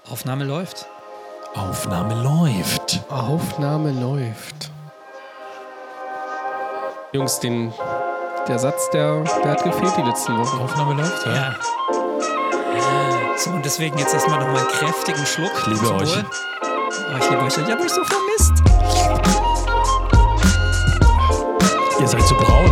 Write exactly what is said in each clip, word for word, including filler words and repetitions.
Aufnahme läuft. Aufnahme läuft. Aufnahme läuft. Jungs, den, der Satz, der, der hat gefehlt die letzten Wochen. Aufnahme läuft, ja. Ja. So, und deswegen jetzt erstmal nochmal einen kräftigen Schluck. Ich liebe Zum euch. Wohl. Oh, ich liebe euch. Ich hab euch so vermisst. Ihr seid so braun.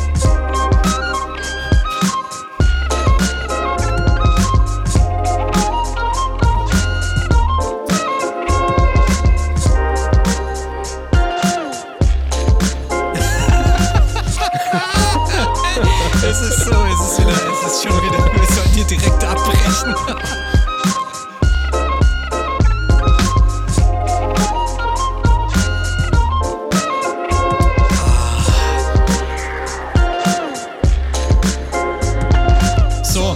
Es ist so, es ist wieder, es ist schon wieder, wir sollten hier direkt abbrechen. So.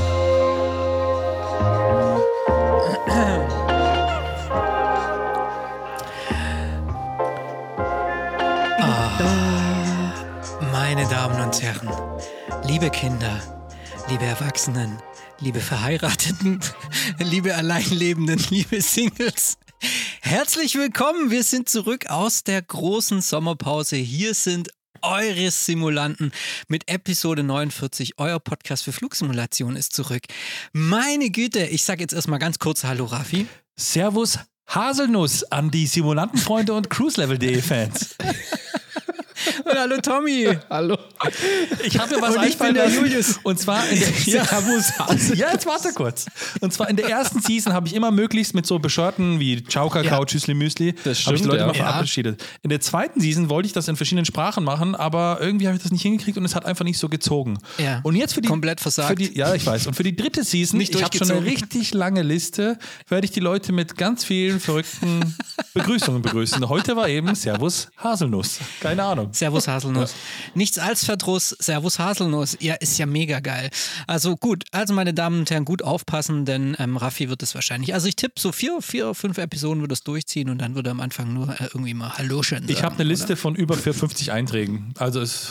Ah, meine Damen und Herren. Liebe Kinder, liebe Erwachsenen, liebe Verheirateten, liebe Alleinlebenden, liebe Singles, herzlich willkommen. Wir sind zurück aus der großen Sommerpause. Hier sind eure Simulanten mit Episode neunundvierzig. Euer Podcast für Flugsimulation ist zurück. Meine Güte, ich sage jetzt erstmal ganz kurz Hallo Raffi. Servus Haselnuss an die Simulantenfreunde und cruise-level punkt de Fans. Und hallo Tommy. Hallo. Ich habe mir was Und ich bin der einfallen lassen. Julius. Und zwar in der Servus. Ja, jetzt warte kurz. Und zwar in der ersten Season habe ich immer möglichst mit so Beschörten wie Ciao Kakao, Ja. Tschüssli Müsli, Das habe ich die stimmt, Leute ja. immer Ja. verabschiedet. In der zweiten Season wollte ich das in verschiedenen Sprachen machen, aber irgendwie habe ich das nicht hingekriegt und es hat einfach nicht so gezogen. Ja. Und jetzt für die Komplett versagt. Für die, ja, ich weiß. Und für die dritte Season, Nicht ich habe schon eine durchgezogen. richtig lange Liste, werde ich die Leute mit ganz vielen verrückten Begrüßungen begrüßen. Heute war eben Servus Haselnuss. Keine Ahnung. Servus Haselnuss. Nichts als Verdruss, Servus Haselnuss. Ja, ist ja mega geil. Also gut, also meine Damen und Herren, gut aufpassen, denn ähm, Raffi wird es wahrscheinlich, also ich tippe so vier, vier, fünf Episoden wird es durchziehen und dann wird er am Anfang nur äh, irgendwie mal Hallochen sagen. Ich habe eine Liste von über vierhundertfünfzig Einträgen. Also es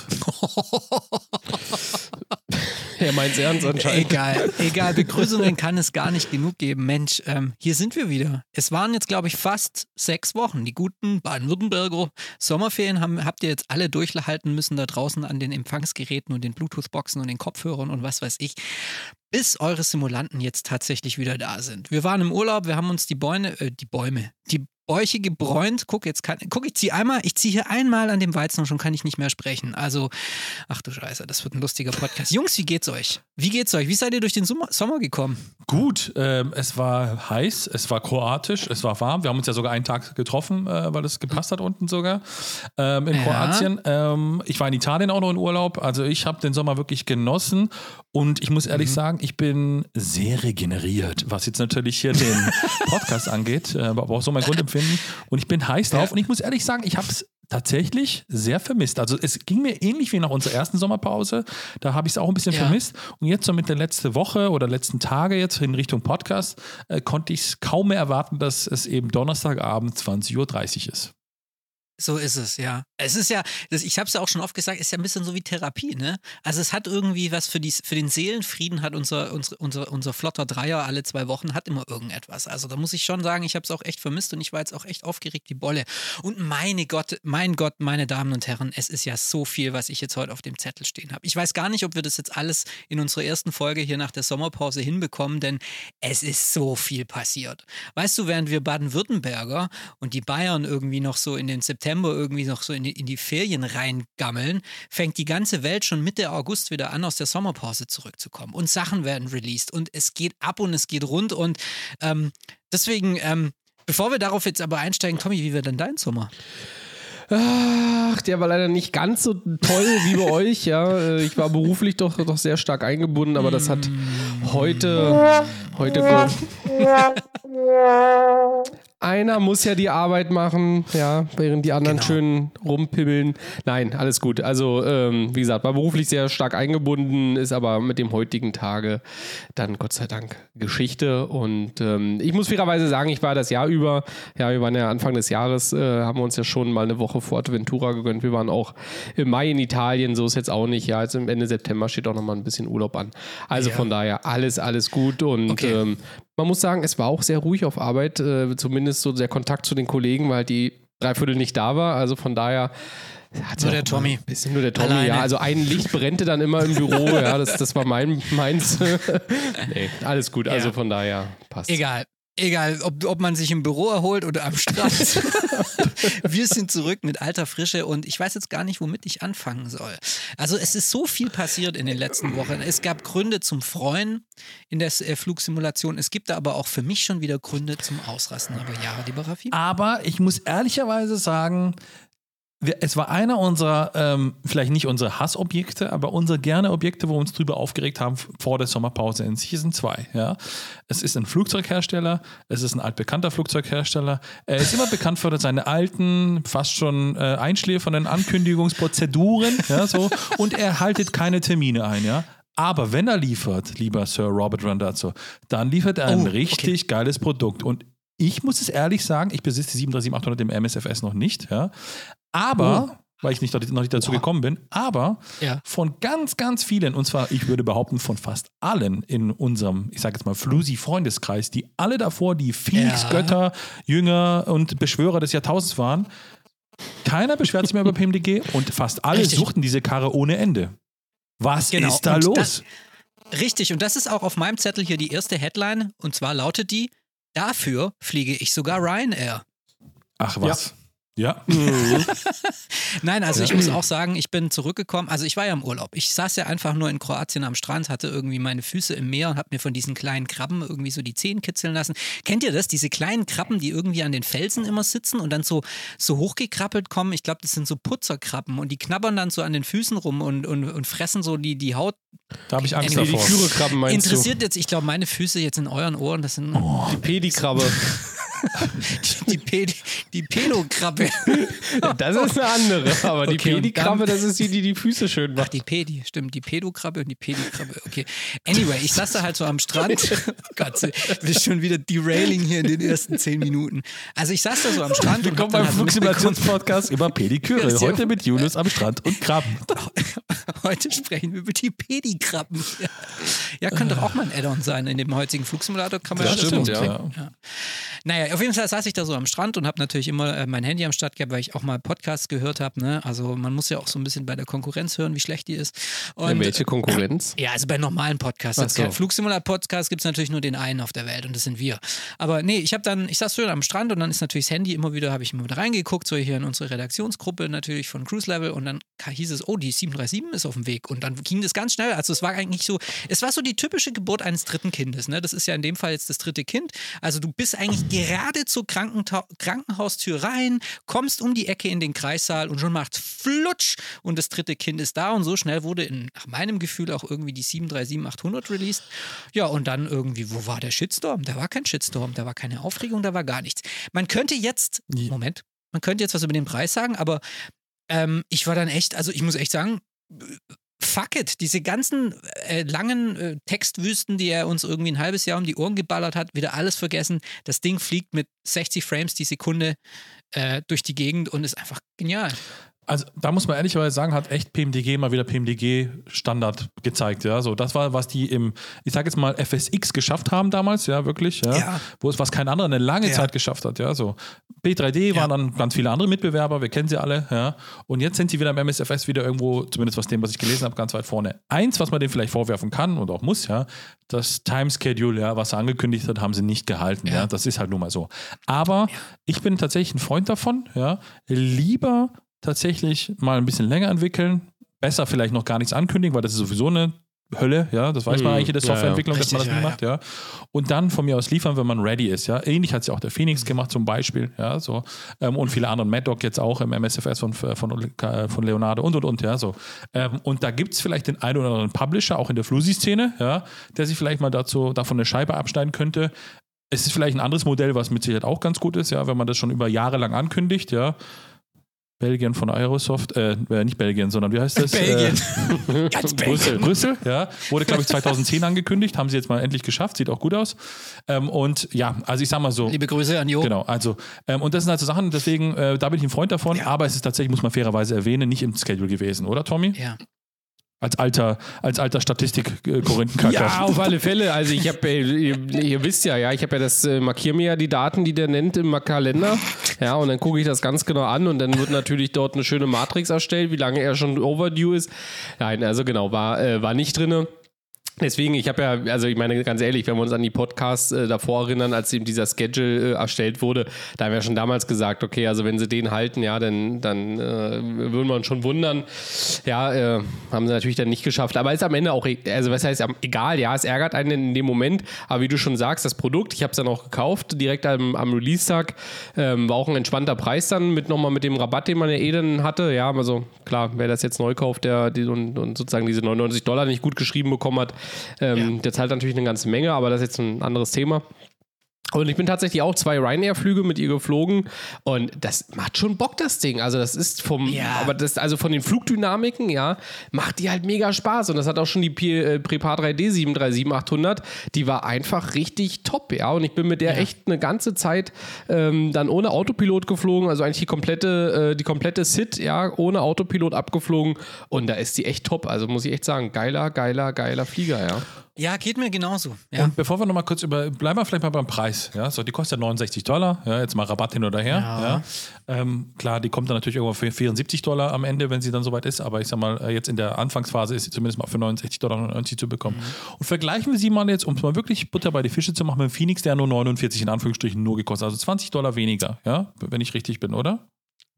Er meint's ernst anscheinend. Egal, egal, Begrüßungen kann es gar nicht genug geben. Mensch, ähm, hier sind wir wieder. Es waren jetzt, glaube ich, fast sechs Wochen. Die guten Baden-Württemberger Sommerferien haben, habt ihr jetzt alle durchhalten müssen da draußen an den Empfangsgeräten und den Bluetooth-Boxen und den Kopfhörern und was weiß ich, bis eure Simulanten jetzt tatsächlich wieder da sind. Wir waren im Urlaub, wir haben uns die Bäume, äh, die Bäume, die Bäuche gebräunt. Guck, jetzt kann, guck, ich ziehe einmal, ich ziehe hier einmal an dem Weizen und schon kann ich nicht mehr sprechen. Also, ach du Scheiße, das wird ein lustiger Podcast. Jungs, wie geht's euch? Wie geht's euch? Wie seid ihr durch den Sommer, Sommer gekommen? gut. Ähm, es war heiß, es war kroatisch, es war warm. Wir haben uns ja sogar einen Tag getroffen, äh, weil es gepasst hat unten sogar ähm, in Ja. Kroatien. Ähm, ich war in Italien auch noch in Urlaub. Also ich habe den Sommer wirklich genossen und ich muss ehrlich sagen, ich bin sehr regeneriert, was jetzt natürlich hier den Podcast angeht, äh, aber auch so mein Grundempfinden. Und ich bin heiß drauf und ich muss ehrlich sagen, ich habe es tatsächlich sehr vermisst. Also es ging mir ähnlich wie nach unserer ersten Sommerpause. Da habe ich es auch ein bisschen Ja. vermisst. Und jetzt so mit der letzten Woche oder letzten Tage jetzt in Richtung Podcast äh, konnte ich es kaum mehr erwarten, dass es eben Donnerstagabend zwanzig Uhr dreißig ist. So ist es, ja. Es ist ja, das, ich habe es ja auch schon oft gesagt, ist ja ein bisschen so wie Therapie, ne? Also es hat irgendwie was für, die, für den Seelenfrieden, hat unser, unser, unser, unser flotter Dreier alle zwei Wochen, hat immer irgendetwas. Also da muss ich schon sagen, ich habe es auch echt vermisst und ich war jetzt auch echt aufgeregt wie Bolle. Und meine Gott, mein Gott, meine Damen und Herren, es ist ja so viel, was ich jetzt heute auf dem Zettel stehen habe. Ich weiß gar nicht, ob wir das jetzt alles in unserer ersten Folge hier nach der Sommerpause hinbekommen, denn es ist so viel passiert. Weißt du, während wir Baden-Württemberger und die Bayern irgendwie noch so in den September irgendwie noch so in die, in die Ferien reingammeln, fängt die ganze Welt schon Mitte August wieder an, aus der Sommerpause zurückzukommen. Und Sachen werden released und es geht ab und es geht rund und ähm, deswegen, ähm, bevor wir darauf jetzt aber einsteigen, Tommy, wie war denn dein Sommer? Ach, der war leider nicht ganz so toll wie bei euch, ja. Ich war beruflich doch, doch sehr stark eingebunden, aber das hat heute, heute einer muss ja die Arbeit machen, ja, während die anderen Genau. schön rumpibbeln. Nein, alles gut. Also, ähm, wie gesagt, war beruflich sehr stark eingebunden, ist aber mit dem heutigen Tage dann Gott sei Dank Geschichte. Und ähm, ich muss fairerweise sagen, ich war das Jahr über, ja, wir waren ja Anfang des Jahres, äh, haben wir uns ja schon mal eine Woche Fuerteventura gegönnt. Wir waren auch im Mai in Italien, so ist jetzt auch nicht. Ja, jetzt im Ende September steht auch nochmal ein bisschen Urlaub an. Also Ja. von daher alles, alles gut und Okay. ähm, Man muss sagen, es war auch sehr ruhig auf Arbeit, äh, zumindest so der Kontakt zu den Kollegen, weil die Dreiviertel nicht da war. Also von daher hat Nur der Tommy. Bisschen nur der Tommy, Alleine. ja. Also ein Licht brennte dann immer im Büro, ja, das, das war mein, meins. Nee, alles gut, also Ja. von daher passt. Egal. Egal, ob, ob man sich im Büro erholt oder am Strand. Wir sind zurück mit alter Frische und ich weiß jetzt gar nicht, womit ich anfangen soll. Also es ist so viel passiert in den letzten Wochen. Es gab Gründe zum Freuen in der äh, Flugsimulation. Es gibt da aber auch für mich schon wieder Gründe zum Ausrasten. Aber ja, lieber Raffi. Aber ich muss ehrlicherweise sagen, wir- es war einer unserer, ähm, vielleicht nicht unsere Hassobjekte, aber unsere gerne Objekte, wo wir uns drüber aufgeregt haben vor der Sommerpause in Season zwei. Ja? Es ist ein Flugzeughersteller, es ist ein altbekannter Flugzeughersteller. Er ist immer bekannt für seine alten, fast schon äh, einschläfernden Ankündigungsprozeduren. Ja, so, und er haltet keine Termine ein. Ja? Aber wenn er liefert, lieber Sir Robert Randazzo, dann liefert er ein Oh, richtig geiles Produkt. Und ich muss es ehrlich sagen, ich besitze die sieben drei sieben achthundert im M S F S noch nicht, ja. Aber, weil ich nicht, noch nicht dazu Boah. gekommen bin, aber Ja. von ganz, ganz vielen, und zwar, ich würde behaupten, von fast allen in unserem, ich sage jetzt mal, Flusi-Freundeskreis, die alle davor die Freaks, Ja. Götter, Jünger und Beschwörer des Jahrtausends waren, keiner beschwert sich mehr über P M D G und fast alle Richtig. suchten diese Karre ohne Ende. Was Genau, ist da und los? das- Richtig, und das ist auch auf meinem Zettel hier die erste Headline. Und zwar lautet die: Dafür fliege ich sogar Ryanair. Ach was. Ja. Nein, also Ja. ich muss auch sagen, ich bin zurückgekommen. Also ich war ja im Urlaub. Ich saß ja einfach nur in Kroatien am Strand, hatte irgendwie meine Füße im Meer und habe mir von diesen kleinen Krabben irgendwie so die Zehen kitzeln lassen. Kennt ihr das? Diese kleinen Krabben, die irgendwie an den Felsen immer sitzen und dann so, so hochgekrabbelt kommen. Ich glaube, das sind so Putzerkrabben und die knabbern dann so an den Füßen rum und, und, und fressen so die, die Haut. Da habe ich Angst Anyway, Die davor. Kyrekrabben meinst Interessiert jetzt, ich glaube, meine Füße jetzt in euren Ohren, das sind du? Die Pedikrabbe. die, Pe die Pelokrabbe. Das ist eine andere, aber die Okay, und Pedikrabbe, dann- das ist die, die die Füße schön Ach, macht. die Pedi, stimmt, die Pedokrabbe und die Pedikrabbe, okay. Anyway, ich saß da halt so am Strand. Gott, du bist schon wieder derailing hier in den ersten zehn Minuten. Also ich saß da so am Strand und hab Willkommen dann beim halt mitbekommen, Flugsimulationspodcast über Pediküre. Ja, sehr Heute mit Julius am Strand und Krabben. heute sprechen wir über die Pedikrabben. Ja, ja, könnte doch auch mal ein Add-on sein. In dem heutigen Flugsimulator kann man Das ja stimmt, so- ja. Ja. Naja, auf jeden Fall saß ich da so am Strand und habe natürlich immer äh, mein Handy am Start gehabt, weil ich auch mal Podcasts gehört habe. Ne? Also man muss ja auch so ein bisschen bei der Konkurrenz hören, wie schlecht die ist. Und, Ja, welche Konkurrenz? Ja, also bei normalen Podcasts. Ach Jetzt so. kein Flugsimulator-Podcast gibt es natürlich nur den einen auf der Welt und das sind wir. Aber nee, ich habe dann, ich saß schön am Strand und dann ist natürlich das Handy immer wieder, habe ich immer wieder reingeguckt, so hier in unsere Redaktionsgruppe natürlich von Cruise Level und dann hieß es, oh, die sieben drei sieben ist auf dem Weg und dann ging das ganz schnell. Also es war eigentlich so, es war so die typische Geburt eines dritten Kindes. Ne? Das ist ja in dem Fall jetzt das dritte Kind. Also du bist eigentlich gerade zur Krankentau- Krankenhaustür rein, kommst um die Ecke in den Kreissaal und schon macht flutsch und das dritte Kind ist da und so schnell wurde in, nach meinem Gefühl auch irgendwie die sieben drei sieben achthundert released. Ja, und dann irgendwie, wo war der Shitstorm? Da war kein Shitstorm, da war keine Aufregung, da war gar nichts. Man könnte jetzt, Ja. Moment, man könnte jetzt was über den Preis sagen, aber ähm, ich war dann echt, also ich muss echt sagen, fuck it, diese ganzen äh, langen äh, Textwüsten, die er uns irgendwie ein halbes Jahr um die Ohren geballert hat, wieder alles vergessen. Das Ding fliegt mit sechzig Frames die Sekunde äh, durch die Gegend und ist einfach genial. Also da muss man ehrlicherweise sagen, hat echt P M D G mal wieder P M D G-Standard gezeigt. Ja, so das war, was die im, ich sage jetzt mal, F S X geschafft haben damals, ja, wirklich, ja, Ja. wo es was kein anderer eine lange Ja. Zeit geschafft hat, ja, so B drei D Ja. waren dann ganz viele andere Mitbewerber, wir kennen sie alle, ja, und jetzt sind sie wieder im M S F S wieder irgendwo, zumindest was dem, was ich gelesen habe, ganz weit vorne. Eins, was man denen vielleicht vorwerfen kann und auch muss, ja, das Time-Schedule, ja, was er angekündigt hat, haben sie nicht gehalten, ja, Ja. das ist halt nun mal so. Aber ich bin tatsächlich ein Freund davon, ja, lieber tatsächlich mal ein bisschen länger entwickeln, besser vielleicht noch gar nichts ankündigen, weil das ist sowieso eine Hölle, ja, das weiß man Mhm. eigentlich in der Ja, ja. Softwareentwicklung, dass man das Richtig, nicht ja, macht, ja. Und dann von mir aus liefern, wenn man ready ist, ja. Ähnlich hat es ja auch der Phoenix gemacht zum Beispiel, ja, so. Ähm, und viele andere, Mad Dog jetzt auch im M S F S von, von, von Leonardo und und und, ja, so. Ähm, und da gibt es vielleicht den einen oder anderen Publisher, auch in der Flusi-Szene, ja, der sich vielleicht mal dazu, davon eine Scheibe abschneiden könnte. Es ist vielleicht ein anderes Modell, was mit Sicherheit auch ganz gut ist, ja, wenn man das schon über Jahre lang ankündigt, ja. Belgien von Aerosoft, äh, nicht Belgien, sondern wie heißt das? Belgien. Äh, Ganz Brüssel, Belgien. Brüssel, ja. Wurde, glaube ich, zweitausendzehn angekündigt, haben sie jetzt mal endlich geschafft, sieht auch gut aus. Ähm, und ja, also ich sag mal so. Liebe Grüße an Jo. Genau, also, ähm, und das sind halt so Sachen, deswegen, äh, da bin ich ein Freund davon, Ja. aber es ist tatsächlich, muss man fairerweise erwähnen, nicht im Schedule gewesen, oder Tommy? Ja. Als alter, als alter Statistik-Korinthenkacker. Ja, auf alle Fälle. Also ich habe, ihr, ihr wisst ja, ja, ich habe ja das, äh, markiere mir ja die Daten, die der nennt im Kalender. Ja, und dann gucke ich das ganz genau an und dann wird natürlich dort eine schöne Matrix erstellt, wie lange er schon overdue ist. Nein, also genau, war, äh, war nicht drin. Deswegen, ich habe ja, also ich meine ganz ehrlich, wenn wir uns an die Podcasts äh, davor erinnern, als eben dieser Schedule äh, erstellt wurde, da haben wir schon damals gesagt, okay, also wenn sie den halten, ja, dann, dann äh, würden wir uns schon wundern. Ja, äh, haben sie natürlich dann nicht geschafft, aber ist am Ende auch, also was heißt, egal, ja, es ärgert einen in dem Moment, aber wie du schon sagst, das Produkt, ich habe es dann auch gekauft, direkt am, am Release-Tag, ähm, war auch ein entspannter Preis dann, mit nochmal mit dem Rabatt, den man ja eh dann hatte, ja, also klar, wer das jetzt neu kauft, der die, und, und sozusagen diese neunundneunzig Dollar nicht gut geschrieben bekommen hat, Ähm, ja. Der zahlt natürlich eine ganze Menge, aber das ist jetzt ein anderes Thema. Und ich bin tatsächlich auch zwei Ryanair-Flüge mit ihr geflogen und das macht schon Bock, das Ding. Also das ist vom, ja. aber das, also von den Flugdynamiken, ja, macht die halt mega Spaß. Und das hat auch schon die P- äh, Prepar drei D sieben drei sieben achthundert, die war einfach richtig top, ja. Und ich bin mit der ja. echt eine ganze Zeit ähm, dann ohne Autopilot geflogen, also eigentlich die komplette, äh, die komplette S I T, ja, ohne Autopilot abgeflogen. Und da ist die echt top. Also muss ich echt sagen, geiler, geiler, geiler Flieger, ja. Ja, geht mir genauso. Ja. Und bevor wir nochmal kurz über, bleiben wir vielleicht mal beim Preis. Ja, so, die kostet ja neunundsechzig Dollar, ja, jetzt mal Rabatt hin oder her. Ja. Ja. Ähm, klar, die kommt dann natürlich irgendwo für vierundsiebzig Dollar am Ende, wenn sie dann soweit ist, aber ich sag mal, jetzt in der Anfangsphase ist sie zumindest mal für neunundsechzig Dollar neunundneunzig zu bekommen. Mhm. Und vergleichen wir sie mal jetzt, um es mal wirklich Butter bei die Fische zu machen, mit dem Phoenix, der nur neunundvierzig in Anführungsstrichen nur gekostet, also zwanzig Dollar weniger, ja, wenn ich richtig bin, oder?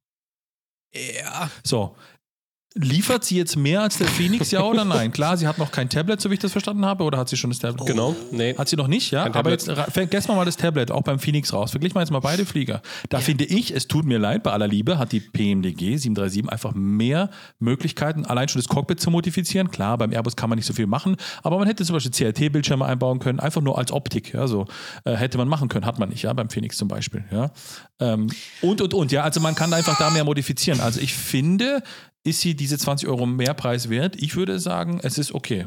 Ja. So. Liefert sie jetzt mehr als der Phoenix, ja oder nein? Klar, sie hat noch kein Tablet, so wie ich das verstanden habe, oder hat sie schon das Tablet? Oh. Genau, nee. Hat sie noch nicht, ja? Kein Aber Tablet. jetzt vergessen wir mal das Tablet, auch beim Phoenix raus. Verglichen wir jetzt mal beide Flieger. Da ja. finde ich, es tut mir leid, bei aller Liebe hat die P M D G sieben drei sieben einfach mehr Möglichkeiten, allein schon das Cockpit zu modifizieren. Klar, beim Airbus kann man nicht so viel machen, aber man hätte zum Beispiel C R T-Bildschirme einbauen können, einfach nur als Optik, ja, so äh, hätte man machen können, hat man nicht, ja, beim Phoenix zum Beispiel, ja. Ähm, und, und, und, ja, also man kann einfach da mehr modifizieren. Also ich finde, ist sie diese zwanzig Euro Mehrpreis wert? Ich würde sagen, es ist okay.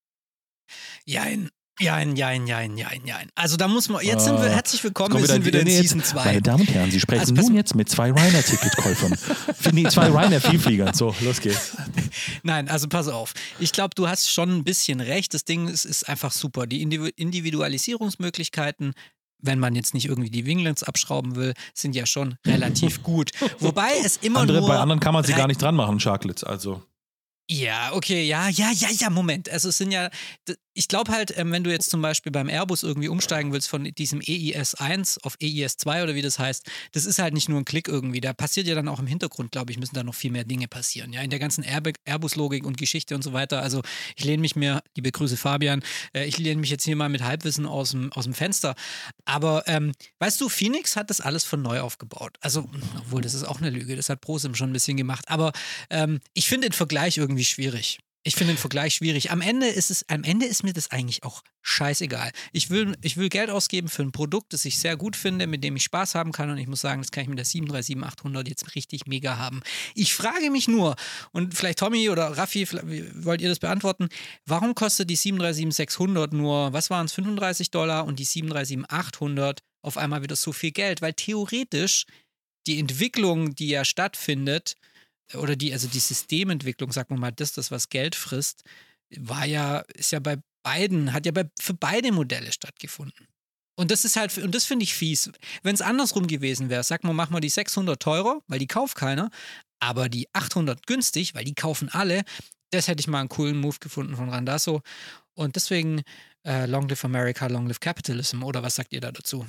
Jein, jein, jein, jein, jein, jein. Also da muss man, jetzt sind wir, herzlich willkommen, wir sind wieder wieder in jetzt, Season zwei. Meine Damen und Herren, Sie sprechen also, nun jetzt mit zwei Ryanair-Ticketkäufern. Nee, zwei Ryanair-Vielfliegern. So, los geht's. Nein, also pass auf. Ich glaube, du hast schon ein bisschen recht. Das Ding ist, ist einfach super. Die Individualisierungsmöglichkeiten, wenn man jetzt nicht irgendwie die Winglets abschrauben will, sind ja schon relativ gut. Wobei es immer Andere, nur... Bei anderen kann man sie gar nicht dran machen, Sharklets, also... Ja, okay, ja, ja, ja, ja, Moment. Also es sind ja, ich glaube halt, ähm, wenn du jetzt zum Beispiel beim Airbus irgendwie umsteigen willst von diesem E I S eins auf E I S zwei oder wie das heißt, das ist halt nicht nur ein Klick irgendwie. Da passiert ja dann auch im Hintergrund, glaube ich, müssen da noch viel mehr Dinge passieren. Ja, in der ganzen Airbus-Logik und Geschichte und so weiter. Also ich lehne mich mir, liebe Grüße Fabian, äh, ich lehne mich jetzt hier mal mit Halbwissen aus dem, aus dem Fenster. Aber ähm, weißt du, Phoenix hat das alles von neu aufgebaut. Also, obwohl, das ist auch eine Lüge, das hat ProSim schon ein bisschen gemacht. Aber ähm, ich finde den Vergleich irgendwie schwierig. Ich finde den Vergleich schwierig. Am Ende ist es, am Ende ist mir das eigentlich auch scheißegal. Ich will, ich will Geld ausgeben für ein Produkt, das ich sehr gut finde, mit dem ich Spaß haben kann und ich muss sagen, das kann ich mit der sieben drei sieben achthundert jetzt richtig mega haben. Ich frage mich nur, und vielleicht Tommy oder Raffi, wollt ihr das beantworten, warum kostet die sieben drei sieben sechshundert nur, was waren es, fünfunddreißig Dollar und die sieben drei sieben achthundert auf einmal wieder so viel Geld? Weil theoretisch die Entwicklung, die ja stattfindet, oder die, also die Systementwicklung, sagen wir mal, das, das, was Geld frisst, war ja, ist ja bei beiden, hat ja bei, für beide Modelle stattgefunden. Und das ist halt, und das finde ich fies. Wenn es andersrum gewesen wäre, sag mal, machen wir die sechshundert teurer, weil die kauft keiner, aber die achthundert günstig, weil die kaufen alle, das hätte ich mal einen coolen Move gefunden von Randazzo. Und deswegen äh, Long Live America, Long Live Capitalism, oder was sagt ihr da dazu?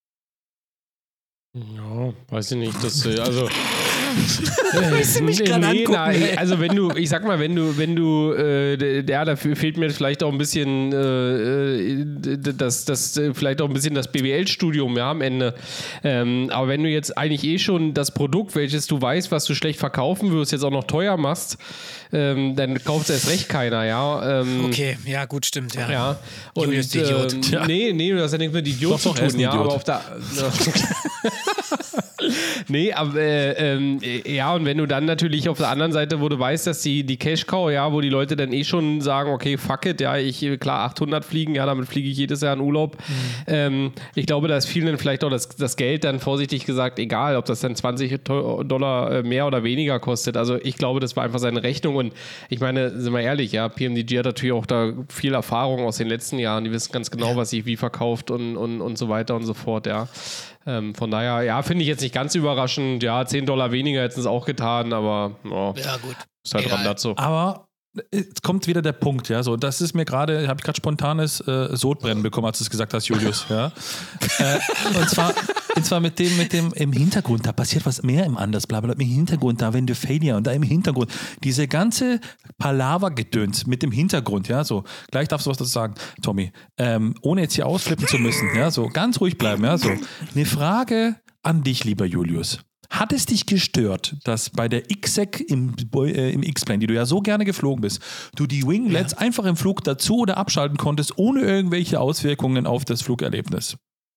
Ja, weiß ich nicht, das, also äh, mich nee, nee, na, also wenn du, ich sag mal, wenn du, wenn du, äh, ja, da fehlt mir vielleicht auch ein bisschen, äh, das, das, vielleicht auch ein bisschen das B W L-Studium, ja, am Ende. Ähm, aber wenn du jetzt eigentlich eh schon das Produkt, welches du weißt, was du schlecht verkaufen wirst, jetzt auch noch teuer machst, ähm, dann kauft es erst recht keiner, ja. Ähm, okay, ja, gut, stimmt, ja. Ja. Und, Julius, Idiot. Ähm, ja. Nee, nee, du hast ja nichts mit Idiot doch, zu doch, tun, ja, Idiot. aber auf der Nee, aber äh, ähm, ja, und wenn du dann natürlich auf der anderen Seite, wo du weißt, dass die, die Cash-Cow, ja, wo die Leute dann eh schon sagen, okay, fuck it, ja, ich, klar, achthundert fliegen, ja, damit fliege ich jedes Jahr in Urlaub. Mhm. Ähm, ich glaube, da ist vielen vielleicht auch das, das Geld dann vorsichtig gesagt egal, ob das dann zwanzig Dollar mehr oder weniger kostet. Also ich glaube, das war einfach seine Rechnung und ich meine, sind wir ehrlich, ja, P M D G hat natürlich auch da viel Erfahrung aus den letzten Jahren, die wissen ganz genau, was sich wie verkauft und, und, und so weiter und so fort, ja. Ähm, von daher, ja, finde ich jetzt nicht ganz überraschend. Ja, zehn Dollar weniger hätten es auch getan, aber oh, ja, gut. Ist halt dran dazu. Aber jetzt kommt wieder der Punkt, ja, so, das ist mir gerade, habe ich gerade spontanes äh, Sodbrennen bekommen, als du es gesagt hast, Julius, ja. äh, und zwar, und zwar mit dem, mit dem im Hintergrund, da passiert was mehr im Anders, bla bla, im Hintergrund, da wenn du Failure und da im Hintergrund, diese ganze Palaver-Gedöns mit dem Hintergrund, ja, so, gleich darfst du was dazu sagen, Tommy, ähm, ohne jetzt hier ausflippen zu müssen, ja, so, ganz ruhig bleiben, ja, so, eine Frage an dich, lieber Julius. Hat es dich gestört, dass bei der X S E C im, äh, im X-Plane, die du ja so gerne geflogen bist, du die Winglets ja. einfach im Flug dazu oder abschalten konntest, ohne irgendwelche Auswirkungen auf das Flugerlebnis?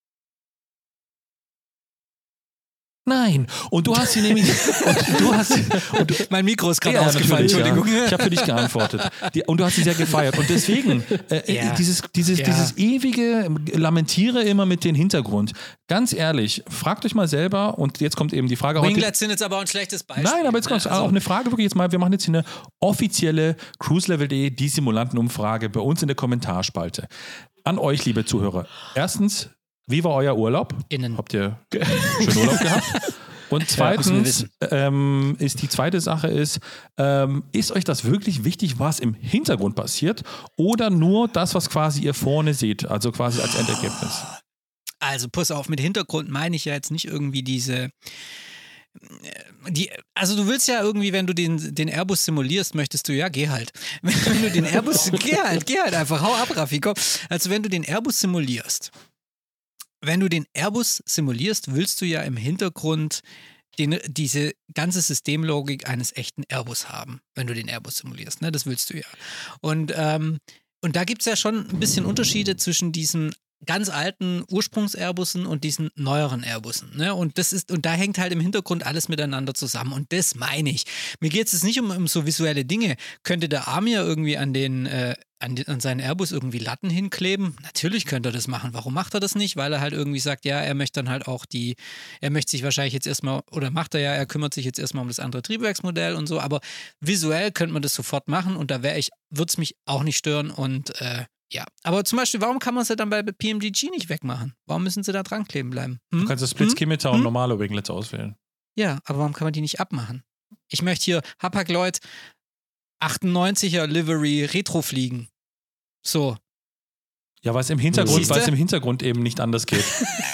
Nein. Und du hast sie nämlich. Und du hast, und du, mein Mikro ist gerade ja, ausgefallen, Entschuldigung. Ja. Ich habe für dich geantwortet. Die, und du hast sie sehr gefeiert. Und deswegen, äh, ja. dieses, dieses, ja. dieses ewige Lamentiere immer mit dem Hintergrund. Ganz ehrlich, fragt euch mal selber, und jetzt kommt eben die Frage. Winglets sind jetzt aber auch ein schlechtes Beispiel. Nein, aber jetzt kommt ne? also, auch eine Frage, wirklich jetzt mal. Wir machen jetzt hier eine offizielle Cruise-Level punkt de, die Simulantenumfrage bei uns in der Kommentarspalte. An euch, liebe Zuhörer. Erstens, wie war euer Urlaub? Innen. Habt ihr schönen Urlaub gehabt? Und zweitens ja, ähm, ist die zweite Sache ist, ähm, ist euch das wirklich wichtig, was im Hintergrund passiert oder nur das, was quasi ihr vorne seht, also quasi als Endergebnis? Also pass auf, mit Hintergrund meine ich ja jetzt nicht irgendwie diese Die, also du willst ja irgendwie, wenn du den, den Airbus simulierst, möchtest du, ja, geh halt. Wenn du den Airbus, geh halt, geh halt einfach, hau ab, Raffi, komm. Also wenn du den Airbus simulierst, wenn du den Airbus simulierst, willst du ja im Hintergrund den, diese ganze Systemlogik eines echten Airbus haben, wenn du den Airbus simulierst, ne? Das willst du ja. Und, ähm, und da gibt es ja schon ein bisschen Unterschiede zwischen diesen ganz alten Ursprungs-Airbussen und diesen neueren Airbussen. Ne? Und das ist, und da hängt halt im Hintergrund alles miteinander zusammen. Und das meine ich. Mir geht es jetzt nicht um, um so visuelle Dinge. Könnte der Amir irgendwie an den, äh, an den, an seinen Airbus irgendwie Latten hinkleben? Natürlich könnte er das machen. Warum macht er das nicht? Weil er halt irgendwie sagt, ja, er möchte dann halt auch die, er möchte sich wahrscheinlich jetzt erstmal, oder macht er ja, er kümmert sich jetzt erstmal um das andere Triebwerksmodell und so. Aber visuell könnte man das sofort machen und da wäre ich, würde es mich auch nicht stören und äh, ja, aber zum Beispiel, warum kann man es ja dann bei P M D G nicht wegmachen? Warum müssen sie da dran kleben bleiben? Hm? Du kannst das Split-Skimitar hm? und normale Winglets auswählen. Ja, aber warum kann man die nicht abmachen? Ich möchte hier Hapag-Lloyd achtundneunziger Livery Retro fliegen. So. Ja, weil es im Hintergrund, weil es im Hintergrund eben nicht anders geht.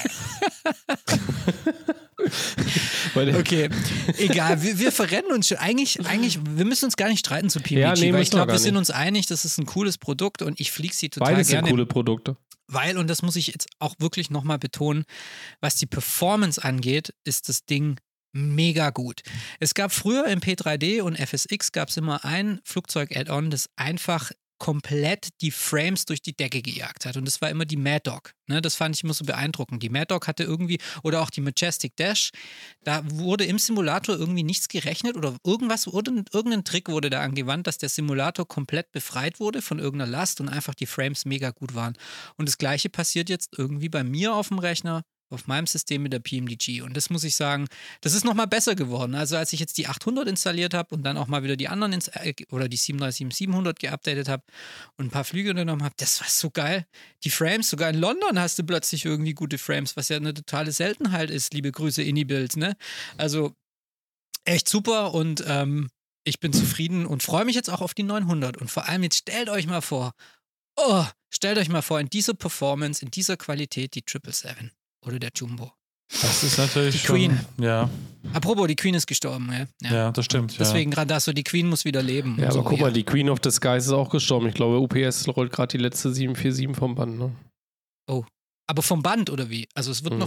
Okay, egal, wir, wir verrennen uns schon. Eigentlich, eigentlich, wir müssen uns gar nicht streiten zu P M D G, ja, nee, weil ich glaube, wir sind uns einig, das ist ein cooles Produkt und ich fliege sie total Beides gerne. Sind coole Produkte. Weil, und das muss ich jetzt auch wirklich nochmal betonen, was die Performance angeht, ist das Ding mega gut. Es gab früher im P drei D und F S X gab es immer ein Flugzeug-Add-on, das einfach komplett die Frames durch die Decke gejagt hat. Und das war immer die Mad Dog. Ne, das fand ich immer so beeindruckend. Die Mad Dog hatte irgendwie, oder auch die Majestic Dash, da wurde im Simulator irgendwie nichts gerechnet oder irgendwas, irgendein Trick wurde da angewandt, dass der Simulator komplett befreit wurde von irgendeiner Last und einfach die Frames mega gut waren. Und das Gleiche passiert jetzt irgendwie bei mir auf dem Rechner, auf meinem System mit der P M D G. Und das muss ich sagen, das ist nochmal besser geworden. Also als ich jetzt die achthundert installiert habe und dann auch mal wieder die anderen ins, oder die sieben drei sieben siebenhundert geupdatet habe und ein paar Flüge unternommen habe, das war so geil. Die Frames, sogar in London hast du plötzlich irgendwie gute Frames, was ja eine totale Seltenheit ist, liebe Grüße Inibuild, ne? Also echt super und ähm, ich bin zufrieden und freue mich jetzt auch auf die neunhundert. Und vor allem jetzt stellt euch mal vor, oh, stellt euch mal vor, in dieser Performance, in dieser Qualität die triple seven. Oder der Jumbo. Das ist natürlich die schon, Queen. Ja. Apropos, die Queen ist gestorben, ja. Ja, ja das stimmt. Deswegen ja. gerade das so, die Queen muss wieder leben. Ja, aber so, guck ja. mal, die Queen of the Skies ist auch gestorben. Ich glaube, U P S rollt gerade die letzte sieben vier sieben vom Band, ne? Oh. Aber vom Band oder wie? Also es wird mhm. noch.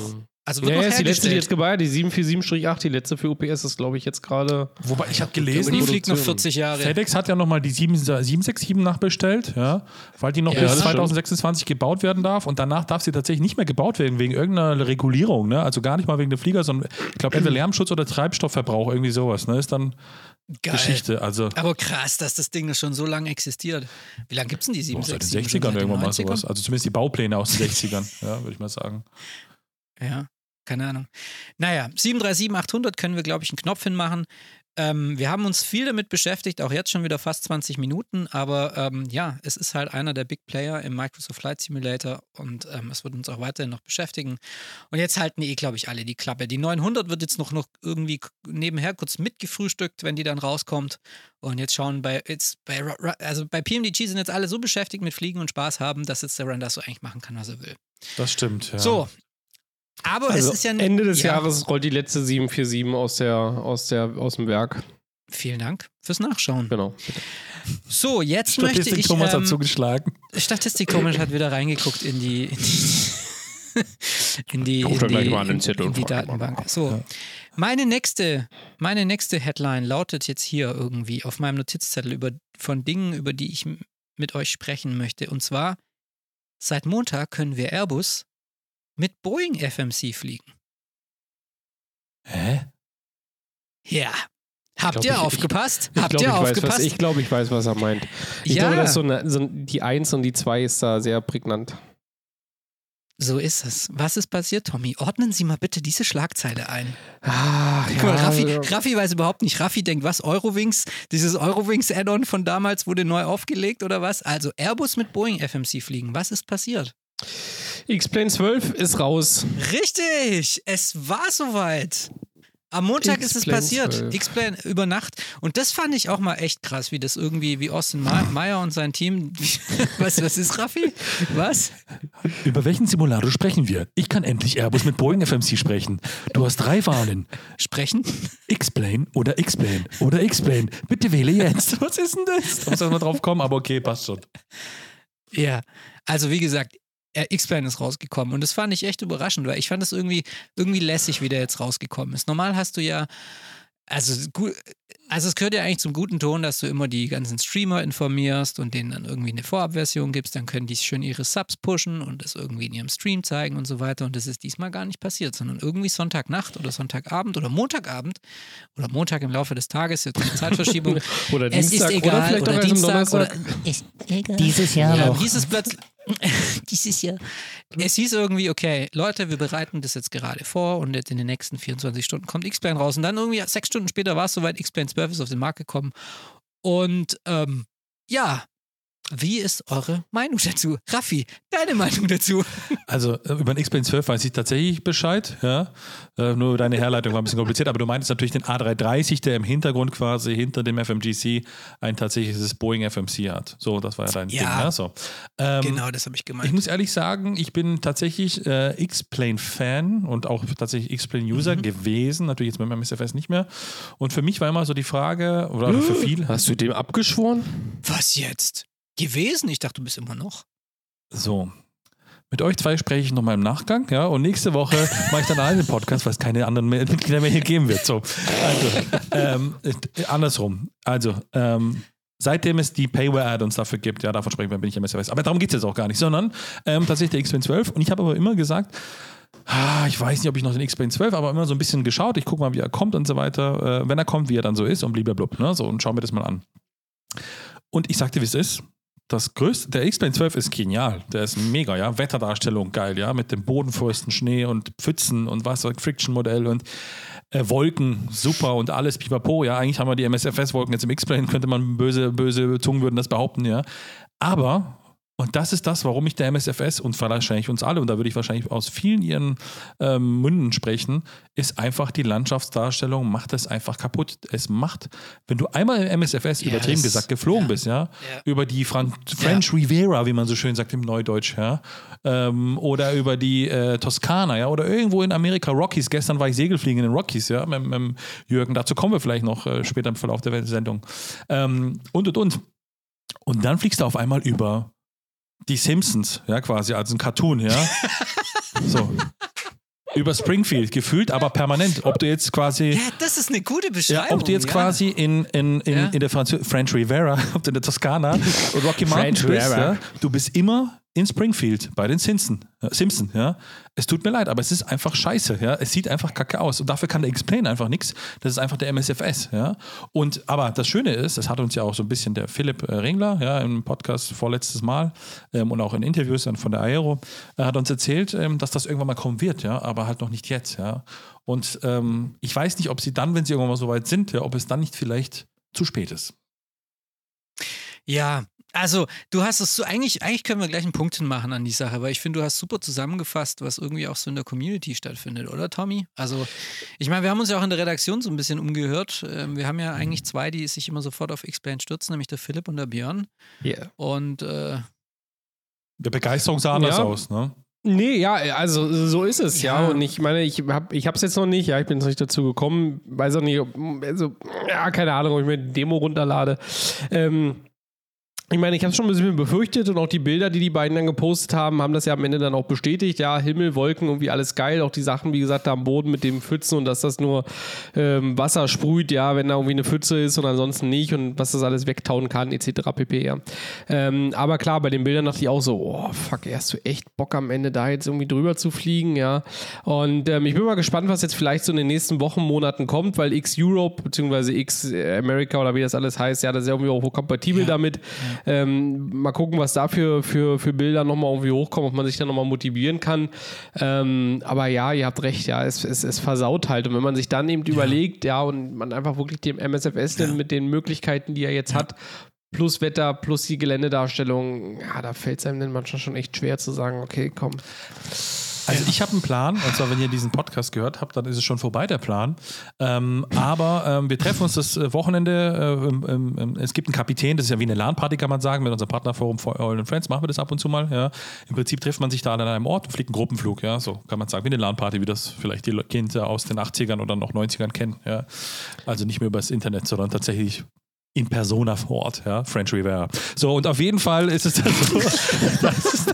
Also wird Ja, noch ja, ist die letzte, die hergestellt. jetzt gebaut, die sieben vier sieben acht, die letzte für U P S ist, glaube ich, jetzt gerade. Wobei, ich habe Aber gelesen, die fliegt noch Produktion. vierzig Jahre. FedEx hat ja nochmal die sieben sechs sieben nachbestellt, ja, weil die noch Ja, bis das stimmt. zwanzig sechsundzwanzig gebaut werden darf und danach darf sie tatsächlich nicht mehr gebaut werden wegen irgendeiner Regulierung, ne? Also gar nicht mal wegen dem Flieger, sondern ich glaube entweder Lärmschutz oder Treibstoffverbrauch, irgendwie sowas, ne? Ist dann Geil. Geschichte. Also Aber krass, dass das Ding schon so lange existiert. Wie lange gibt es denn die sieben oh, seit den sechs sieben? sechzigern irgendwann mal sowas. Also zumindest die Baupläne aus den sechzigern, ja, würde ich mal sagen. Ja, keine Ahnung. Naja, sieben drei sieben achthundert können wir, glaube ich, einen Knopf hinmachen. Ähm, wir haben uns viel damit beschäftigt, auch jetzt schon wieder fast zwanzig Minuten, aber ähm, ja, es ist halt einer der Big Player im Microsoft Flight Simulator und ähm, es wird uns auch weiterhin noch beschäftigen. Und jetzt halten die eh, glaube ich, alle die Klappe. Die neunhundert wird jetzt noch, noch irgendwie nebenher kurz mitgefrühstückt, wenn die dann rauskommt. Und jetzt schauen bei, jetzt bei, also bei P M D G sind jetzt alle so beschäftigt mit Fliegen und Spaß haben, dass jetzt der Render so eigentlich machen kann, was er will. Das stimmt, ja. So. Aber Also es ist ja Ende des ja, Jahres rollt die letzte sieben vier sieben aus, der, aus, der, aus dem Werk. Vielen Dank fürs Nachschauen. Genau. So, jetzt möchte Statistik ich. Thomas ähm, hat zugeschlagen. Statistik Thomas hat wieder reingeguckt in die. In die In die, Guck in doch gleich die, mal an den Zettel in und die frag mal Datenbank. nach. So, Ja. meine nächste, meine nächste Headline lautet jetzt hier irgendwie auf meinem Notizzettel über, von Dingen, über die ich m- mit euch sprechen möchte. Und zwar, seit Montag können wir Airbus mit Boeing F M C fliegen. Hä? Ja. Habt glaub, ihr ich- aufgepasst? Ich Habt glaube, ihr ich, weiß, aufgepasst? was- ich, glaub, ich weiß, was er meint. Ich ja, glaube, dass so eine, so die eins und die zwei ist da sehr prägnant. so ist es. Was ist passiert, Tommy? Ordnen Sie mal bitte diese Schlagzeile ein. Ah, Guck mal, Raffi, Raffi weiß überhaupt nicht. Raffi denkt, was, Eurowings? Dieses Eurowings-Add-on von damals wurde neu aufgelegt oder was? Also Airbus mit Boeing F M C fliegen. Was ist passiert? X-Plane zwölf ist raus. Richtig, es war soweit. Am Montag ist es X-Plane passiert. zwölf. X-Plane über Nacht. Und das fand ich auch mal echt krass, wie das irgendwie, wie Austin Ma- Meyer und sein Team. Was, was ist, Raffi? Was? Über welchen Simulator sprechen wir? Ich kann endlich Airbus mit Boeing F M C sprechen. Du hast drei Wahlen. Sprechen? X-Plane oder X-Plane oder X-Plane. Bitte wähle jetzt. Was ist denn das? Da muss erst mal drauf kommen, aber okay, passt schon. Ja, also wie gesagt, äh, X-Plane ist rausgekommen und das fand ich echt überraschend, weil ich fand es irgendwie, irgendwie lässig, wie der jetzt rausgekommen ist. Normal hast du ja, also gut, also es gehört ja eigentlich zum guten Ton, dass du immer die ganzen Streamer informierst und denen dann irgendwie eine Vorabversion gibst, dann können die schön ihre Subs pushen und das irgendwie in ihrem Stream zeigen und so weiter und das ist diesmal gar nicht passiert, sondern irgendwie Sonntagnacht oder Sonntagabend oder Montagabend oder Montag im Laufe des Tages, jetzt eine Zeitverschiebung. Oder Es Dienstag ist egal, oder vielleicht oder auch erst am Dienstag oder Donnerstag. Ist egal. Dieses Jahr Ja, noch. hieß es plötzlich. Dieses Jahr. Es hieß irgendwie, okay, Leute, wir bereiten das jetzt gerade vor und jetzt in den nächsten vierundzwanzig Stunden kommt X-Plane raus. Und dann irgendwie sechs Stunden später war es soweit, X-Plane zwölf ist auf den Markt gekommen. Und ähm, ja, wie ist eure Meinung dazu? Raffi, deine Meinung dazu? Also äh, über den X-Plane zwölf weiß ich tatsächlich Bescheid, ja. Äh, nur deine Herleitung war ein bisschen kompliziert, aber du meintest natürlich den A drei dreißig, der im Hintergrund quasi hinter dem F M G C ein tatsächliches Boeing F M C hat. So, das war ja dein Ja. Ding, ja. So. Ähm, Genau, das habe ich Ich gemeint. muss ehrlich sagen, ich bin tatsächlich äh, X-Plane-Fan und auch tatsächlich X-Plane-User Mhm. gewesen, natürlich jetzt mit meinem S F S nicht mehr. Und für mich war immer so die Frage, oder für viele, Hast du dem abgeschworen? Was jetzt? Gewesen? Ich dachte, du bist immer noch. so. Mit euch zwei spreche ich nochmal im Nachgang, ja, und nächste Woche mache ich dann einen Podcast, weil es keine anderen mehr- Mitglieder mehr hier geben wird. So, also, ähm, äh, andersrum. Also, ähm, seitdem es die Payware-Add-ons dafür gibt, ja, davon sprechen wir, bin ich im S F S. Aber darum geht es jetzt auch gar nicht, sondern ähm, tatsächlich der X-Plane zwölf. Und ich habe aber immer gesagt, ah, ich weiß nicht, ob ich noch den X-Plane zwölf, aber immer so ein bisschen geschaut. Ich gucke mal, wie er kommt und so weiter. Äh, wenn er kommt, wie er dann so ist und blub, ne? So, und schauen wir das mal an. Und ich sagte, wie es ist. Das größte, der X-Plane zwölf ist genial. Der ist mega, ja. Wetterdarstellung geil, ja. Mit dem Bodenfäusten, Schnee und Pfützen und Wasser, Friction-Modell und äh, Wolken, super und alles pipapo, ja. Eigentlich haben wir die M S F S-Wolken jetzt im X-Plane, könnte man böse, böse Zungen würden das behaupten, ja. Aber, und das ist das, warum ich der M S F S und wahrscheinlich uns alle, und da würde ich wahrscheinlich aus vielen ihren ähm, Münden sprechen, ist einfach die Landschaftsdarstellung, macht es einfach kaputt. Es macht, wenn du einmal im M S F S, Ja, übertrieben das- gesagt, geflogen ja. bist, ja, Ja. über die Fran French Riviera, wie man so schön sagt im Neudeutsch, ja, ähm, oder über die äh, Toskana, ja, oder irgendwo in Amerika, Rockies. Gestern war ich Segelfliegen in den Rockies, ja, mit, mit Jürgen. Dazu kommen wir vielleicht noch äh, später im Verlauf der Sendung. Ähm, und, und, und. Und dann fliegst du auf einmal über die Simpsons, ja, quasi als ein Cartoon, ja. So. über Springfield gefühlt, aber permanent. Ob du jetzt quasi... Ja, das ist eine gute Beschreibung. Ja, ob du jetzt ja. quasi in, in, in, Ja. in der Franz- French Riviera, ob du in der Toskana oder Rocky Mountains French bist, Riviera. ja, du bist immer in Springfield bei den Simpson. Äh, Simpson, ja. Es tut mir leid, aber es ist einfach scheiße, ja. Es sieht einfach kacke aus und dafür kann der X-Plane einfach nichts. Das ist einfach der M S F S, ja. Und aber das Schöne ist, das hat uns ja auch so ein bisschen der Philipp äh, Ringler, ja, im Podcast vorletztes Mal ähm, und auch in Interviews dann von der Aero, äh, hat uns erzählt, ähm, dass das irgendwann mal kommen wird, ja, aber halt noch nicht jetzt, ja. Und ähm, ich weiß nicht, ob sie dann, wenn sie irgendwann mal so weit sind, ja, ob es dann nicht vielleicht zu spät ist. Ja, also du hast es so, eigentlich, eigentlich können wir gleich einen Punkt hinmachen an die Sache, weil ich finde, du hast super zusammengefasst, was irgendwie auch so in der Community stattfindet, oder Tommy? Also ich meine, wir haben uns ja auch in der Redaktion so ein bisschen umgehört. Ähm, wir haben ja eigentlich zwei, die sich immer sofort auf X-Plane stürzen, nämlich der Philipp und der Björn. Yeah. Und äh, Der Begeisterung sah anders Ja. aus, ne? Nee, ja, also so ist es, ja. Ja. Und ich meine, ich habe ich es jetzt noch nicht, ja, ich bin noch nicht dazu gekommen, weiß auch nicht, ob- also, ja, keine Ahnung, ob ich mir eine Demo runterlade. Ähm, ich meine, ich habe es schon ein bisschen befürchtet und auch die Bilder, die die beiden dann gepostet haben, haben das ja am Ende dann auch bestätigt. Ja, Himmel, Wolken, irgendwie alles geil. Auch die Sachen, wie gesagt, da am Boden mit dem Pfützen und dass das nur ähm, Wasser sprüht, ja, wenn da irgendwie eine Pfütze ist und ansonsten nicht und was das alles wegtauen kann, et cetera pp. Ja. Ähm, aber klar, bei den Bildern dachte ich auch so, oh fuck, hast du echt Bock am Ende da jetzt irgendwie drüber zu fliegen, ja. Und ähm, ich bin mal gespannt, was jetzt vielleicht so in den nächsten Wochen, Monaten kommt, weil X-Europe bzw. X-America oder wie das alles heißt, ja, das ist ja irgendwie auch kompatibel Ja. damit. Ähm, mal gucken, was da für, für, für Bilder nochmal irgendwie hochkommen, ob man sich da nochmal motivieren kann. Ähm, aber ja, ihr habt recht, ja, es, es, es versaut halt. Und wenn man sich dann eben überlegt, ja, und man einfach wirklich dem M S F S Ja. denn mit den Möglichkeiten, die er jetzt hat, plus Wetter, plus die Geländedarstellung, ja, da fällt es einem dann manchmal schon echt schwer zu sagen, okay, komm. Also ich habe einen Plan, und zwar, wenn ihr diesen Podcast gehört habt, dann ist es schon vorbei, der Plan. Ähm, aber ähm, wir treffen uns das äh, Wochenende, äh, ähm, ähm, es gibt einen Kapitän, das ist ja wie eine LAN-Party, kann man sagen, mit unserem Partnerforum For All and Friends machen wir das ab und zu mal. Ja. Im Prinzip trifft man sich da an einem Ort und fliegt einen Gruppenflug, ja, so kann man sagen, wie eine LAN-Party, wie das vielleicht die Kinder aus den achtzigern oder noch neunzigern kennen. Ja. Also nicht mehr übers Internet, sondern tatsächlich in persona vor Ort, ja, French Riviera. So, und auf jeden Fall ist es dann so, das ist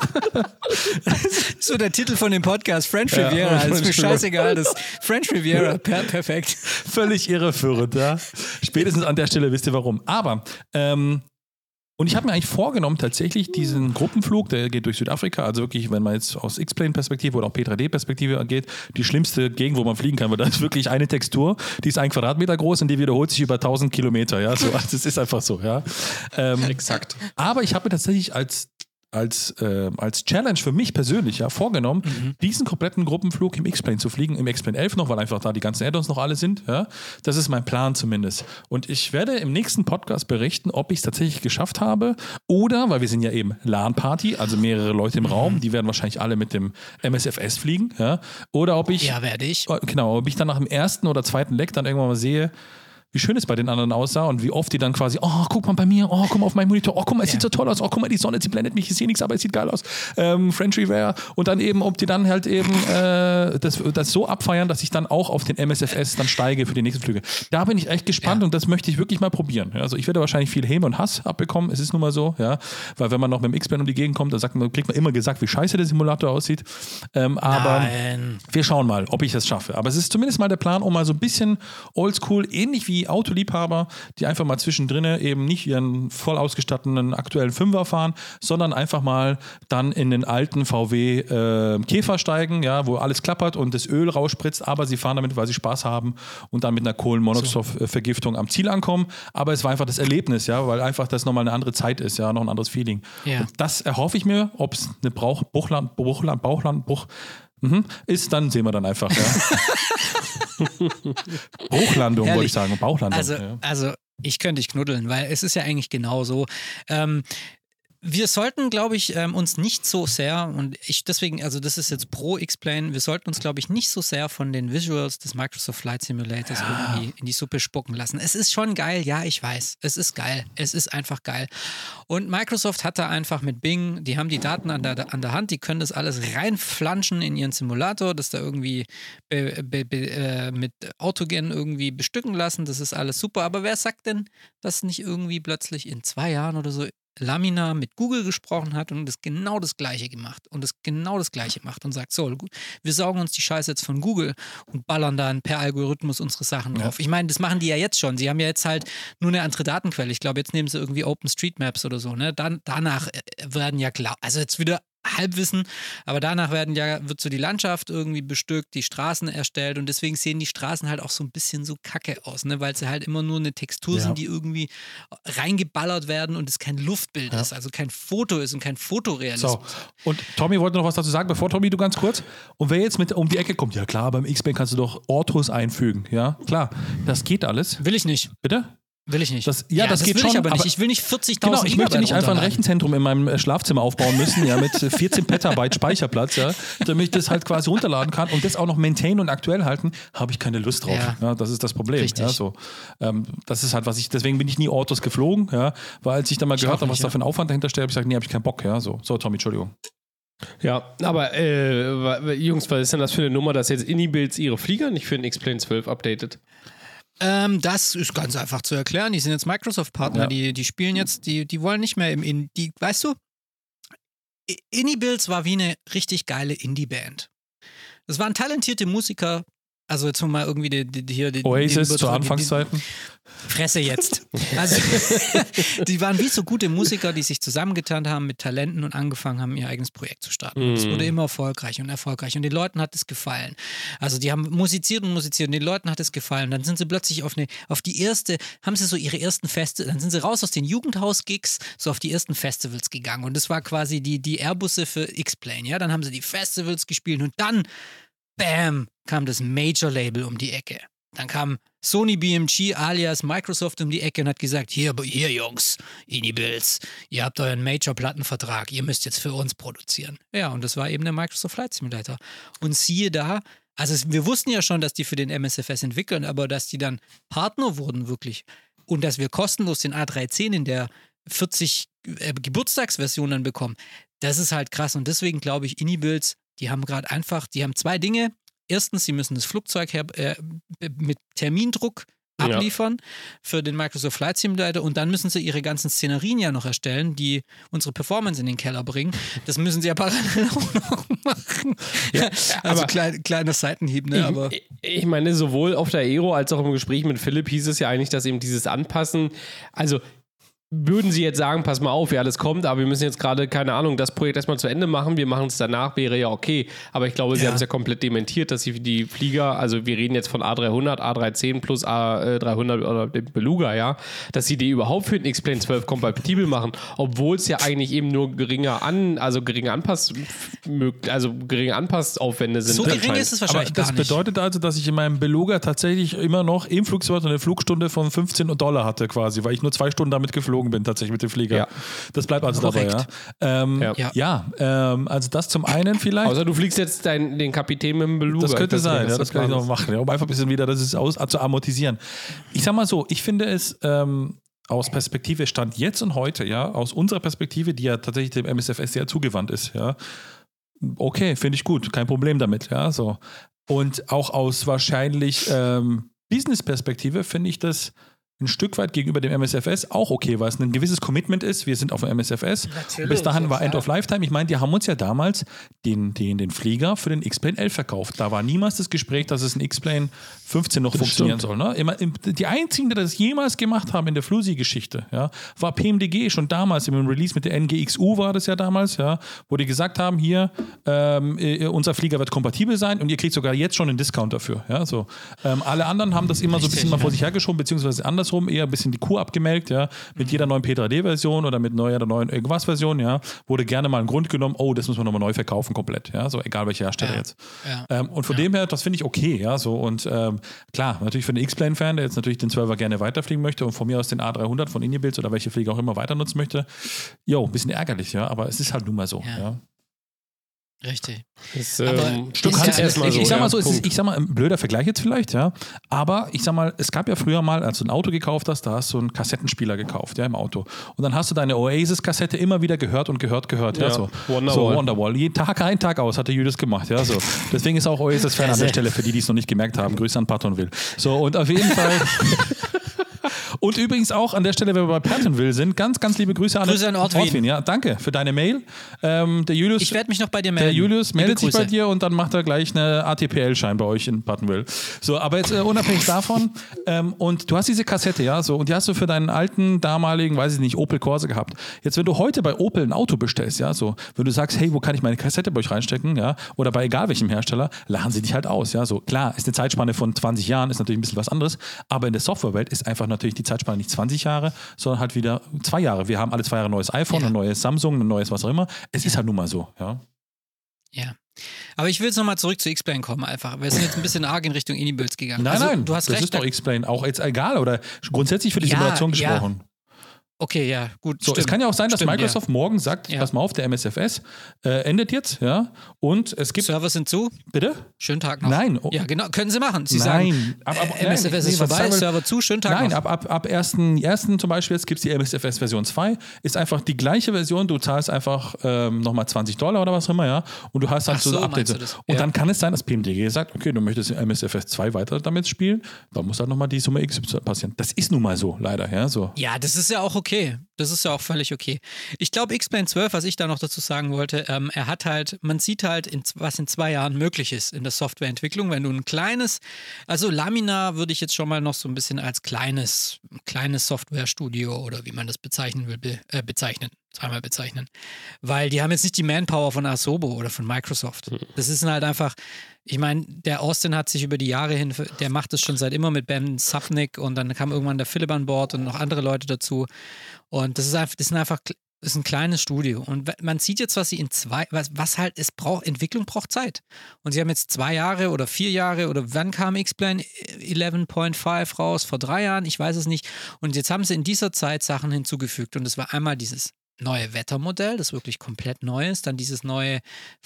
so der Titel von dem Podcast, French Ja, Riviera. Das ist mir French Riviera. scheißegal, das French Riviera, per perfekt. völlig irreführend, ja. Spätestens an der Stelle wisst ihr warum. Aber, ähm, und ich habe mir eigentlich vorgenommen, tatsächlich diesen Gruppenflug, der geht durch Südafrika, also wirklich, wenn man jetzt aus X-Plane-Perspektive oder auch P drei D-Perspektive geht, die schlimmste Gegend, wo man fliegen kann, weil da ist wirklich eine Textur, die ist ein Quadratmeter groß und die wiederholt sich über tausend Kilometer, ja. So, also das ist einfach so, ja. Ähm, Exakt. Aber ich habe mir tatsächlich als als, äh, als Challenge für mich persönlich ja vorgenommen, Mhm. diesen kompletten Gruppenflug im X-Plane zu fliegen, im X-Plane elf noch, weil einfach da die ganzen Add-ons noch alle sind. Ja? Das ist mein Plan zumindest. Und ich werde im nächsten Podcast berichten, ob ich es tatsächlich geschafft habe oder, weil wir sind ja eben LAN-Party, also mehrere Leute im Mhm. Raum, die werden wahrscheinlich alle mit dem M S F S fliegen. Ja? Oder ob ich, Ja, werde ich. genau, ob ich dann nach dem ersten oder zweiten Leck dann irgendwann mal sehe, wie schön es bei den anderen aussah und wie oft die dann quasi, oh, guck mal bei mir, oh, guck mal auf meinen Monitor, oh, guck mal, es sieht so toll aus, oh, guck mal, die Sonne, sie blendet mich, ich sehe nichts, aber es sieht geil aus. Ähm, French Riviera und dann eben, ob die dann halt eben äh, das, das so abfeiern, dass ich dann auch auf den M S F S dann steige für die nächsten Flüge. Da bin ich echt gespannt Ja. und das möchte ich wirklich mal probieren. Ja, also ich werde wahrscheinlich viel Häme und Hass abbekommen, es ist nun mal so, ja, weil wenn man noch mit dem X-Plane um die Gegend kommt, dann sagt man, kriegt man immer gesagt, wie scheiße der Simulator aussieht. Ähm, aber Nein. wir schauen mal, ob ich das schaffe. Aber es ist zumindest mal der Plan, um mal so ein bisschen oldschool, ähnlich wie Autoliebhaber, die einfach mal zwischendrin eben nicht ihren voll ausgestatteten aktuellen Fünfer fahren, sondern einfach mal dann in den alten V W äh, Käfer steigen, ja, wo alles klappert und das Öl rausspritzt, aber sie fahren damit, weil sie Spaß haben und dann mit einer Kohlenmonoxidvergiftung am Ziel ankommen. Aber es war einfach das Erlebnis, ja, weil einfach das nochmal eine andere Zeit ist, ja, noch ein anderes Feeling. Ja. Und das erhoffe ich mir, ob es eine Brauch, Bruchland, Bruchland, Bauchland, Bruch mhm, ist, dann sehen wir dann einfach, ja. Bruchlandung, wollte ich sagen, Bauchlandung. Also, ja. also ich könnte dich knuddeln, weil es ist ja eigentlich genau so. Ähm, wir sollten, glaube ich, ähm, uns nicht so sehr, und ich deswegen, also das ist jetzt pro X-Plane, wir sollten uns, glaube ich, nicht so sehr von den Visuals des Microsoft Flight Simulators Ja. irgendwie in die Suppe spucken lassen. Es ist schon geil, ja, ich weiß. Es ist geil. Es ist einfach geil. Und Microsoft hat da einfach mit Bing, die haben die Daten an der, an der Hand, die können das alles reinflanschen in ihren Simulator, das da irgendwie be, be, be, äh, mit Autogen irgendwie bestücken lassen. Das ist alles super. Aber wer sagt denn, dass nicht irgendwie plötzlich in zwei Jahren oder so Lamina mit Google gesprochen hat und das genau das Gleiche gemacht und das genau das Gleiche macht und sagt, so, gut, wir saugen uns die Scheiße jetzt von Google und ballern dann per Algorithmus unsere Sachen drauf. Ja. Ich meine, das machen die ja jetzt schon. Sie haben ja jetzt halt nur eine andere Datenquelle. Ich glaube, jetzt nehmen sie irgendwie OpenStreetMaps oder so. Ne? Dann, danach werden ja klar, also jetzt wieder Halbwissen, aber danach werden ja, wird so die Landschaft irgendwie bestückt, die Straßen erstellt und deswegen sehen die Straßen halt auch so ein bisschen so kacke aus, ne? Weil sie halt immer nur eine Textur ja. sind, die irgendwie reingeballert werden und es kein Luftbild ja. ist, also kein Foto ist und kein Fotorealismus. So. Und Tommy wollte noch was dazu sagen, bevor Tommy, du ganz kurz, und wer jetzt mit um die Ecke kommt, ja klar, beim X-Plane kannst du doch Orthos einfügen, ja, klar, das geht alles. Will ich nicht. Bitte? Will ich nicht. Das, ja, ja, das, das geht will schon. Ich aber nicht. Ich will nicht vierzigtausend Genau, ich möchte nicht einfach ein Rechenzentrum in meinem Schlafzimmer aufbauen müssen, ja, mit vierzehn Petabyte Speicherplatz, ja, damit ich das halt quasi runterladen kann und das auch noch maintain und aktuell halten, habe ich keine Lust drauf. Ja. Ja, das ist das Problem. Richtig. Ja, so. ähm, das ist halt, was ich, deswegen bin ich nie Orthos geflogen, ja, weil als ich dann mal ich gehört habe, was ja. da für ein Aufwand dahinter steht, habe ich gesagt, nee, habe ich keinen Bock. Ja, so. so, Tommy, Entschuldigung. Ja, aber äh, Jungs, was ist denn das für eine Nummer, dass jetzt Inibilds ihre Flieger nicht für den X-Plane zwölf updatet? Ähm, das ist ganz einfach zu erklären. Die sind jetzt Microsoft-Partner, ja. die, die spielen jetzt, die, die wollen nicht mehr im Indie. Die, weißt du, Inibilds war wie eine richtig geile Indie-Band. Das waren talentierte Musiker. Also jetzt mal irgendwie die, die, hier die, Oasis die, zu Anfangszeiten. Fresse jetzt. Also die waren wie so gute Musiker, die sich zusammengetan haben mit Talenten und angefangen haben, ihr eigenes Projekt zu starten. Es mm. wurde immer erfolgreich und erfolgreich und den Leuten hat es gefallen. Also die haben musiziert und musiziert und den Leuten hat es gefallen. Dann sind sie plötzlich auf, eine, auf die erste, haben sie so ihre ersten Feste, dann sind sie raus aus den Jugendhaus-Gigs, so auf die ersten Festivals gegangen und das war quasi die, die Airbusse für X-Plane. Ja? Dann haben sie die Festivals gespielt und dann bam, kam das Major-Label um die Ecke. Dann kam Sony B M G alias Microsoft um die Ecke und hat gesagt, hier, hier Jungs, Inibilds, ihr habt euren Major-Plattenvertrag, ihr müsst jetzt für uns produzieren. Ja, und das war eben der Microsoft Flight Simulator. Und siehe da, also es, wir wussten ja schon, dass die für den M S F S entwickeln, aber dass die dann Partner wurden wirklich und dass wir kostenlos den A drei zehn in der vierzig äh, Geburtstagsversion dann bekommen, das ist halt krass und deswegen glaube ich, Inibilds, die haben gerade einfach, die haben zwei Dinge. Erstens, sie müssen das Flugzeug her, äh, mit Termindruck abliefern ja. für den Microsoft Flight Simulator und dann müssen sie ihre ganzen Szenerien ja noch erstellen, die unsere Performance in den Keller bringen. Das müssen sie ja parallel auch noch machen. Ja, also klein, kleiner Seitenhieb, ne? Ich, aber ich meine, sowohl auf der Aero als auch im Gespräch mit Philipp hieß es ja eigentlich, dass eben dieses Anpassen, also würden sie jetzt sagen, pass mal auf, ja, das kommt, aber wir müssen jetzt gerade, keine Ahnung, das Projekt erstmal zu Ende machen, wir machen es danach, wäre ja okay. Aber ich glaube, sie ja. haben es ja komplett dementiert, dass sie die Flieger, also wir reden jetzt von A dreihundert, A drei zehn plus A dreihundert oder dem Beluga, ja, dass sie die überhaupt für den X-Plane zwölf kompatibel machen, obwohl es ja eigentlich eben nur geringer an, also geringe Anpass, also geringe Anpassaufwände sind. So gering ist es wahrscheinlich aber das gar nicht. bedeutet also, dass ich in meinem Beluga tatsächlich immer noch im Flugzeug eine Flugstunde von fünfzehn Dollar hatte quasi, weil ich nur zwei Stunden damit geflogen bin, tatsächlich mit dem Flieger. Ja. Das bleibt also Korrekt. dabei, ja. Ähm, ja, ja ähm, also das zum einen vielleicht. Außer du fliegst jetzt dein, den Kapitän mit dem Beluga. Das könnte das sein, ja, das kann ich noch machen, ja, um einfach ein bisschen wieder das ist aus, zu amortisieren. Ich sag mal so, ich finde es ähm, aus Perspektive Stand jetzt und heute, ja, aus unserer Perspektive, die ja tatsächlich dem M S F S sehr zugewandt ist, ja, okay, finde ich gut, kein Problem damit, ja, so. Und auch aus wahrscheinlich ähm, Business-Perspektive finde ich das ein Stück weit gegenüber dem M S F S auch okay, weil es ein gewisses Commitment ist. Wir sind auf dem M S F S. Natürlich, bis dahin war End of Lifetime. Ich meine, die haben uns ja damals den, den, den Flieger für den X-Plane elf verkauft. Da war niemals das Gespräch, dass es ein X-Plane fünfzehn noch das funktionieren stimmt. soll. Ne? Immer, die einzigen, die das jemals gemacht haben in der Flusi-Geschichte, ja, war P M D G schon damals, im Release mit der N G X U war das ja damals, ja, wo die gesagt haben, hier, ähm, unser Flieger wird kompatibel sein und ihr kriegt sogar jetzt schon einen Discount dafür. Ja, so. ähm, alle anderen haben das immer Richtig, so ein bisschen ja. mal vor sich hergeschoben, beziehungsweise anders rum, eher ein bisschen die Kuh abgemelkt, ja, mit mhm. jeder neuen P drei D-Version oder mit neuer oder neuen irgendwas-Version, ja, wurde gerne mal ein Grund genommen, oh, das müssen wir nochmal neu verkaufen komplett, ja, so egal welcher Hersteller ja. jetzt. Ja. Ähm, und von ja. dem her, das finde ich okay, ja, so und ähm, klar, natürlich für den X-Plane-Fan, der jetzt natürlich den zwölfer gerne weiterfliegen möchte und von mir aus den A dreihundert von Inibilds oder welche Flieger auch immer weiter nutzen möchte, jo, ein bisschen ärgerlich, ja, aber es ist halt nun mal so, ja. ja. Richtig. Das, ähm, stimmt, ja, ja, so, ich, ich sag mal so, es ist, ich sag mal, ein blöder Vergleich jetzt vielleicht, ja. Aber ich sag mal, es gab ja früher mal, als du ein Auto gekauft hast, da hast du einen Kassettenspieler gekauft, ja, im Auto. Und dann hast du deine Oasis-Kassette immer wieder gehört und gehört, gehört, ja. ja so. Wonderwall. So, Wonderwall. Jeden Tag ein, Tag aus hat der Judas gemacht, ja. So. Deswegen ist auch Oasis-Fan an der Stelle, für die, die es noch nicht gemerkt haben. Grüße an Pattonville. So, und auf jeden Fall. Und übrigens auch an der Stelle, wenn wir bei Pertenwil sind, ganz, ganz liebe Grüße an, Grüße an Ortwin. Ortwin. Ja, danke für deine Mail. Ähm, der Julius, Ich werde mich noch bei dir melden. der Julius Liebe meldet sich Grüße. bei dir und dann macht er gleich eine A T P L-Schein bei euch in Pertenwil. So, aber jetzt äh, unabhängig davon, ähm, und du hast diese Kassette, ja, so, und die hast du für deinen alten, damaligen, weiß ich nicht, Opel Corsa gehabt. Jetzt, wenn du heute bei Opel ein Auto bestellst, ja, so, wenn du sagst, hey, wo kann ich meine Kassette bei euch reinstecken, ja, oder bei egal welchem Hersteller, lachen sie dich halt aus, ja, so, klar, ist eine Zeitspanne von zwanzig Jahren, ist natürlich ein bisschen was anderes, aber in der Softwarewelt ist einfach natürlich die Zeitspanne nicht zwanzig Jahre, sondern halt wieder zwei Jahre. Wir haben alle zwei Jahre ein neues iPhone, Ja. ein neues Samsung, ein neues was auch immer. Es ist halt nun mal so, ja. Ja. Aber ich will jetzt nochmal zurück zu X-Plane kommen einfach. Wir sind jetzt ein bisschen arg in Richtung Inibils gegangen. Nein, also, nein, du hast das recht. ist doch X-Plane, auch jetzt egal oder grundsätzlich für die Ja, Simulation ja. gesprochen. Okay, ja, gut. So, stimmt. es kann ja auch sein, dass Stimmt, Microsoft morgen sagt, Ja. pass mal auf, der M S F S äh, endet jetzt, ja, und es gibt, Server sind zu. bitte? Schönen Tag noch. Nein. Oh. Ja, genau, können Sie machen. Sie Nein. sagen, Ab- ab- äh, M S F S nein, ist nee, was vorbei, sagen wir- Server zu, schönen Tag Nein, noch. ab, ab, ab ersten ersten zum Beispiel, jetzt gibt es die M S F S Version zwei, ist einfach die gleiche Version, du zahlst einfach ähm, nochmal zwanzig Dollar oder was auch immer, ja, und du hast halt Ach so, so, Updates. meinst du das? Und Ja. dann kann es sein, dass P M D G sagt, okay, du möchtest M S F S zwei weiter damit spielen, dann muss halt nochmal die Summe X passieren. Das ist nun mal so, leider, ja, so. Ja, das ist ja auch okay. Das ist ja auch völlig okay. Ich glaube, X-Plane zwölf, was ich da noch dazu sagen wollte, ähm, er hat halt, man sieht halt, in, was in zwei Jahren möglich ist in der Softwareentwicklung, wenn du ein kleines, also Laminar würde ich jetzt schon mal noch so ein bisschen als kleines, kleines Softwarestudio oder wie man das bezeichnen will, be, äh, bezeichnen, zweimal bezeichnen. Weil die haben jetzt nicht die Manpower von Asobo oder von Microsoft. Das ist halt einfach, ich meine, der Austin hat sich über die Jahre hin, der macht das schon seit immer mit Ben Sapnick und dann kam irgendwann der Philipp an Bord und noch andere Leute dazu. Und das ist einfach, das sind einfach, das ist ein kleines Studio. Und man sieht jetzt, was sie in zwei, was, was halt, es braucht, Entwicklung braucht Zeit. Und sie haben jetzt zwei Jahre oder vier Jahre oder wann kam X-Plane elf Punkt fünf raus? Vor drei Jahren? Ich weiß es nicht. Und jetzt haben sie in dieser Zeit Sachen hinzugefügt. Und es war einmal dieses neue Wettermodell, das wirklich komplett neu ist, dann dieses neue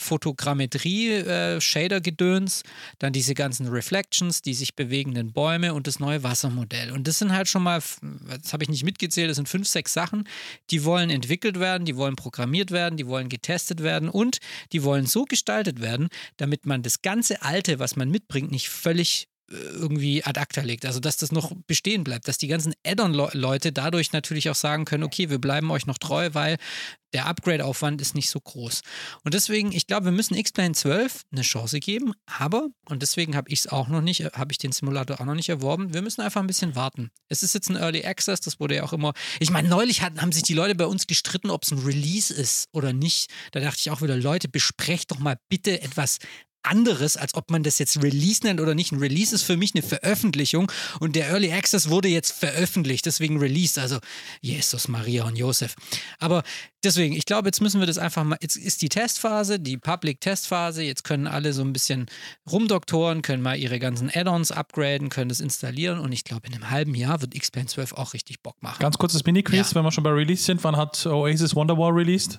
Fotogrammetrie-Shader-Gedöns, dann diese ganzen Reflections, die sich bewegenden Bäume und das neue Wassermodell. Und das sind halt schon mal, das habe ich nicht mitgezählt, das sind fünf, sechs Sachen, die wollen entwickelt werden, die wollen programmiert werden, die wollen getestet werden und die wollen so gestaltet werden, damit man das ganze Alte, was man mitbringt, nicht völlig irgendwie ad acta legt, also dass das noch bestehen bleibt, dass die ganzen Add-on-Leute dadurch natürlich auch sagen können, okay, wir bleiben euch noch treu, weil der Upgrade-Aufwand ist nicht so groß. Und deswegen, ich glaube, wir müssen X-Plane zwölf eine Chance geben, aber, und deswegen habe ich es auch noch nicht, habe ich den Simulator auch noch nicht erworben, wir müssen einfach ein bisschen warten. Es ist jetzt ein Early Access, das wurde ja auch immer, ich meine, neulich hatten, haben sich die Leute bei uns gestritten, ob es ein Release ist oder nicht. Da dachte ich auch wieder, Leute, besprecht doch mal bitte etwas anderes, als ob man das jetzt Release nennt oder nicht. Ein Release ist für mich eine Veröffentlichung und der Early Access wurde jetzt veröffentlicht, deswegen released, also Jesus, Maria und Josef. Aber deswegen, ich glaube, jetzt müssen wir das einfach mal, jetzt ist die Testphase, die Public-Testphase, jetzt können alle so ein bisschen rumdoktoren, können mal ihre ganzen Add-ons upgraden, können das installieren und ich glaube, in einem halben Jahr wird X-Plane zwölf auch richtig Bock machen. Ganz kurzes Mini-Quiz, Ja. wenn wir schon bei Release sind, wann hat Oasis Wonderwall released?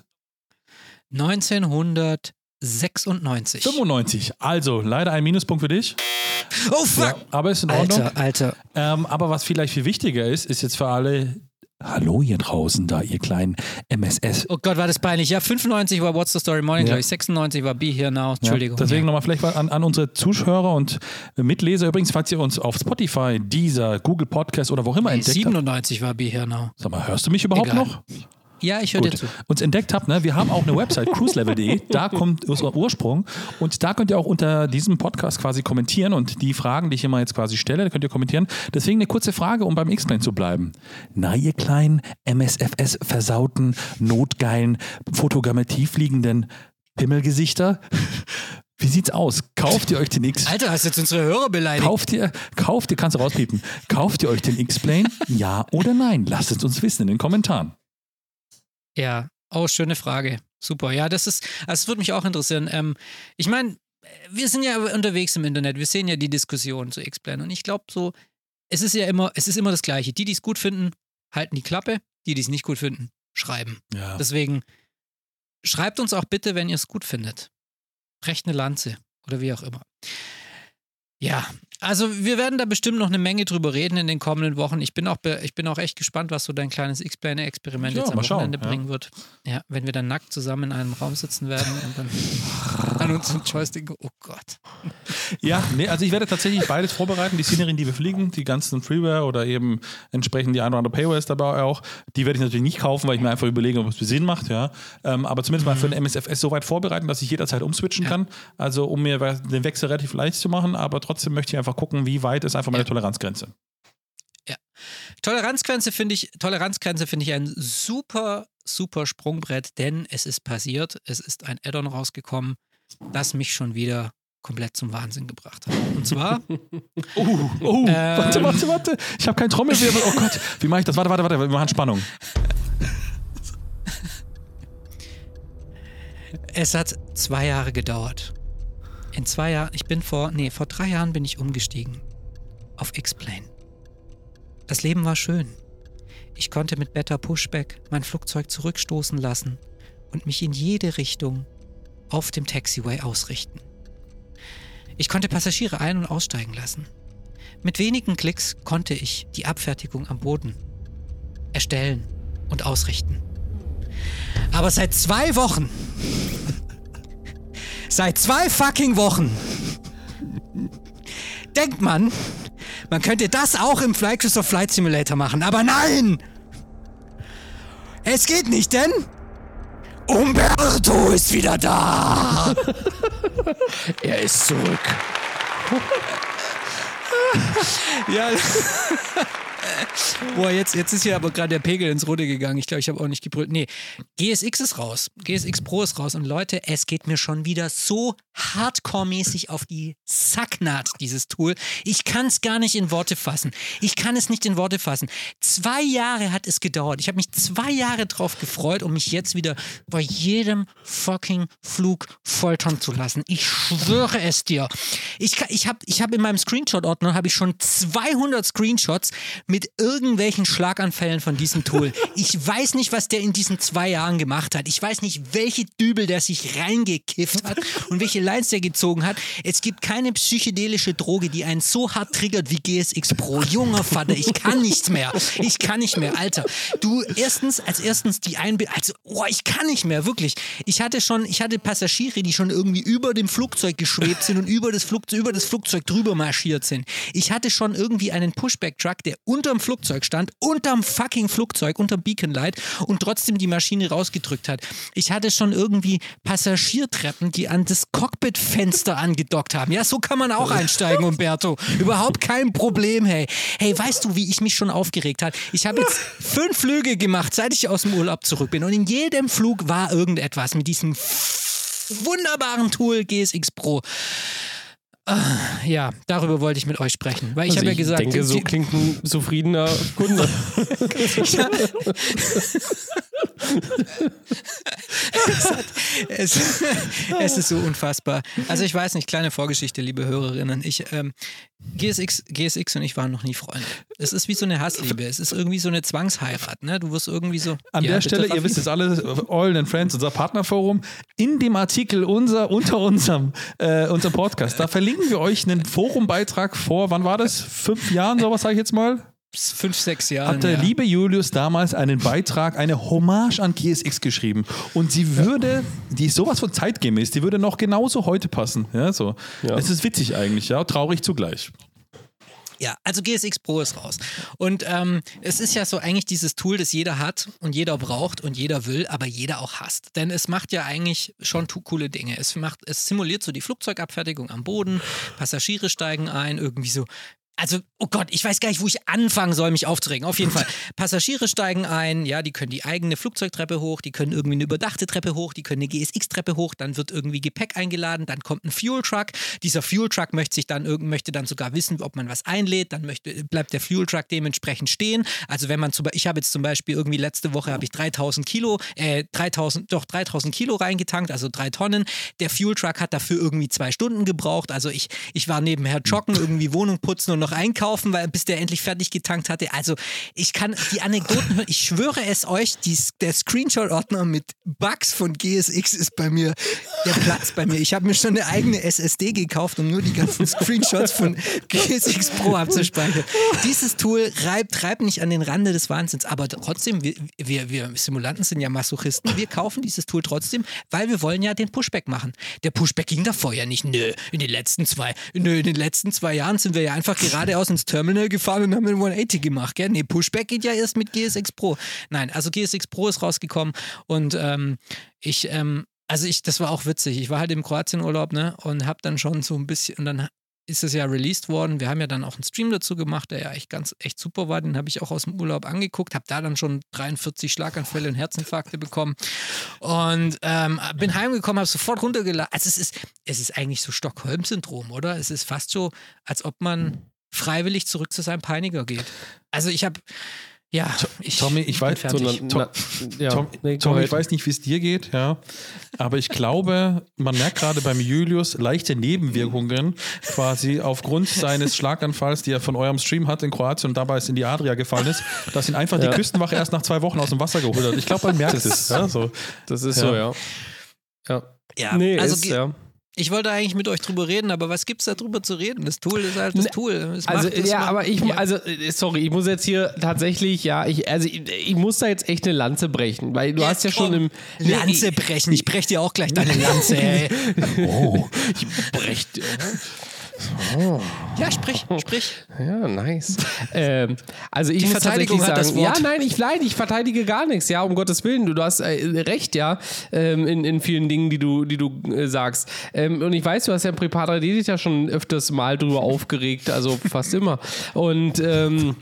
neunzehnhundertsechsundneunzig. fünfundneunzig. Also, leider ein Minuspunkt für dich. Oh fuck! Ja, aber ist in Ordnung. Alter, Alter. Ähm, aber was vielleicht viel wichtiger ist, ist jetzt für alle. Hallo ihr draußen da, ihr kleinen M S S. Oh Gott, war das peinlich. Ja, fünfundneunzig war What's the Story Morning, Ja. glaube ich. sechsundneunzig war Be Here Now. Entschuldigung. Ja, deswegen ja. nochmal vielleicht mal an, an unsere Zuschauer und Mitleser. Übrigens, falls ihr uns auf Spotify, Deezer, Google Podcast oder wo auch immer Nee, entdeckt habt. siebenundneunzig war Be Here Now. Sag mal, hörst du mich überhaupt Egal. noch? Ja, ich höre dir Gut, zu. uns entdeckt habt, ne? Wir haben auch eine Website, cruise level punkt de, da kommt unser Ursprung und da könnt ihr auch unter diesem Podcast quasi kommentieren und die Fragen, die ich immer jetzt quasi stelle, da könnt ihr kommentieren. Deswegen eine kurze Frage, um beim X-Plane zu bleiben. Na, ihr kleinen M S F S-versauten, notgeilen, Fotogrammetrie fliegenden Pimmelgesichter, wie sieht's aus? Kauft ihr euch den X? Alter, hast du jetzt unsere Hörer beleidigt? Kauft ihr, kauft ihr, kannst du rauspiepen, kauft ihr euch den X-Plane? Ja oder nein? Lasst es uns wissen in den Kommentaren. Ja, oh, schöne Frage. Super. Ja, das ist, also das würde mich auch interessieren. Ähm, ich meine, wir sind ja unterwegs im Internet, wir sehen ja die Diskussion zu X-Plane und ich glaube so, es ist ja immer, es ist immer das Gleiche. Die, die es gut finden, halten die Klappe, die, die es nicht gut finden, schreiben. Ja. Deswegen schreibt uns auch bitte, wenn ihr es gut findet. Brecht eine Lanze oder wie auch immer. Ja, Also wir werden da bestimmt noch eine Menge drüber reden in den kommenden Wochen. Ich bin auch, be- ich bin auch echt gespannt, was so dein kleines X-Plane-Experiment Ja, jetzt am mal schauen, Wochenende ja. bringen wird. Ja, wenn wir dann nackt zusammen in einem Raum sitzen werden und dann an uns ein Joystick. Oh Gott. Ja, nee, also ich werde tatsächlich beides vorbereiten. Die Szenerien, die wir fliegen, die ganzen Freeware oder eben entsprechend die eine oder andere Payware ist dabei auch. Die werde ich natürlich nicht kaufen, weil ich mir einfach überlege, ob es Sinn macht. Ja. Ähm, aber zumindest mal für den M S F S so weit vorbereiten, dass ich jederzeit umswitchen Ja. kann. Also um mir den Wechsel relativ leicht zu machen. Aber trotzdem möchte ich einfach gucken, wie weit ist einfach meine Ja. Toleranzgrenze. Toleranzgrenze finde ich, Toleranzgrenze finde ich ein super, super Sprungbrett, denn es ist passiert, es ist ein Add-on rausgekommen, das mich schon wieder komplett zum Wahnsinn gebracht hat. Und zwar, Oh, oh, Ähm. warte, warte, warte. Ich habe kein Trommelwirbel. Oh Gott, wie mache ich das? Warte, warte, warte. Wir machen Spannung. es hat zwei Jahre gedauert. In zwei Jahren, ich bin vor, nee, vor drei Jahren bin ich umgestiegen auf X-Plane. Das Leben war schön. Ich konnte mit Better Pushback mein Flugzeug zurückstoßen lassen und mich in jede Richtung auf dem Taxiway ausrichten. Ich konnte Passagiere ein- und aussteigen lassen. Mit wenigen Klicks konnte ich die Abfertigung am Boden erstellen und ausrichten. Aber seit zwei Wochen, seit zwei fucking Wochen, denkt man, man könnte das auch im Microsoft Flight Simulator machen, aber nein! Es geht nicht, denn Umberto ist wieder da! Er ist zurück. Ja. Boah, jetzt, jetzt ist hier aber gerade der Pegel ins Rote gegangen. Ich glaube, ich habe auch nicht gebrüllt. Nee, G S X ist raus. G S X Pro ist raus. Und Leute, es geht mir schon wieder so hardcore-mäßig auf die Sacknaht, dieses Tool. Ich kann es gar nicht in Worte fassen. Ich kann es nicht in Worte fassen. Zwei Jahre hat es gedauert. Ich habe mich zwei Jahre drauf gefreut, um mich jetzt wieder bei jedem fucking Flug foltern zu lassen. Ich schwöre es dir. Ich, kann- ich habe ich hab in meinem Screenshot-Ordner habe ich schon zweihundert Screenshots mit irgendwelchen Schlaganfällen von diesem Tool. Ich weiß nicht, was der in diesen zwei Jahren gemacht hat. Ich weiß nicht, welche Dübel der sich reingekifft hat und welche Lines der gezogen hat. Es gibt keine psychedelische Droge, die einen so hart triggert wie G S X Pro. Junger Vater, ich kann nicht mehr. Ich kann nicht mehr, Alter. Du, erstens, als erstens die Einbildung, also, oh, ich kann nicht mehr, wirklich. Ich hatte schon, ich hatte Passagiere, die schon irgendwie über dem Flugzeug geschwebt sind und über das Flugzeug, über das Flugzeug drüber marschiert sind. Ich hatte schon irgendwie einen Pushback-Truck, der unterm Flugzeug stand, unterm fucking Flugzeug, unterm Beacon Light und trotzdem die Maschine rausgedrückt hat. Ich hatte schon irgendwie Passagiertreppen, die an das Cockpitfenster angedockt haben. Ja, so kann man auch einsteigen, Umberto. Überhaupt kein Problem, hey. Hey, weißt du, wie ich mich schon aufgeregt habe? Ich habe jetzt fünf Flüge gemacht, seit ich aus dem Urlaub zurück bin und in jedem Flug war irgendetwas mit diesem wunderbaren Tool G S X Pro. Ah, ja, darüber wollte ich mit euch sprechen, weil ich Also habe ja ich gesagt, denke, so die- klingt ein zufriedener Kunde. Ja. es, hat, es, es ist so unfassbar. Also ich weiß nicht, kleine Vorgeschichte, liebe Hörerinnen. Ich, ähm, G S X, G S X und ich waren noch nie Freunde. Es ist wie so eine Hassliebe. Es ist irgendwie so eine Zwangsheirat. Ne? Du wirst irgendwie so... An Ja, der bitte, Stelle, ihr Raffi? wisst es alle, All and Friends, unser Partnerforum, in dem Artikel unser, unter unserem, äh, unserem Podcast, da verlinken wir euch einen Forumbeitrag vor, wann war das? Fünf Jahren, sowas sage ich jetzt mal? Fünf, sechs Jahre. Hat der ja. liebe Julius damals einen Beitrag, eine Hommage an G S X geschrieben. Und sie würde, die ist sowas von zeitgemäß, die würde noch genauso heute passen. Ja, so. Ja. Es ist witzig eigentlich, ja, traurig zugleich. Ja, also G S X Pro ist raus. Und ähm, es ist ja so eigentlich dieses Tool, das jeder hat und jeder braucht und jeder will, aber jeder auch hasst. Denn es macht ja eigentlich schon tu- coole Dinge. Es macht, es simuliert so die Flugzeugabfertigung am Boden, Passagiere steigen ein, irgendwie so. Also, oh Gott, ich weiß gar nicht, wo ich anfangen soll, mich aufzuregen. Auf jeden Fall, Passagiere steigen ein, ja, die können die eigene Flugzeugtreppe hoch, die können irgendwie eine überdachte Treppe hoch, die können eine G S X-Treppe hoch, dann wird irgendwie Gepäck eingeladen, dann kommt ein Fuel-Truck. Dieser Fuel-Truck möchte sich dann irgend möchte dann sogar wissen, ob man was einlädt, dann möchte, bleibt der Fuel-Truck dementsprechend stehen. Also wenn man zum Beispiel, ich habe jetzt zum Beispiel irgendwie letzte Woche habe ich dreitausend Kilo, äh, dreitausend, doch dreitausend Kilo reingetankt, also drei Tonnen. Der Fuel-Truck hat dafür irgendwie zwei Stunden gebraucht. Also ich, ich war nebenher joggen, irgendwie Wohnung putzen und noch einkaufen, weil bis der endlich fertig getankt hatte. Also ich kann die Anekdoten hören. Ich schwöre es euch, die, der Screenshot-Ordner mit Bugs von G S X ist bei mir der Platz bei mir. Ich habe mir schon eine eigene S S D gekauft, um nur die ganzen Screenshots von G S X Pro abzuspeichern. Dieses Tool reibt, reibt nicht an den Rande des Wahnsinns, aber trotzdem, wir, wir, wir Simulanten sind ja Masochisten, wir kaufen dieses Tool trotzdem, weil wir wollen ja den Pushback machen. Der Pushback ging davor ja nicht. Nö, in den letzten zwei, nö, in den letzten zwei Jahren sind wir ja einfach geradeaus ins Terminal gefahren und haben den hundertachtzig gemacht, gell? Nee, Pushback geht ja erst mit G S X Pro. Nein, also G S X Pro ist rausgekommen und ähm, ich, ähm, also ich, das war auch witzig. Ich war halt im Kroatienurlaub, ne, und hab dann schon so ein bisschen, und dann ist es ja released worden. Wir haben ja dann auch einen Stream dazu gemacht, der ja echt ganz, echt super war. Den habe ich auch aus dem Urlaub angeguckt, habe da dann schon dreiundvierzig Schlaganfälle und Herzinfarkte bekommen und ähm, bin heimgekommen, habe sofort runtergeladen. Also es ist, es ist eigentlich so Stockholm-Syndrom, oder? Es ist fast so, als ob man freiwillig zurück zu seinem Peiniger geht. Also ich habe Ja, ich, Tommy, ich weiß, fertig. Tom, Tom, ja, Tom, nee, Tommy, ich weiß nicht, wie es dir geht, ja, aber ich glaube, man merkt gerade beim Julius leichte Nebenwirkungen quasi aufgrund seines Schlaganfalls, die er von eurem Stream hat in Kroatien und dabei es in die Adria gefallen ist, dass ihn einfach Ja. die Küstenwache erst nach zwei Wochen aus dem Wasser geholt hat. Ich glaube, man merkt es. Ja, so. Das ist Ja. so, ja. Ja. Ja, Nee, also ist, ge- ja. ich wollte eigentlich mit euch drüber reden, aber was gibt's da drüber zu reden? Das Tool ist halt das Ne, Tool. Es Also, macht, es ja, macht, aber ich, ja. also, äh, sorry, ich muss jetzt hier tatsächlich, ja, ich, also, ich, ich muss da jetzt echt eine Lanze brechen, weil du Ja, hast ja komm, schon im. Lanze brechen. Ich brech dir auch gleich deine Lanze, ey. Oh. Ich brech dir. Ja, sprich, sprich. Ja, nice. ähm, also ich Die muss Verteidigung tatsächlich hat das sagen, Wort. ja, nein, ich nein, ich verteidige gar nichts, ja, um Gottes Willen, du, du hast äh, recht, ja, ähm, in, in vielen Dingen, die du, die du äh, sagst. Ähm, und ich weiß, du hast ja im Prepar drei D dich ja schon öfters mal drüber aufgeregt, also fast immer. Und ähm,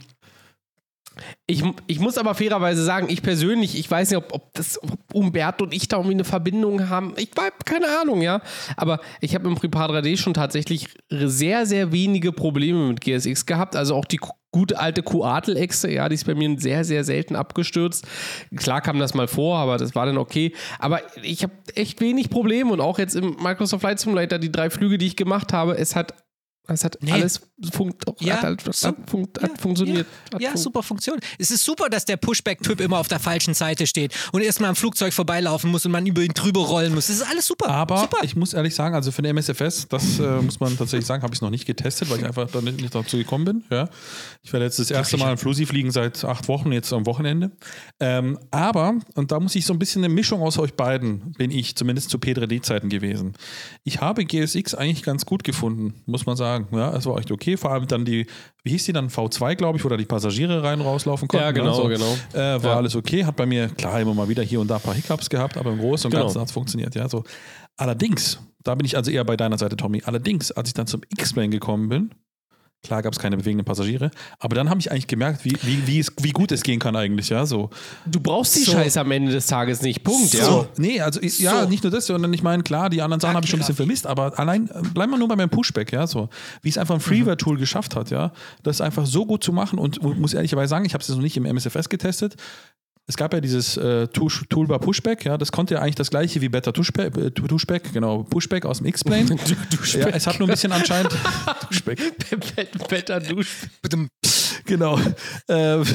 Ich, ich muss aber fairerweise sagen, ich persönlich, ich weiß nicht, ob, ob das ob Umberto und ich da irgendwie eine Verbindung haben. Ich habe keine Ahnung, ja. Aber ich habe im Prepar drei D schon tatsächlich sehr, sehr wenige Probleme mit G S X gehabt. Also auch die ku- gute alte Coatel-Echse, ja, die ist bei mir sehr, sehr selten abgestürzt. Klar kam das mal vor, aber das war dann okay. Aber ich habe echt wenig Probleme und auch jetzt im Microsoft Flight Simulator, die drei Flüge, die ich gemacht habe, es hat Es hat Nee. alles funkt, Ja, hat, halt, so- hat, funkt, ja, hat funktioniert. Hat Ja, fun- super Funktion. Es ist super, dass der Pushback-Typ immer auf der falschen Seite steht und erstmal am Flugzeug vorbeilaufen muss und man über ihn drüber rollen muss. Das ist alles super. Aber super. ich muss ehrlich sagen, also für den M S F S, das äh, muss man tatsächlich sagen, habe ich es noch nicht getestet, weil ich einfach da nicht, nicht dazu gekommen bin. Ja. Ich werde jetzt das erste Mal im Flusi fliegen seit acht Wochen, jetzt am Wochenende. Ähm, aber, und da muss ich so ein bisschen eine Mischung aus euch beiden, bin ich zumindest zu P drei D-Zeiten gewesen. Ich habe G S X eigentlich ganz gut gefunden, muss man sagen. Ja, es war echt okay. Vor allem dann die, wie hieß die dann, V zwei, glaube ich, wo da die Passagiere rein und rauslaufen konnten. Ja, genau, also, genau. Äh, war Ja. alles okay. Hat bei mir, klar, immer mal wieder hier und da ein paar Hiccups gehabt, aber im Großen und Genau. Ganzen hat es funktioniert. Ja, so. Allerdings, da bin ich also eher bei deiner Seite, Tommy. Allerdings, als ich dann zum X-Plane gekommen bin, klar gab es keine bewegenden Passagiere, aber dann habe ich eigentlich gemerkt, wie, wie, wie, es, wie gut es gehen kann eigentlich. Ja, so. Du brauchst die So. Scheiße am Ende des Tages nicht. Punkt, So, ja. nee, also ich, ja, So. nicht nur das, sondern ich meine, klar, die anderen Sachen Ja, habe ich schon ein bisschen klar. vermisst, aber allein äh, bleiben wir nur bei meinem Pushback, ja, so. Wie es einfach ein Freeware-Tool geschafft hat, ja, das einfach so gut zu machen und mu- muss ehrlicherweise sagen, ich habe es jetzt noch nicht im M S F S getestet. Es gab ja dieses äh, Tush- Toolbar Pushback, ja, das konnte ja eigentlich das gleiche wie Better Tushback, äh, Tushback, genau, Pushback aus dem X-Plane. Ja, es hat nur ein bisschen anscheinend Tushback. Better Dusch. Genau. Ähm,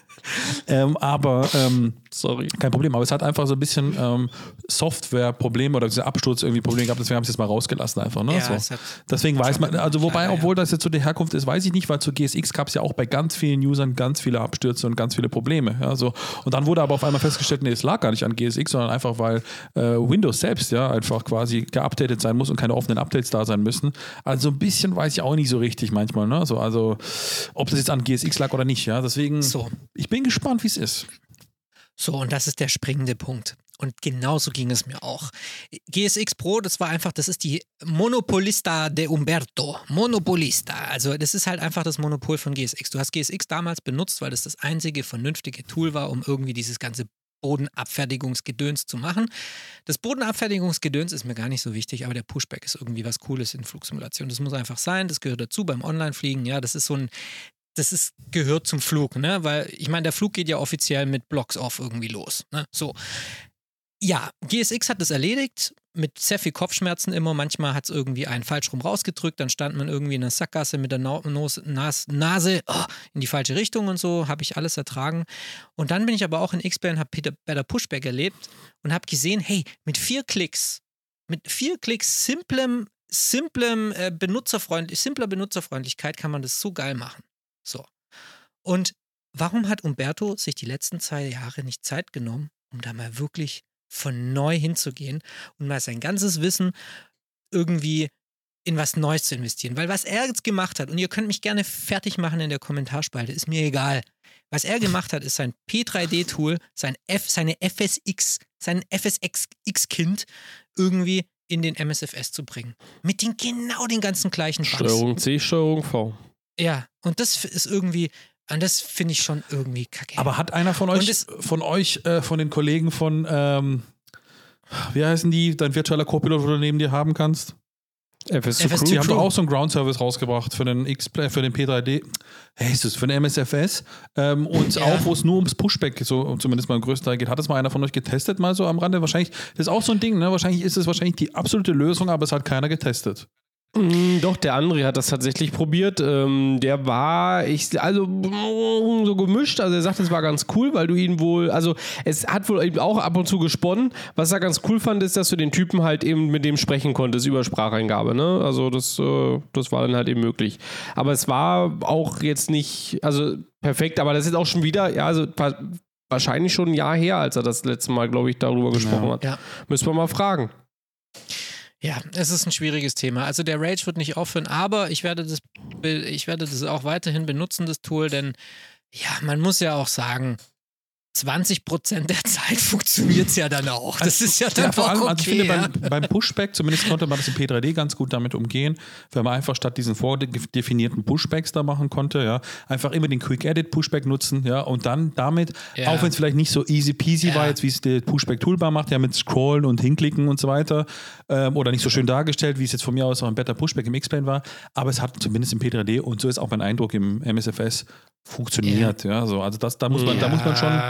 ähm, aber ähm, Sorry. kein Problem, aber es hat einfach so ein bisschen ähm, Software-Probleme oder dieser Absturz irgendwie Probleme gehabt, deswegen haben sie es jetzt mal rausgelassen einfach. Ne? Ja, so. es hat- Deswegen weiß man, also wobei, Leider, ja. obwohl das jetzt so die Herkunft ist, weiß ich nicht, weil zu G S X gab es ja auch bei ganz vielen Usern ganz viele Abstürze und ganz viele Probleme. Ja, so. Und dann wurde aber auf einmal festgestellt, nee, es lag gar nicht an G S X, sondern einfach, weil äh, Windows selbst ja einfach quasi geupdatet sein muss und keine offenen Updates da sein müssen. Also ein bisschen weiß ich auch nicht so richtig manchmal. Ne? So, also ob das jetzt an G S X lag oder nicht. Ja? Deswegen, So. ich bin gespannt, wie es ist. So, und das ist der springende Punkt. Und genauso ging es mir auch. G S X Pro, das war einfach, das ist die Monopolista de Umberto. Monopolista. Also das ist halt einfach das Monopol von G S X. Du hast G S X damals benutzt, weil das das einzige vernünftige Tool war, um irgendwie dieses ganze Bodenabfertigungsgedöns zu machen. Das Bodenabfertigungsgedöns ist mir gar nicht so wichtig, aber der Pushback ist irgendwie was Cooles in Flugsimulation. Das muss einfach sein, das gehört dazu beim Online-Fliegen. Ja, das ist so ein Das ist, gehört zum Flug, ne? Weil ich meine, der Flug geht ja offiziell mit Blocks off irgendwie los. Ne? So. Ja, G S X hat das erledigt, mit sehr viel Kopfschmerzen immer. Manchmal hat es irgendwie einen falsch rum rausgedrückt, dann stand man irgendwie in der Sackgasse mit der Na- Nos- Nas- Nase oh, in die falsche Richtung und so, habe ich alles ertragen. Und dann bin ich aber auch in X-Play und habe Peter Better Pushback erlebt und habe gesehen, hey, mit vier Klicks, mit vier Klicks simplem, simplem äh, benutzerfreundlich, simpler Benutzerfreundlichkeit kann man das so geil machen. So. Und warum hat Umberto sich die letzten zwei Jahre nicht Zeit genommen, um da mal wirklich von neu hinzugehen und mal sein ganzes Wissen irgendwie in was Neues zu investieren? Weil was er jetzt gemacht hat, und ihr könnt mich gerne fertig machen in der Kommentarspalte, ist mir egal. Was er gemacht hat, ist sein P drei D-Tool, sein F, seine F S X, sein F S X-Kind irgendwie in den M S F S zu bringen. Mit den genau den ganzen gleichen Bugs. Steuerung C, Steuerung V. Ja, und das ist irgendwie, und das finde ich schon irgendwie kacke. Aber hat einer von euch, es, von euch, äh, von den Kollegen von, ähm, wie heißen die, dein virtueller Co-Pilot, wo du neben dir haben kannst? F S F S Die Crew. haben doch auch so einen Ground-Service rausgebracht für den X-Play, für den P drei D, hey, ist das, für den M S F S ähm, und Ja. auch, wo es nur ums Pushback so zumindest mal im größten Teil geht. Hat das mal einer von euch getestet, mal so am Rande? Wahrscheinlich, das ist auch so ein Ding, ne? Wahrscheinlich ist es wahrscheinlich die absolute Lösung, aber es hat keiner getestet. Mm, Doch, der André hat das tatsächlich probiert. Ähm, der war, ich, also mm, so gemischt. Also er sagt, es war ganz cool, weil du ihn wohl, also es hat wohl eben auch ab und zu gesponnen. Was er ganz cool fand, ist, dass du den Typen halt eben mit dem sprechen konntest über Spracheingabe. Ne? Also das, äh, das war dann halt eben möglich. Aber es war auch jetzt nicht, also perfekt. Aber das ist auch schon wieder, ja, also wahrscheinlich schon ein Jahr her, als er das letzte Mal, glaube ich, darüber gesprochen hat. Ja. Müssen wir mal fragen. Ja, es ist ein schwieriges Thema. Also der Rage wird nicht aufhören, aber ich werde das, ich werde das auch weiterhin benutzen, das Tool, denn ja, man muss ja auch sagen, zwanzig Prozent der Zeit funktioniert es ja dann auch. Das ist ja dann Ja, vor auch allem, okay. also ich finde, ja. beim, beim Pushback, zumindest konnte man das im P drei D ganz gut damit umgehen, wenn man einfach statt diesen vordefinierten Pushbacks da machen konnte, ja, einfach immer den Quick Edit Pushback nutzen, ja, und dann damit, Ja. auch wenn es vielleicht nicht so easy peasy Ja. war, jetzt wie es der Pushback Toolbar macht, ja, mit Scrollen und Hinklicken und so weiter, ähm, oder nicht so schön dargestellt, wie es jetzt von mir aus auch ein Better Pushback im X-Plane war, aber es hat zumindest im P drei D, und so ist auch mein Eindruck im M S F S, funktioniert, ja, so, also das, da muss man, da muss man schon,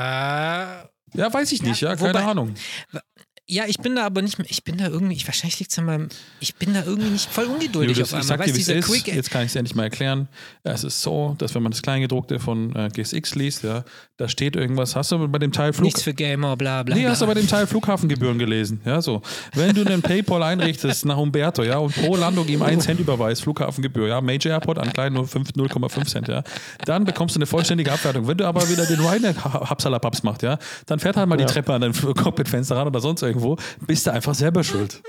ja, weiß ich nicht, ja, keine wobei- Ahnung. Ja, ich bin da aber nicht mehr, ich bin da irgendwie, ich, wahrscheinlich liegt es an meinem, ich bin da irgendwie nicht voll ungeduldig Julius, auf ich einmal. sag dir, wie es dieser ist. Quick Jetzt kann ich es endlich mal erklären. Es ist so, dass wenn man das Kleingedruckte von äh, G S X liest, ja, da steht irgendwas, hast du bei dem Teil Flug... nichts für Gamer, bla bla Nee, bla. hast du bei dem Teil Flughafengebühren gelesen. Ja, so. Wenn du einen PayPal einrichtest nach Humberto, ja, und pro Landung ihm einen Cent überweist, Flughafengebühr, ja, Major Airport an klein nur null Komma fünf Cent, ja, dann bekommst du eine vollständige Abwertung. Wenn du aber wieder den Ryanair Hapsalapaps macht, ja, dann fährt halt mal die Treppe an dein Cockpitfenster ran oder sonst irgendwo, bist du einfach selber schuld.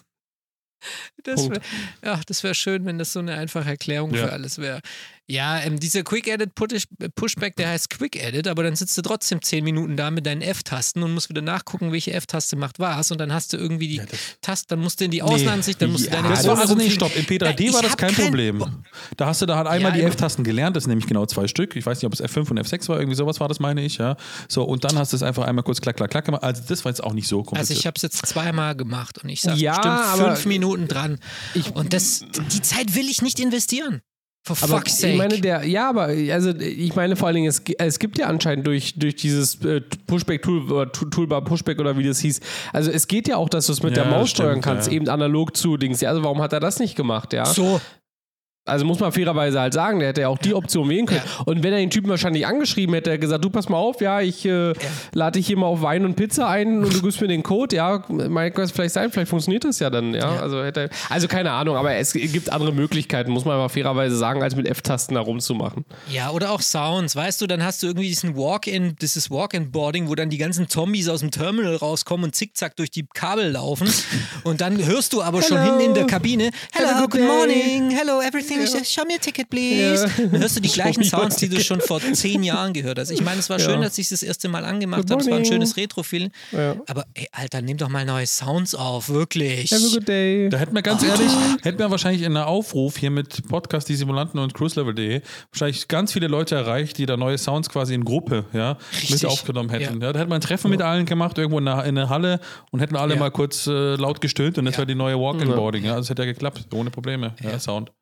Das wäre ja, das wär schön, wenn das so eine einfache Erklärung Ja. für alles wäre. Ja, ähm, dieser Quick Edit Push Pushback, der heißt Quick Edit, aber dann sitzt du trotzdem zehn Minuten da mit deinen F-Tasten und musst wieder nachgucken, welche F-Taste macht was, und dann hast du irgendwie die Tasten, dann musst du in die Außenansicht, dann musst du Ja, deine Das Kurve war also nicht, rumfliegen. stopp. Im P drei D Ja, war ich das hab kein kein Problem. Bo- Da hast du da halt einmal Ja, die aber- F-Tasten gelernt, das sind nämlich genau zwei Stück. Ich weiß nicht, ob es F fünf und F sechs war, irgendwie sowas war das, meine ich, ja. So, und dann hast du es einfach einmal kurz klack, klack, klack gemacht. Also das war jetzt auch nicht so Also kompliziert. ich habe es jetzt zweimal gemacht und ich sage Ja, bestimmt aber- fünf Minuten dran. Ich- und das, die Zeit will ich nicht investieren. For Aber fuck's sake. ich meine, der, ja, aber also ich meine vor allen Dingen, es, es gibt ja anscheinend durch, durch dieses äh, Pushback-Tool oder Tu- Toolbar Pushback oder wie das hieß, also es geht ja auch, dass du es mit Ja, der Maus das stimmt, steuern kannst, ja. eben analog zu Dings. Ja, also warum hat er das nicht gemacht, ja? so, Also muss man fairerweise halt sagen, der hätte ja auch die Option wählen können. Ja. Und wenn er den Typen wahrscheinlich angeschrieben hätte, er gesagt, du pass mal auf, ja, ich äh, lade dich hier mal auf Wein und Pizza ein und du gibst mir den Code, ja, mein Gott, vielleicht sein, vielleicht funktioniert das ja dann, ja. Ja. Also hätte also keine Ahnung, aber es gibt andere Möglichkeiten, muss man aber fairerweise sagen, als mit F-Tasten da rumzumachen. ja, oder auch Sounds, weißt du, dann hast du irgendwie diesen Walk-in, dieses Walk-in-Boarding, wo dann die ganzen Zombies aus dem Terminal rauskommen und zickzack durch die Kabel laufen und dann hörst du aber schon Hello. hinten in der Kabine, Have a hello, good good day. morning, hello, everything, Ja. show me a ticket, please. Ja. Dann hörst du die gleichen Show me a Sounds, die du schon vor zehn Jahren gehört hast. Ich meine, es war Ja. schön, dass ich das erste Mal angemacht Good habe, es war ein morning. schönes Retro-Feeling, Ja. aber ey, Alter, nimm doch mal neue Sounds auf, wirklich. Have a good day. Da hätten wir ganz ehrlich, hätten wir wahrscheinlich in einer Aufruf hier mit Podcast, die Simulanten und cruiselevel punkt de wahrscheinlich ganz viele Leute erreicht, die da neue Sounds quasi in Gruppe, ja, mit Richtig. aufgenommen hätten. Ja. Ja. Da hätten wir ein Treffen mit allen gemacht, irgendwo in der, in der Halle, und hätten alle Ja. mal kurz äh, laut gestöhnt, und das Ja. wäre die neue Walk-in-Boarding. Ja. Also das hätte ja geklappt, ohne Probleme. Ja, Sound.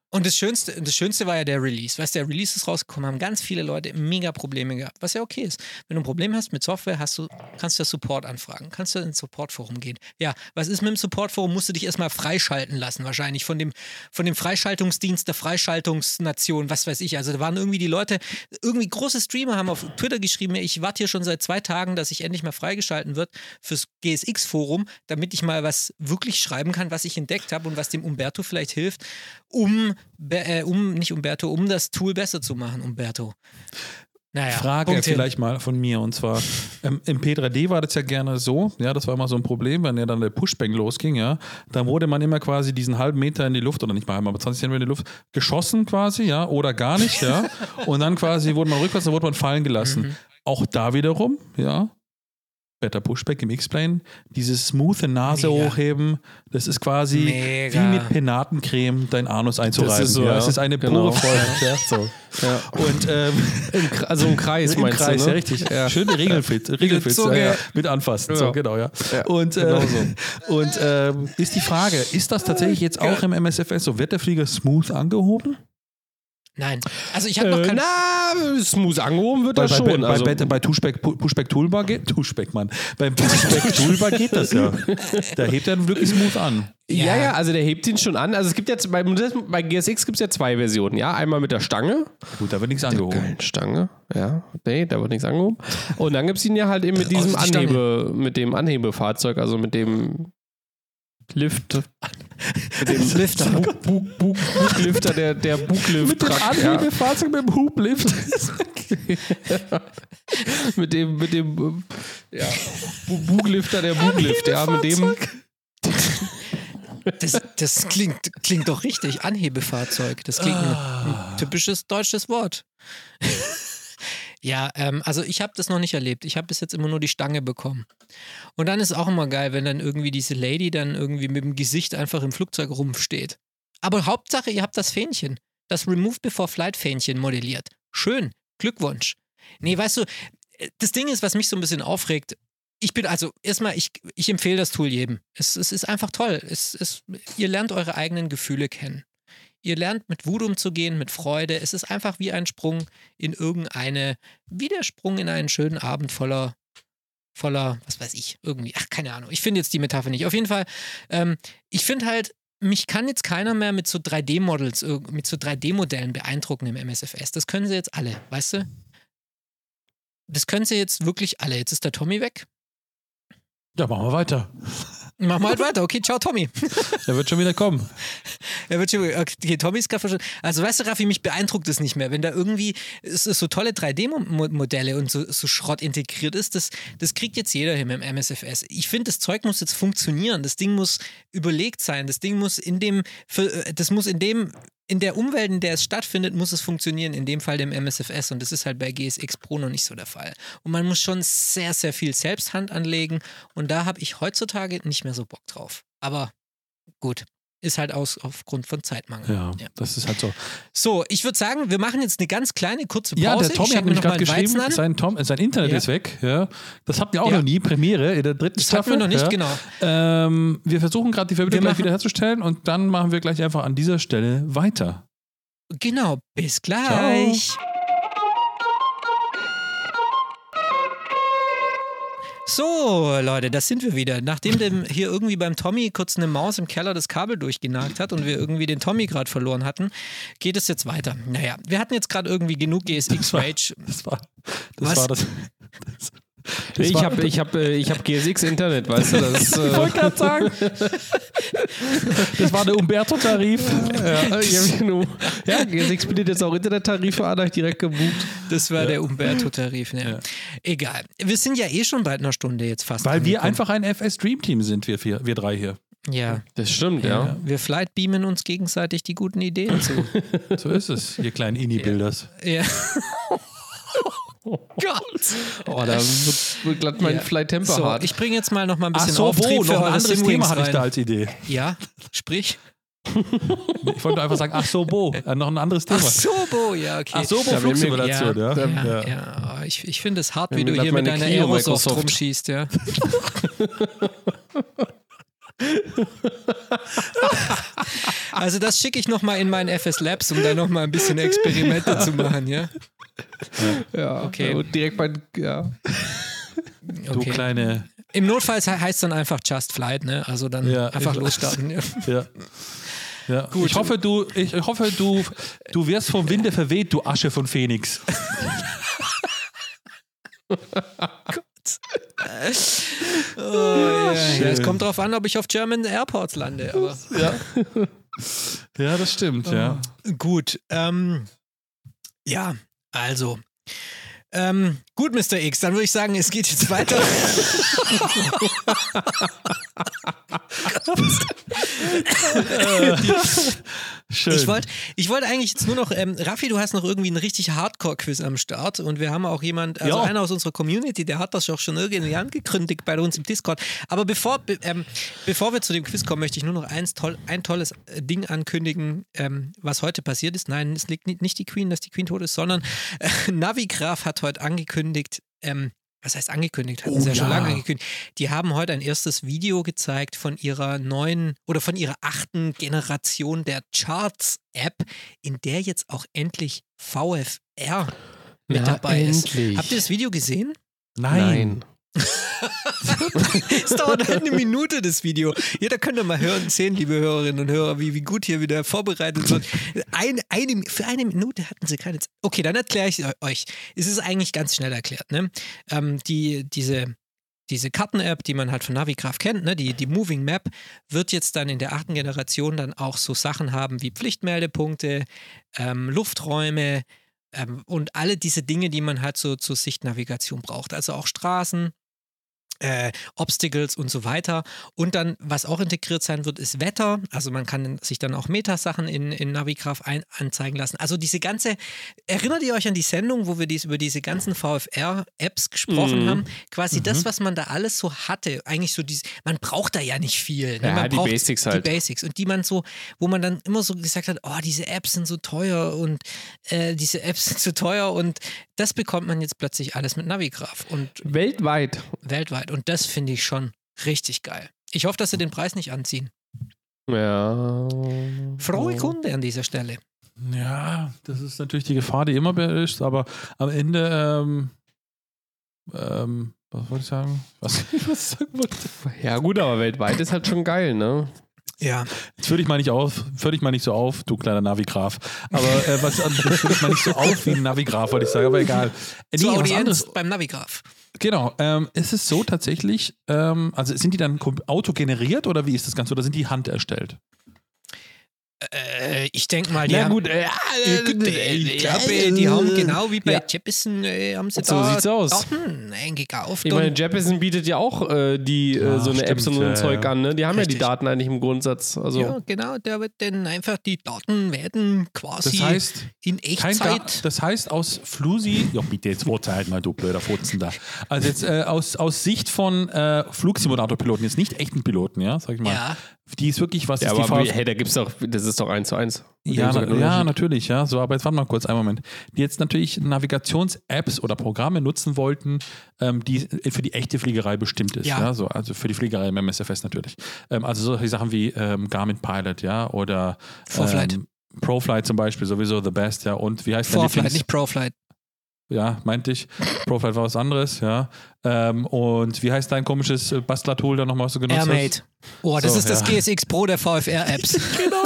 Und das Schönste, das Schönste war ja der Release. Weißt du, der Release ist rausgekommen, haben ganz viele Leute mega Probleme gehabt, was ja okay ist. Wenn du ein Problem hast mit Software, hast du, kannst du das Support anfragen, kannst du ins Supportforum gehen. Ja, was ist mit dem Supportforum? Musst du dich erstmal freischalten lassen, wahrscheinlich von dem, von dem Freischaltungsdienst der Freischaltungsnation, was weiß ich. Also da waren irgendwie die Leute, irgendwie große Streamer haben auf Twitter geschrieben, ich warte hier schon seit zwei Tagen, dass ich endlich mal freigeschalten wird fürs G S X-Forum, damit ich mal was wirklich schreiben kann, was ich entdeckt habe und was dem Umberto vielleicht hilft, um Be- äh, um, nicht Umberto, um das Tool besser zu machen, Umberto. Naja, Frage Punkt hin. vielleicht mal von mir, und zwar ähm, im P drei D war das ja gerne so, ja, das war immer so ein Problem, wenn ja dann der Pushbang losging, ja, dann wurde man immer quasi diesen halben Meter in die Luft, oder nicht mal halb, aber zwanzig Zentimeter in die Luft, geschossen quasi, ja, oder gar nicht, ja, und dann quasi wurde man rückwärts, dann wurde man fallen gelassen. Mhm. Auch da wiederum, ja, Better Pushback im X-Plane, dieses smooth Nase Mega. hochheben, das ist quasi Mega. wie mit Penatencreme dein Anus einzureiben. Das ist so, ja. ja. Es ist eine Genau. pure Freude. Ja, so. Ja. Und ähm, Im, Kre- also im Kreis im meinst Kreis, du, ne? ja, richtig. Ja. Schöne Regelfit, Regelfit Zunge. ja, ja. Mit anfassen. Ja. So, genau, ja. Ja, und äh, genau so. und ähm, ist die Frage, ist das tatsächlich jetzt auch im M S F S so? Wird der Flieger smooth angehoben? Nein. Also ich habe noch Äh, kein... na, smooth angehoben wird Bei, das bei, schon. bei, also, bei, bei Pushback, Pu- Pushback Toolbar geht, Pushback, Mann. Beim Pushback Toolbar geht das ja. Da hebt er wirklich smooth an. ja, Ja. ja, also der hebt ihn schon an. Also es gibt jetzt, bei, bei G S X gibt es ja zwei Versionen, ja. Einmal mit der Stange. Gut, da wird nichts angehoben. Geilen Stange, ja. Nee, da wird nichts angehoben. Und dann gibt es ihn ja halt eben mit diesem Oh, die Stange. Anhebe, mit dem Anhebefahrzeug, also mit dem Lift. Mit dem Lifter. Bug, Bug, Bug, Buglifter, der, der Buglift. Mit dem Anhebefahrzeug mit dem Hublift. mit dem, mit dem äh, ja, Bu- Buglifter, der Buglift, ja, mit dem. Das, das klingt, klingt doch richtig. Anhebefahrzeug. Das klingt ein, Ah. ein typisches deutsches Wort. Ja, ähm, also ich habe das noch nicht erlebt. Ich habe bis jetzt immer nur die Stange bekommen. Und dann ist auch immer geil, wenn dann irgendwie diese Lady dann irgendwie mit dem Gesicht einfach im Flugzeugrumpf steht. Aber Hauptsache, ihr habt das Fähnchen. Das Remove Before Flight Fähnchen modelliert. Schön. Glückwunsch. Nee, weißt du, das Ding ist, was mich so ein bisschen aufregt, ich bin also, erstmal, ich, ich empfehle das Tool jedem. Es, es ist einfach toll. Es, es, ihr lernt eure eigenen Gefühle kennen. Ihr lernt mit Wut umzugehen, mit Freude. Es ist einfach wie ein Sprung in irgendeine, wie der Sprung in einen schönen Abend voller, voller, was weiß ich, irgendwie, ach, keine Ahnung. Ich finde jetzt die Metapher nicht. Auf jeden Fall, ähm, ich finde halt, mich kann jetzt keiner mehr mit so drei D-Models, irg- mit so drei D-Modellen beeindrucken im M S F S. Das können sie jetzt alle, weißt du? Das können sie jetzt wirklich alle. Jetzt ist der Tommy weg. Ja, machen wir weiter. Machen wir halt weiter. Okay, ciao, Tommy. Der wird schon wieder kommen. Er wird schon, okay, Tommy ist gerade verstanden. Also weißt du, Raffi, mich beeindruckt es nicht mehr, wenn da irgendwie es ist so tolle drei D-Modelle und so, so Schrott integriert ist, das, das kriegt jetzt jeder hin im M S F S. Ich finde, das Zeug muss jetzt funktionieren, das Ding muss überlegt sein, das Ding muss in dem, das muss in dem, in der Umwelt, in der es stattfindet, muss es funktionieren, in dem Fall dem M S F S und das ist halt bei G S X Pro noch nicht so der Fall. Und man muss schon sehr, sehr viel selbst Hand anlegen und da habe ich heutzutage nicht mehr so Bock drauf. Aber gut. Ist halt aus, aufgrund von Zeitmangel. Ja, Ja. das ist halt so. So, ich würde sagen, wir machen jetzt eine ganz kleine, kurze Pause. Ja, der Tommy ich hat mir nämlich noch mal gerade einen geschrieben, Weizen an. sein, Tom, sein Internet Ja. ist weg. Ja. Das habt ihr auch Ja. noch nie, Premiere in der dritten Das Staffel. hatten wir noch nicht, ja. genau. Ähm, wir versuchen gerade die Verbindung Wir gleich machen- wieder herzustellen und dann machen wir gleich einfach an dieser Stelle weiter. Genau, bis gleich. So, Leute, das sind wir wieder. Nachdem dem hier irgendwie beim Tommy kurz eine Maus im Keller das Kabel durchgenagt hat und wir irgendwie den Tommy gerade verloren hatten, geht es jetzt weiter. Naja, wir hatten jetzt gerade irgendwie genug G S X Rage. Das war das. Was? War das, das, das Ich war- habe ich hab, äh, ich hab G S X Internet, weißt du, das Ich äh, wollte gerade sagen. Das war der Umberto-Tarif. ja, ich hab genug. Ja, G S X bietet jetzt auch Internettarife an, habe ich direkt gebucht. Das war der Umberto-Tarif. Ne? Ja. Egal. Wir sind ja eh schon bald einer Stunde jetzt fast. Weil wir angekommen. einfach ein F S Dream Team sind, wir vier, wir drei hier. Ja. Das stimmt, Ja. ja. Wir flightbeamen uns gegenseitig die guten Ideen zu. So ist es, ihr kleinen Ini-Bilders. Ja. Gott. Oh, da wird, wird glatt mein Ja. Flight Temper So, hart. ich bringe jetzt mal noch mal ein Ach bisschen so, Auftrieb wo? für Noch ein eure anderes Simwings Thema hatte ich rein. da als Idee. Ja, sprich. Ich wollte einfach sagen, ach so, Bo, äh, noch ein anderes Thema. Ach so, Bo, ja, okay. Ach so, Bo, Da wäre mir- Flugsimulation, ja. Ja, ja. ja, ja. Ich, ich finde es hart, Ja, wie mir du glatt hier mit meine deiner Knie um Aerosoft Microsoft. rumschießt, ja. Also das schicke ich nochmal in meinen F S Labs, um da nochmal ein bisschen Experimente zu machen, ja? Ja, Okay. Und direkt bei, ja. Du Okay. kleine. Im Notfall heißt es dann einfach Just Flight, ne? Also dann Ja, einfach ich- losstarten. Ja. Ja. Ja. Ich hoffe, du, ich hoffe, du, du wirst vom Winde verweht, du Asche von Phoenix. Oh, ja, ja. Es kommt drauf an, ob ich auf German Airports lande. Aber Ja. Ja, das stimmt, ja. gut. Ähm, ja, also. Ähm, gut, Mister X, dann würde ich sagen, es geht jetzt weiter. Schön. Ich wollte ich wollt eigentlich jetzt nur noch, ähm, Raffi, du hast noch irgendwie einen richtig Hardcore-Quiz am Start und wir haben auch jemand, also Ja. einer aus unserer Community, der hat das auch schon irgendwie angekündigt bei uns im Discord. Aber bevor, be, ähm, bevor wir zu dem Quiz kommen, möchte ich nur noch eins toll, ein tolles äh, Ding ankündigen, ähm, was heute passiert ist. Nein, es liegt nicht, nicht die Queen, dass die Queen tot ist, sondern äh, Navigraph hat heute angekündigt, ähm, was heißt angekündigt? Hatten Oh, sie ja schon ja. lange angekündigt. Die haben heute ein erstes Video gezeigt von ihrer neuen oder von ihrer achten Generation der Charts-App, in der jetzt auch endlich V F R mit Ja, dabei endlich. ist. Habt ihr das Video gesehen? Nein. Es dauert eine Minute, das Video. Ja, da könnt ihr mal hören, sehen, liebe Hörerinnen und Hörer, wie, wie gut hier wieder vorbereitet wird. Ein, eine, für eine Minute hatten sie keine Zeit. Okay, dann erkläre ich euch. Es ist eigentlich ganz schnell erklärt. Ne? Ähm, die, diese, diese Karten-App, die man halt von Navigraph kennt, ne? die, die Moving Map, wird jetzt dann in der achten Generation dann auch so Sachen haben wie Pflichtmeldepunkte, ähm, Lufträume ähm, und alle diese Dinge, die man halt so zur Sichtnavigation braucht. Also auch Straßen, Äh, Obstacles und so weiter. Und dann, was auch integriert sein wird, ist Wetter. Also man kann sich dann auch Metasachen in, in Navigraph ein, anzeigen lassen. Also diese ganze, erinnert ihr euch an die Sendung, wo wir dies, über diese ganzen V F R-Apps gesprochen Mhm. haben? Quasi das, was man da alles so hatte. Eigentlich so dieses, man braucht da ja nicht viel. Ne? Ja, man die braucht Basics halt. Die Basics. Und die man so, wo man dann immer so gesagt hat, oh, diese Apps sind so teuer und äh, diese Apps sind so teuer und das bekommt man jetzt plötzlich alles mit Navigraph und Weltweit. weltweit. Und das finde ich schon richtig geil. Ich hoffe, dass sie den Preis nicht anziehen. Ja. Frohe Kunde an dieser Stelle. Ja, das ist natürlich die Gefahr, die immer ist, aber am Ende, ähm, ähm, was wollte ich sagen? Was, was ich sagen wollte? Ja, gut, aber weltweit ist halt schon geil, ne? Ja. Jetzt führ dich mal nicht auf, führ dich mal nicht so auf, du kleiner Navigraph. Aber äh, was anderes, führ dich mal nicht so auf wie ein Navigraph, wollte ich sagen, aber egal. Äh, Zur was Audienz anderes. beim Navigraph. Genau, ähm, ist es so tatsächlich, ähm, also sind die dann kom- autogeneriert oder wie ist das Ganze? Oder sind die handerstellt? Äh, ich denke mal, die Na haben, gut, äh, äh, gut, äh, ich glaube, äh, die haben genau wie bei Ja. Jeppesen, äh, haben sie So da sieht's aus. Daten eingekauft. Ich meine, und- Jeppesen bietet ja auch äh, die äh, Ah, so eine stimmt, Apps und so ein ja, Zeug ja. an, ne? Die haben Richtig. ja die Daten eigentlich im Grundsatz. Also ja, genau, der wird dann einfach, die Daten werden quasi Das heißt, in kein da Echtzeit. das heißt aus Flusi, ja bitte jetzt Worte halt mal, du blöder Futzen da. Also jetzt äh, aus, aus Sicht von äh, Flugsimulator-Piloten, jetzt nicht echten Piloten, ja, sag ich mal. Ja. Die ist wirklich, was ja, ist die aber wie, V F hey, da gibt's doch, das ist doch eins zu eins. Ja, Dem na, ist doch kein ja, Unterschied. natürlich, ja. So, aber jetzt warte mal kurz, einen Moment. Die jetzt natürlich Navigations-Apps oder Programme nutzen wollten, ähm, die für die echte Fliegerei bestimmt ist. Ja. Ja. So, also für die Fliegerei im M S F S natürlich. Ähm, also solche Sachen wie ähm, Garmin Pilot, ja, oder Vorflight. Ähm, ProFlight zum Beispiel, sowieso the best, ja. Und wie heißt der Vorflight, Lieblings- nicht Proflight. Ja, meinte ich. ProFlight war was anderes, ja. Ähm, und wie heißt dein komisches äh, Bastler-Tool da nochmal, was du genutzt hast? Airmate. Oh, das So, ist das ja. G S X Pro der V F R-Apps.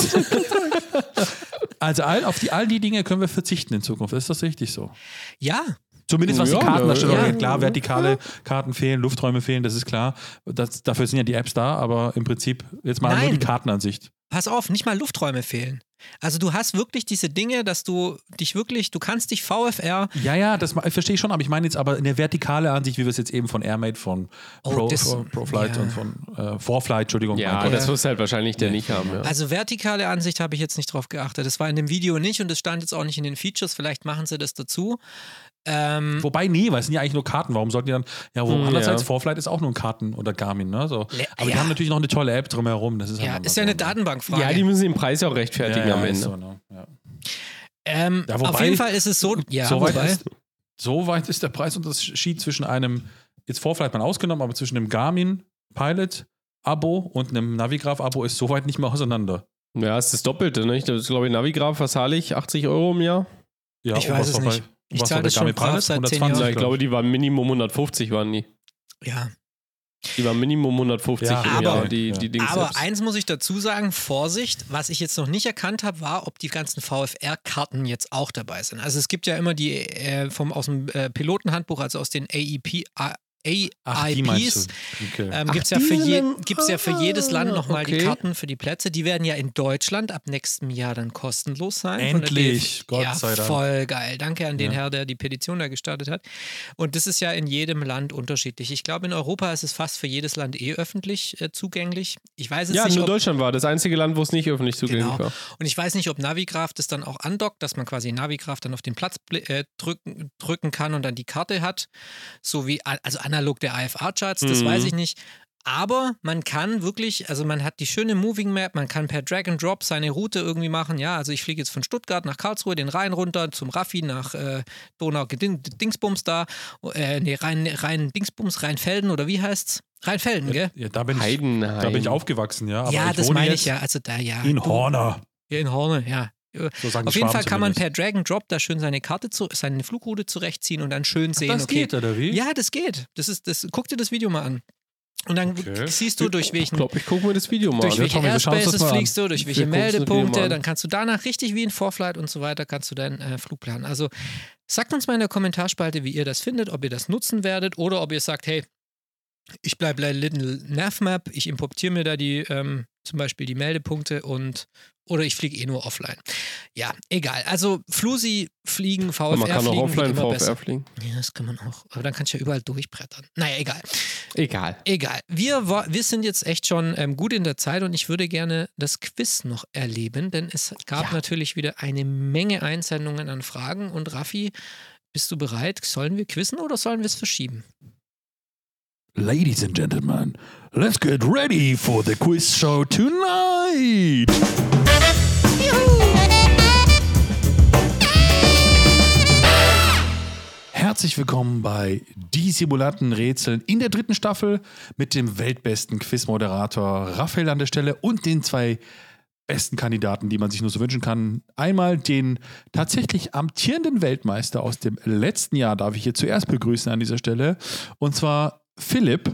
Also all, auf die, all die Dinge können wir verzichten in Zukunft. Ist das richtig so? Ja, Zumindest was Ja, die Kartendarstellung ja. angeht. Klar, vertikale Karten fehlen, Lufträume fehlen, das ist klar. Das, dafür sind ja die Apps da, aber im Prinzip jetzt mal nur Nein. die Kartenansicht. pass auf, nicht mal Lufträume fehlen. Also du hast wirklich diese Dinge, dass du dich wirklich, du kannst dich V F R. Ja, ja, das ma- verstehe ich schon, aber ich meine jetzt aber in der vertikale Ansicht, wie wir es jetzt eben von Airmate, von Oh, Pro, das- Pro, ProFlight ja. und von äh, Vorflight, Entschuldigung. Ja, mein Gott. das wirst du halt wahrscheinlich der nicht haben. Ja. Also vertikale Ansicht habe ich jetzt nicht drauf geachtet. Das war in dem Video nicht und es stand jetzt auch nicht in den Features. Vielleicht machen sie das dazu. Ähm, Wobei, nee, weil es sind ja eigentlich nur Karten. Warum sollten die dann, ja, wo Hm, andererseits ja. Vorflight ist auch nur ein Karten oder Garmin, ne? So. Le- Aber die ja. haben natürlich noch eine tolle App drumherum. Das ist, halt ja, dann ist was ja eine anderes. Datenbankfrage. Ja, die müssen den Preis ja auch rechtfertigen ja, ja, am ist Ende. so, ne? Ja. ähm, Ja, wobei- auf jeden Fall ist es so. Ja, so, weit wobei, ist, so weit ist der Preisunterschied zwischen einem, jetzt Vorflight mal ausgenommen, aber zwischen einem Garmin Pilot Abo und einem Navigraph Abo ist so weit nicht mehr auseinander. Ja, es ist das Doppelte, ne? Das ist, glaube ich, Navigraph, was zahle ich? achtzig Euro im Jahr? Ja, Ich und weiß was es war nicht. bei- Ich was zahle war das bei schon Garmin brav Pilot? seit zehn hundertzwanzig, Jahren. Ja, ich glaube, die waren Minimum hundertfünfzig, waren die. Ja. Die waren Minimum hundertfünfzig Ja, im aber- Jahr, die, ja. die Dings. Aber eins muss ich dazu sagen, Vorsicht, was ich jetzt noch nicht erkannt habe, war, ob die ganzen V F R-Karten jetzt auch dabei sind. Also es gibt ja immer die äh, vom, aus dem äh, Pilotenhandbuch, also aus den A E P, A Ach, die meinst AIPs, du. Okay. ähm, Ach, gibt es ja, die für sind je, im- gibt's ja für jedes Land nochmal die okay. Karten für die Plätze. Die werden ja in Deutschland ab nächstem Jahr dann kostenlos sein. von der Endlich, D F Gott ja, sei Dank. Voll geil. Danke an den Ja. Herr, der die Petition da gestartet hat. Und das ist ja in jedem Land unterschiedlich. Ich glaube, in Europa ist es fast für jedes Land eh öffentlich äh, zugänglich. Ich weiß jetzt Ja, nicht, nur ob Deutschland war das einzige Land, wo es nicht öffentlich zugänglich Genau. war. Und ich weiß nicht, ob Navigraph das dann auch andockt, dass man quasi Navigraph dann auf den Platz bl- äh, drücken, drücken kann und dann die Karte hat. So wie, a- also analog der A F A-Charts, das Mhm. weiß ich nicht. Aber man kann wirklich, also man hat die schöne Moving Map, man kann per Drag and Drop seine Route irgendwie machen. Ja, also ich fliege jetzt von Stuttgart nach Karlsruhe, den Rhein runter zum Raffi nach äh, Donau Dingsbums da. Äh, nee, Rhein, Rhein Dingsbums, Rheinfelden oder wie heißt's? Rheinfelden, gell? Ja, da bin ich, Heidenheim. da bin ich aufgewachsen, ja. Aber ja, ich das wohne meine jetzt ich ja. Also da ja. in Horner. Ja, in Horne, ja. So sagen Auf die jeden Schwaben Fall kann man zumindest. per Drag and Drop da schön seine Karte, zu, seine Flugroute zurechtziehen und dann schön sehen, Das okay. geht, oder wie? Ja, das geht. Das ist, das, guck dir das Video mal an. Und dann Okay. siehst du, durch Ich welchen, glaube, ich gucke mir das Video mal durch an. welche Tommy, wir schauen uns das Airspaces mal an. fliegst du, durch welche Wir gucken uns das Video mal Meldepunkte, an. dann kannst du danach richtig wie in Vorflight und so weiter, kannst du deinen äh, Flug planen. Also sagt uns mal in der Kommentarspalte, wie ihr das findet, ob ihr das nutzen werdet oder ob ihr sagt, hey, ich bleibe bei Little Navmap, ich importiere mir da die, ähm, zum Beispiel die Meldepunkte und oder ich fliege eh nur offline. Ja, egal. Also Flusi fliegen, V F R Man kann auch fliegen, offline geht immer V F besser. R fliegen. Ja, das kann man auch. Aber dann kannst du ja überall durchbrettern. Naja, egal. Egal. Egal. Wir, wa- wir sind jetzt echt schon ähm, gut in der Zeit und ich würde gerne das Quiz noch erleben, denn es gab Ja. natürlich wieder eine Menge Einsendungen an Fragen. Und Raffi, bist du bereit? Sollen wir quizzen oder sollen wir es verschieben? Ladies and gentlemen, let's get ready for the quiz show tonight. Herzlich willkommen bei Die Simulanten Rätseln in der dritten Staffel mit dem weltbesten Quizmoderator Raphael an der Stelle und den zwei besten Kandidaten, die man sich nur so wünschen kann. Einmal den tatsächlich amtierenden Weltmeister aus dem letzten Jahr darf ich hier zuerst begrüßen an dieser Stelle, und zwar Philipp.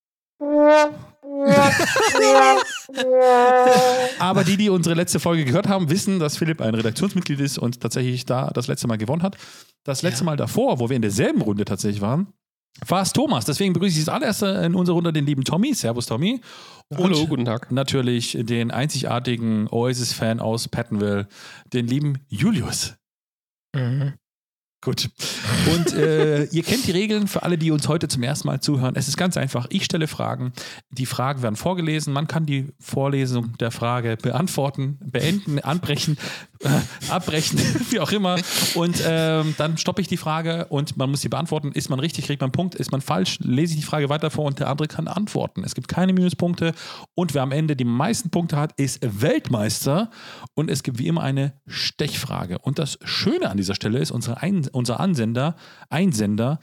Aber die, die unsere letzte Folge gehört haben, wissen, dass Philipp ein Redaktionsmitglied ist und tatsächlich da das letzte Mal gewonnen hat. Das letzte Ja. Mal davor, wo wir in derselben Runde tatsächlich waren, war es Thomas. Deswegen begrüße ich das allererste in unserer Runde den lieben Tommy. Servus, Tommy. Hallo, Und guten Tag. natürlich den einzigartigen Oasis-Fan aus Pattonville, den lieben Julius. Mhm. Gut. Und äh, ihr kennt die Regeln für alle, die uns heute zum ersten Mal zuhören. Es ist ganz einfach. Ich stelle Fragen. Die Fragen werden vorgelesen. Man kann die Vorlesung der Frage beantworten, beenden, anbrechen, äh, abbrechen, wie auch immer. Und ähm, dann stoppe ich die Frage und man muss sie beantworten. Ist man richtig, kriegt man einen Punkt. Ist man falsch, lese ich die Frage weiter vor und der andere kann antworten. Es gibt keine Minuspunkte. Und wer am Ende die meisten Punkte hat, ist Weltmeister. Und es gibt wie immer eine Stechfrage. Und das Schöne an dieser Stelle ist, unsere Ein unser Ansender, Einsender,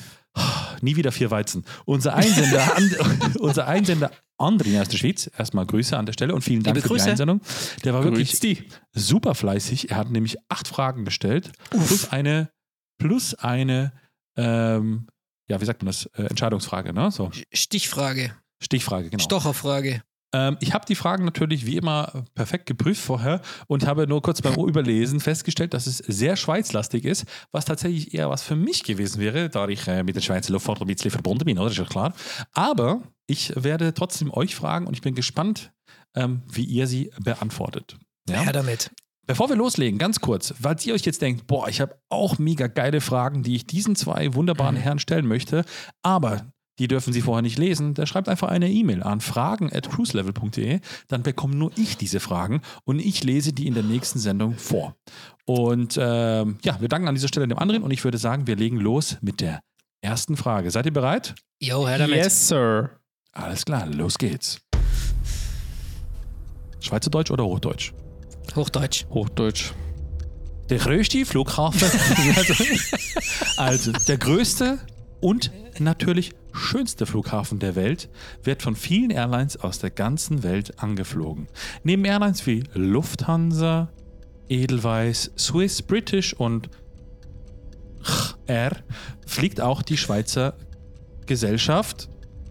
nie wieder vier Weizen, unser Einsender, an, unser Einsender André aus der Schweiz, erstmal Grüße an der Stelle und vielen Dank Liebe für Grüße. die Einsendung. Der war Grüß wirklich super fleißig. Er hat nämlich acht Fragen gestellt, plus eine, plus eine, ähm, ja, wie sagt man das, äh, Entscheidungsfrage, ne? So, Stichfrage, Stichfrage, genau. Stocherfrage. Ähm, ich habe die Fragen natürlich wie immer perfekt geprüft vorher und habe nur kurz beim Überlesen festgestellt, dass es sehr schweizlastig ist, was tatsächlich eher was für mich gewesen wäre, da ich äh, mit der Schweizer Luftfahrt ein bisschen verbunden bin, oder? Ist ja klar. Aber ich werde trotzdem euch fragen und ich bin gespannt, ähm, wie ihr sie beantwortet. Ja? Her damit. Bevor wir loslegen, ganz kurz, weil ihr euch jetzt denkt, boah, ich habe auch mega geile Fragen, die ich diesen zwei wunderbaren Mhm. Herren stellen möchte, aber die dürfen Sie vorher nicht lesen, der schreibt einfach eine E-Mail an fragen at cruiselevel punkt de, dann bekomme nur ich diese Fragen und ich lese die in der nächsten Sendung vor. Und ähm, ja, wir danken an dieser Stelle dem anderen und ich würde sagen, wir legen los mit der ersten Frage. Seid ihr bereit? Jo, her damit. Yes, sir. Alles klar, los geht's. Schweizerdeutsch oder Hochdeutsch? Hochdeutsch. Hochdeutsch. Der größte Flughafen, also, also der größte und natürlich schönste Flughafen der Welt, wird von vielen Airlines aus der ganzen Welt angeflogen. Neben Airlines wie Lufthansa, Edelweiss, Swiss, British und R fliegt auch die Schweizer Gesellschaft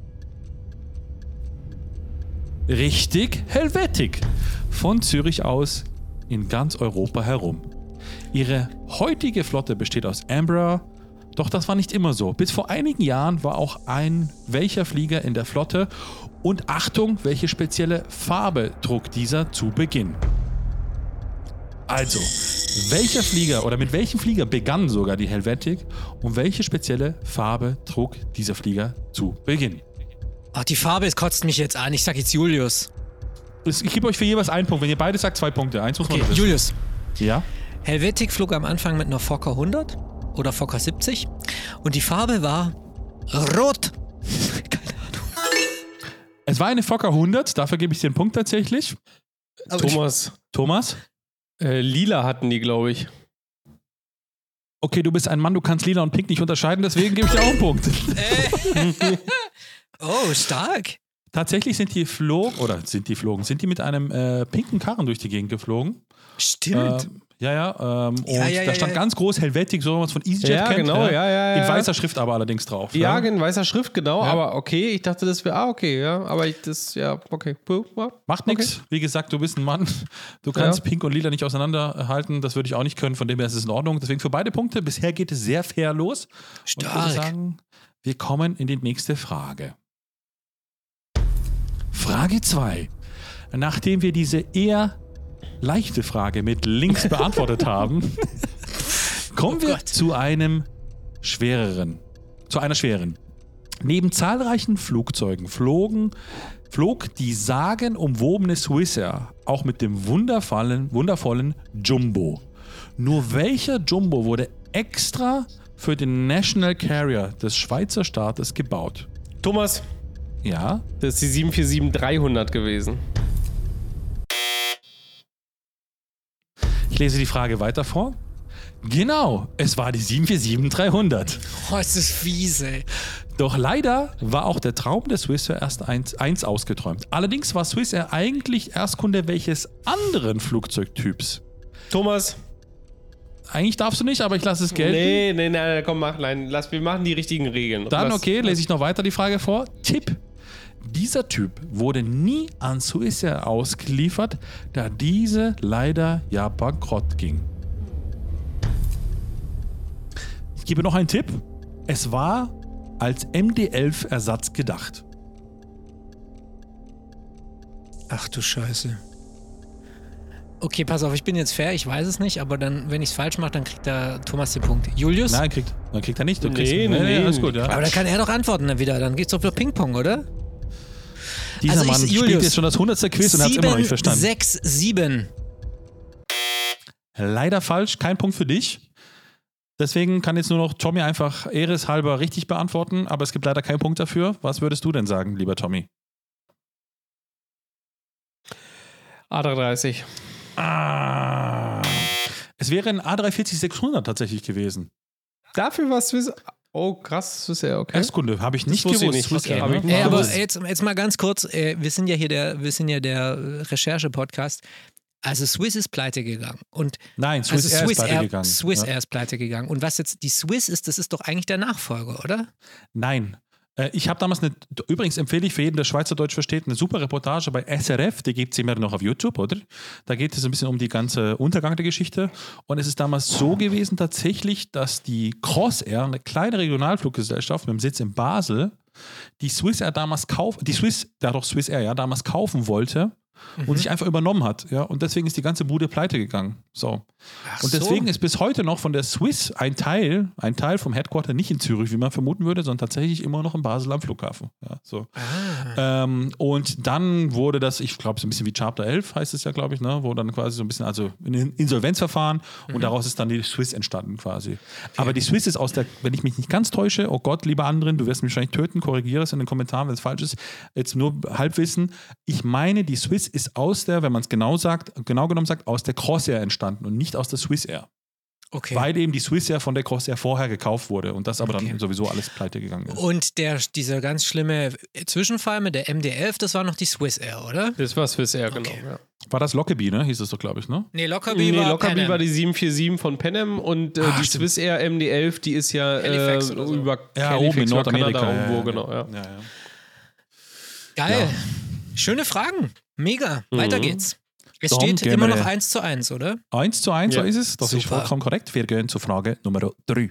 richtig Helvetic von Zürich aus in ganz Europa herum. Ihre heutige Flotte besteht aus Embraer, doch das war nicht immer so. Bis vor einigen Jahren war auch ein welcher Flieger in der Flotte und Achtung, welche spezielle Farbe trug dieser zu Beginn. Also, welcher Flieger oder mit welchem Flieger begann sogar die Helvetic und welche spezielle Farbe trug dieser Flieger zu Beginn? Ach, die Farbe kotzt mich jetzt an. Ich sag jetzt Julius. Ich gebe euch für jeweils einen Punkt. Wenn ihr beide sagt, zwei Punkte. Eins muss man Okay, wissen. Julius. Ja? Helvetic flog am Anfang mit einer Fokker hundert oder Fokker siebzig und die Farbe war rot. Keine Ahnung. Es war eine Fokker hundert, dafür gebe ich dir einen Punkt tatsächlich. Aber Thomas. Thomas? Äh, lila hatten die, glaube ich. Okay, du bist ein Mann, du kannst lila und pink nicht unterscheiden, deswegen gebe ich dir auch einen Punkt. Äh. Oh, stark. Tatsächlich sind die flogen, oder sind die flogen, sind die mit einem äh, pinken Karren durch die Gegend geflogen. Stimmt. Ähm, ja, ja. Ähm, und Ja, ja, da ja, stand ja. ganz groß Helvetic, so wie man es von EasyJet Ja, kennt. genau, ja, ja, ja. In weißer Schrift aber allerdings drauf. Ja, in weißer Schrift, genau. Ja. Aber okay, ich dachte, das wäre, ah, okay, ja. Aber ich, das, ja, okay. Puh, ja. Macht nichts. Wie gesagt, du bist ein Mann. Du kannst Ja. Pink und Lila nicht auseinanderhalten. Das würde ich auch nicht können. Von dem her ist es in Ordnung. Deswegen für beide Punkte. Bisher geht es sehr fair los. Und ich würde Stark. sagen, wir kommen in die nächste Frage. Frage zwei. Nachdem wir diese eher leichte Frage mit links beantwortet haben, kommen Oh wir Gott. zu einem schwereren. Zu einer schweren. Neben zahlreichen Flugzeugen flogen, flog die sagenumwobene Swissair auch mit dem wundervollen, wundervollen Jumbo. Nur welcher Jumbo wurde extra für den National Carrier des Schweizer Staates gebaut? Thomas, Ja, das ist die sieben vier sieben dreihundert gewesen. ich lese die Frage weiter vor. Genau, es war die sieben vier sieben dreihundert. Oh, ist das fies, ey. Doch leider war auch der Traum der Swissair erst eins, eins ausgeträumt. Allerdings war Swissair eigentlich Erstkunde welches anderen Flugzeugtyps? Thomas. Eigentlich darfst du nicht, aber ich lasse es gelten. Nee, nee, nee, komm, mach, nein, lass, wir machen die richtigen Regeln. Dann, lass, okay, lese ich noch weiter die Frage vor. Tipp. Dieser Typ wurde nie an Swissair ausgeliefert, da diese leider ja bankrott ging. Ich gebe noch einen Tipp. Es war als M D elf Ersatz gedacht. Ach du Scheiße. Okay, pass auf, ich bin jetzt fair, ich weiß es nicht, aber dann, wenn ich es falsch mache, dann kriegt da Thomas den Punkt. Julius? Nein, kriegt, dann kriegt er nicht. Du Nee, kriegst, nee, nee. alles gut, ja. Aber dann kann er doch antworten dann wieder. Dann geht's doch für Ping-Pong, oder? Dieser Also ich- Mann spielt Julius, jetzt schon das hundertste Quiz und hat es immer noch nicht verstanden. sechs, sieben. Leider falsch, kein Punkt für dich. Deswegen kann jetzt nur noch Tommy einfach ehreshalber richtig beantworten, aber es gibt leider keinen Punkt dafür. Was würdest du denn sagen, lieber Tommy? A drei dreißig. Ah. Es wäre ein A drei vierzig sechshundert tatsächlich gewesen. Dafür war Swiss. Oh, krass, Swiss Air, okay. Erstkunde, habe ich nicht wusste ich gewusst. nicht. Swiss Okay, Air, hab ne? ich nicht Ey, Ja, aber das- jetzt, jetzt mal ganz kurz, äh, wir sind ja hier der, wir sind ja der äh, Recherche-Podcast. Also Swiss ist pleite gegangen. Und Nein, Swiss also Air Swiss ist pleite Air, gegangen. Swiss Ja. Air ist pleite gegangen. Und was jetzt die Swiss ist, das ist doch eigentlich der Nachfolger, oder? Nein. Äh, Ich habe damals eine, übrigens empfehle ich für jeden, der Schweizerdeutsch versteht, eine super Reportage bei S R F, die gibt es immer noch auf YouTube, oder? Da geht es ein bisschen um die ganze Untergang der Geschichte. Und es ist damals so gewesen tatsächlich, dass die Crossair, eine kleine Regionalfluggesellschaft mit dem Sitz in Basel, die Swiss Air damals kaufen, die Swiss, ja doch Swiss Air, ja, damals kaufen wollte und sich einfach übernommen hat, ja, und deswegen ist die ganze Bude pleite gegangen. So. Ach Und deswegen ist bis heute noch von der Swiss ein Teil, ein Teil vom Headquarter nicht in Zürich, wie man vermuten würde, sondern tatsächlich immer noch in Basel am Flughafen. Ja, so. Ah. Ähm, und dann wurde das, ich glaube, so ein bisschen wie Chapter elf heißt es ja, glaube ich, ne, wo dann quasi so ein bisschen, also ein Insolvenzverfahren und daraus ist dann die Swiss entstanden quasi. Aber die Swiss ist aus der, wenn ich mich nicht ganz täusche, oh Gott, lieber anderen, du wirst mich wahrscheinlich töten, korrigiere es in den Kommentaren, wenn es falsch ist, jetzt nur Halbwissen. Ich meine, die Swiss ist aus der, wenn man es genau sagt, genau genommen sagt, aus der Crossair entstanden und nicht aus der Swiss Air. Okay. Weil eben die Swissair von der Crossair vorher gekauft wurde und das aber Okay. dann sowieso alles pleite gegangen ist. Und der, dieser ganz schlimme Zwischenfall mit der M D elf, das war noch die Swissair, oder? Das war Swissair, genau. Okay. Ja. War das Lockerbie, ne? Hieß es doch, glaube ich, ne? Nee, Lockerbie Nee, war Lockerbie Pan Am. war die sieben vier sieben von Pan Am und äh, Ah, die stimmt. Swissair M D elf, die ist ja äh, Halifax oder so. über Ja, Halifax oben in oder Nordamerika. Kanada ja, irgendwo, ja, genau. Ja. Ja, ja. Geil. Schöne Fragen. Mega. Weiter Mhm. geht's. Es Dann steht gehen immer wir- noch eins zu eins, oder? Eins zu eins, Ja. so ist es. Das ist Super. vollkommen korrekt. Wir gehen zur Frage Nummer drei.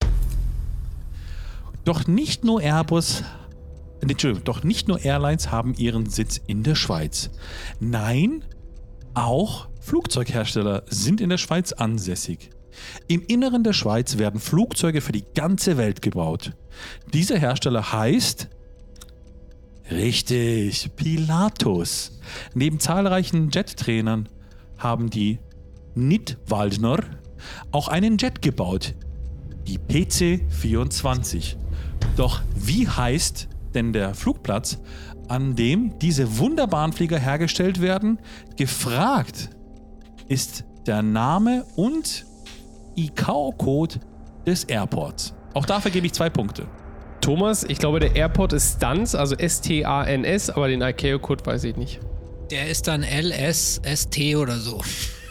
Doch nicht nur Airbus, äh, Entschuldigung, doch nicht nur Airlines haben ihren Sitz in der Schweiz. Nein, auch Flugzeughersteller sind in der Schweiz ansässig. Im Inneren der Schweiz werden Flugzeuge für die ganze Welt gebaut. Dieser Hersteller heißt richtig, Pilatus. Neben zahlreichen Jet-Trainern haben die Nidwaldner auch einen Jet gebaut, die P C vierundzwanzig. Doch wie heißt denn der Flugplatz, an dem diese wunderbaren Flieger hergestellt werden? Gefragt ist der Name und I C A O-Code des Airports. Auch dafür gebe ich zwei Punkte. Thomas, ich glaube, der Airport ist Stans, also S T A N S, aber den I C A O-Code weiß ich nicht. Der ist dann L S S T oder so.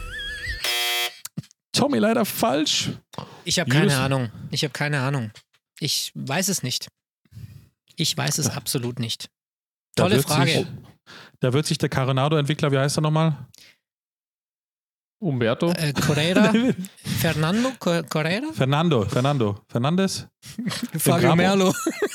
Tommy, leider falsch. Ich habe keine Julius? Ahnung. Ich habe keine Ahnung. Ich weiß es nicht. Ich weiß es absolut nicht. Da Tolle wird Frage. Sich, da wird sich der Carenado-Entwickler, wie heißt er nochmal? Umberto? Äh, Correira? Fernando Co- Correira? Fernando, Fernando, Fernandes, Fabio Grabo? Merlo.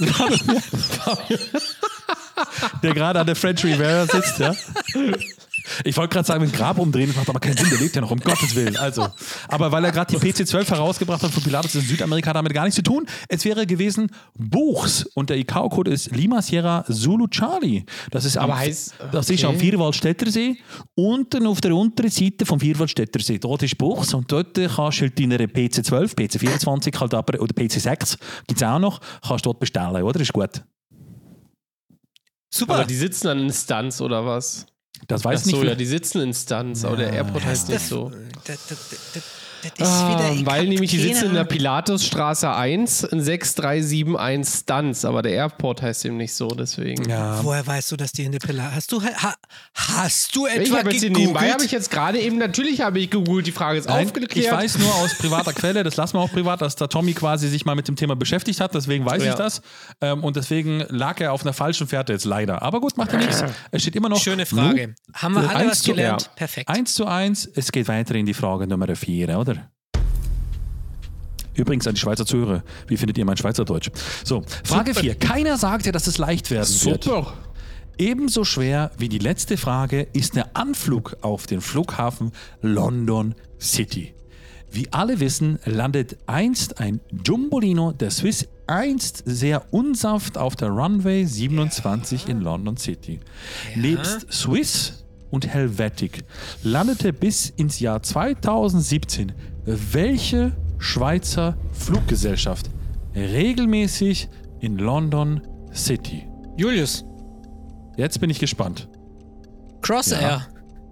der gerade an der French Riviera sitzt, ja. Ich wollte gerade sagen, mit Grab umdrehen, das macht aber keinen Sinn, der lebt ja noch, um Gottes Willen. Also, aber weil er gerade die P C zwölf herausgebracht hat von Pilatus in Südamerika, hat damit gar nichts zu tun. Es wäre gewesen Buchs und der I C A O-Code ist Lima Sierra Zulu Charlie. Das ist am, Aber heißt- das ist am okay. Vierwaldstättersee. Unten auf der unteren Seite vom Vierwaldstättersee. Dort ist Buchs und dort kannst du halt deine P C zwölf, P C vierundzwanzig halt aber, oder P C sechs, gibt es auch noch, kannst du dort bestellen, oder? Ist gut. Super. Aber die sitzen dann in Stans oder was? Das weiß Ach nicht. so, ja, vielleicht- die sitzen in Stans, aber der Airport heißt nicht so. Das, das, das, das ist Ah, wieder, ich weil hab nämlich die keine sitzen in der Ahnung. Pilatusstraße eins in sechs drei sieben eins Stans, aber der Airport heißt eben nicht so, deswegen. Ja. Woher weißt du, dass die in der Pilla... Hast du, ha, hast du Ich etwa habe jetzt hier nebenbei, habe gegoogelt? ich jetzt gerade eben, natürlich habe ich gegoogelt, die Frage ist Nein, aufgeklärt. ich weiß nur aus privater Quelle, das lassen wir auch privat, dass der Tommy quasi sich mal mit dem Thema beschäftigt hat, deswegen weiß Ja. ich das. Ähm, und deswegen lag er auf einer falschen Fährte jetzt leider. Aber gut, macht ja nichts. Es steht immer noch. Schöne Frage. Haben wir Äh, alle eins was zu- gelernt? ja. Perfekt. Eins zu eins, es geht weiter in die Frage Nummer vier, oder? Übrigens an die Schweizer Zuhörer, wie findet ihr mein Schweizerdeutsch? So, Frage vier. Keiner sagte, dass es leicht werden wird. Super. Ebenso schwer wie die letzte Frage ist der Anflug auf den Flughafen London City. Wie alle wissen, landet einst ein Jumbolino der Swiss einst sehr unsanft auf der Runway siebenundzwanzig in London City. Nebst Swiss und Helvetic landete bis ins Jahr zweitausendsiebzehn welche Schweizer Fluggesellschaft regelmäßig in London City? Julius, Jetzt bin ich gespannt. Crossair. Ja.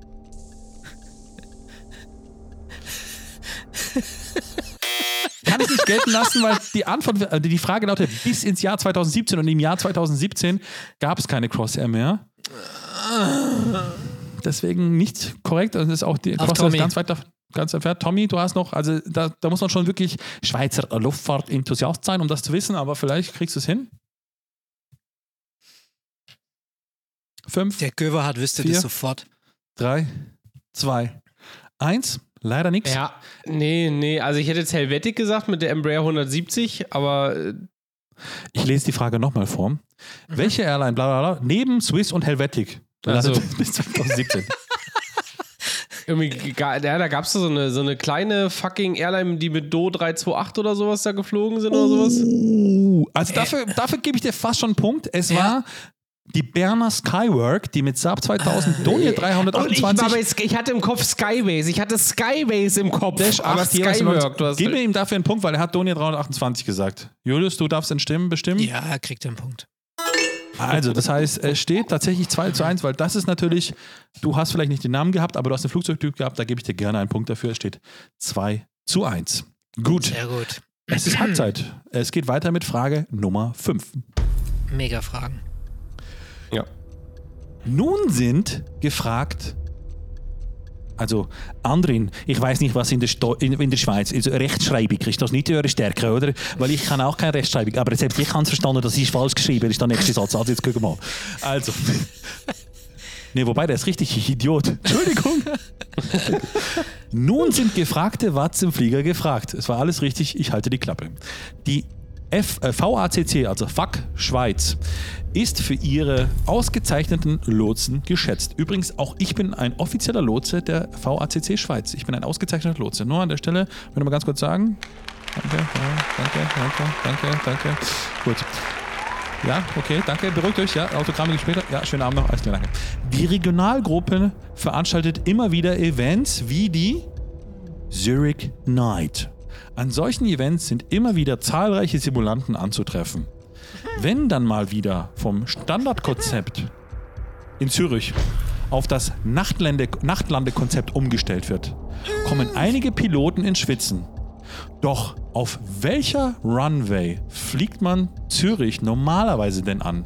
Kann ich nicht gelten lassen, weil die Antwort, äh, die Frage lautet bis ins Jahr zweitausendsiebzehn und im Jahr zweitausendsiebzehn gab es keine Crossair mehr. Deswegen nicht korrekt. Also ist auch die Auf Crossair ist Tommy. ganz weit davon. Ganz entfernt. Tommy, du hast noch, also da, da muss man schon wirklich Schweizer Luftfahrt-Enthusiast sein, um das zu wissen, aber vielleicht kriegst du es hin. Fünf, Der Göverhardt wüsste Vier. das sofort. drei, zwei, eins. Leider nichts. Ja, nee, nee, also ich hätte jetzt Helvetic gesagt mit der Embraer hundertsiebzig, aber äh, Ich lese die Frage nochmal vor. Welche Airline, bla bla bla, neben Swiss und Helvetic Ach so. landet bis zweitausendsiebzehn? irgendwie, ga- ja, da gab es so eine, so eine kleine fucking Airline, die mit Do drei zwei acht oder sowas da geflogen sind oder sowas. Uh, also dafür, dafür gebe ich dir fast schon einen Punkt. Es Ja. war die Berner Skywork, die mit Saab zweitausend Donir Und ich, war dreihundertachtundzwanzig. aber jetzt, ich hatte im Kopf Skybase, ich hatte Skybase im Kopf, Dash aber acht Skywork, du hast Gib mir ihm dafür einen Punkt, weil er hat Donir dreihundertachtundzwanzig gesagt. Julius, du darfst den Stimmen bestimmen. Ja, er kriegt den Punkt. Also, das heißt, es steht tatsächlich zwei zu eins, weil das ist natürlich, du hast vielleicht nicht den Namen gehabt, aber du hast einen Flugzeugtyp gehabt, da gebe ich dir gerne einen Punkt dafür. Es steht zwei zu eins. Gut, Sehr gut. es ist Halbzeit. Es geht weiter mit Frage Nummer fünf. Mega Fragen. Ja. Nun sind gefragt, also Andrin, ich weiß nicht, was in der, Sto in, in der Schweiz, also Rechtschreibung ist das nicht eure Stärke, oder? Weil ich kann auch keine Rechtschreibung, aber selbst ich kann es verstanden, das ist falsch geschrieben, ist der nächste Satz. Also jetzt gucken wir mal. Also, ne, wobei, der ist richtig, ich Idiot. Entschuldigung. Nun sind gefragte Watzenflieger gefragt. Es war alles richtig, ich halte die Klappe. Die F, äh, V A C C, also F A C Schweiz, ist für ihre ausgezeichneten Lotsen geschätzt. Übrigens, auch ich bin ein offizieller Lotse der V A C C Schweiz. Ich bin ein ausgezeichneter Lotse. Nur an der Stelle, will ich mal ganz kurz sagen. Danke, ja, danke, danke, danke, danke. Gut. Ja, okay, danke. Beruhigt euch. Ja, Autogramm später. Ja, schönen Abend noch. Alles klar, danke. Die Regionalgruppe veranstaltet immer wieder Events wie die Zurich Night. An solchen Events sind immer wieder zahlreiche Simulanten anzutreffen. Wenn dann mal wieder vom Standardkonzept in Zürich auf das Nachtlande Nachtlandekonzept umgestellt wird, kommen einige Piloten ins Schwitzen. Doch auf welcher Runway fliegt man Zürich normalerweise denn an?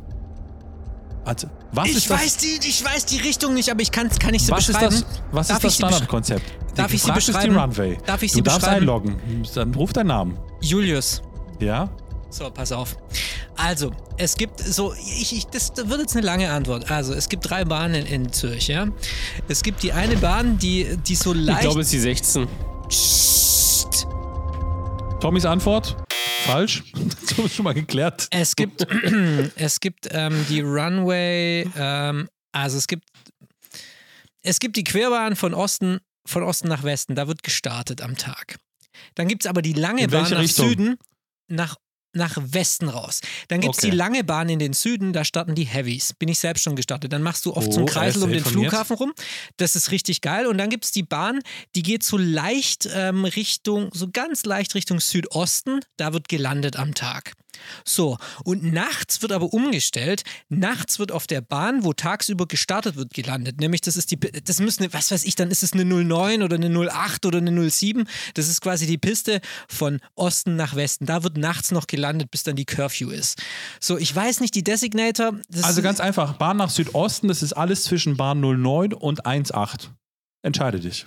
Also, was Ich ist das? weiß, die, ich weiß die Richtung nicht, aber ich kann es nicht so Was ist beschreiben. das, was Darf ist das ich sie besch- Standardkonzept? Darf Die ich sie gefragt ist beschreiben? die Runway. Darf ich du sie darfst beschreiben? einloggen. Dann ruf deinen Namen. Julius. Ja? So, pass auf. Also, es gibt so, ich, ich, das wird jetzt eine lange Antwort. Also, es gibt drei Bahnen in Zürich, ja. Es gibt die eine Bahn, die, die so Ich leicht... glaube, es ist die sechzehn. Psst. Tommys Antwort? Falsch. Das haben wir schon mal geklärt. Es gibt, es gibt ähm, die Runway, ähm, also es gibt, es gibt die Querbahn von Osten, von Osten nach Westen, da wird gestartet am Tag. Dann gibt es aber die lange In Bahn welche nach Richtung? Süden, nach, nach Westen raus. Dann gibt es Okay. die lange Bahn in den Süden, da starten die Heavies. Bin ich selbst schon gestartet. Dann machst du oft so einen Oh, Kreisel er um ist den informiert. Flughafen rum. Das ist richtig geil. Und dann gibt es die Bahn, die geht so leicht ähm, Richtung, so ganz leicht Richtung Südosten. Da wird gelandet am Tag. So, und nachts wird aber umgestellt. Nachts wird auf der Bahn, wo tagsüber gestartet wird, gelandet. Nämlich, das ist die, das müssen, was weiß ich, dann ist es eine null neun oder eine null acht oder eine null sieben. Das ist quasi die Piste von Osten nach Westen. Da wird nachts noch gelandet, bis dann die Curfew ist. So, ich weiß nicht, die Designator. Das Also ganz einfach, Bahn nach Südosten, das ist alles zwischen Bahn null neun und eins acht. Entscheide dich.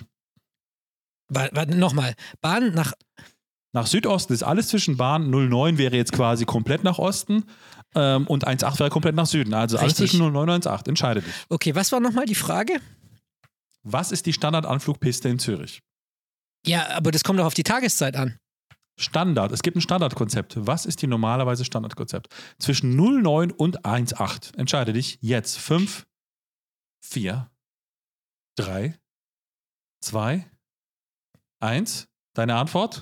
Warte, warte, nochmal. Bahn nach. Nach Südosten ist alles zwischen Bahn null neun wäre jetzt quasi komplett nach Osten ähm, und eins acht wäre komplett nach Süden. Also alles Richtig. zwischen null neun und eins acht. Entscheide dich. Okay, was war nochmal die Frage? Was ist die Standardanflugpiste in Zürich? Ja, aber das kommt doch auf die Tageszeit an. Standard. Es gibt ein Standardkonzept. Was ist die normalerweise Standardkonzept? Zwischen null neun und eins acht. Entscheide dich jetzt. fünf, vier, drei, zwei, eins. Deine Antwort?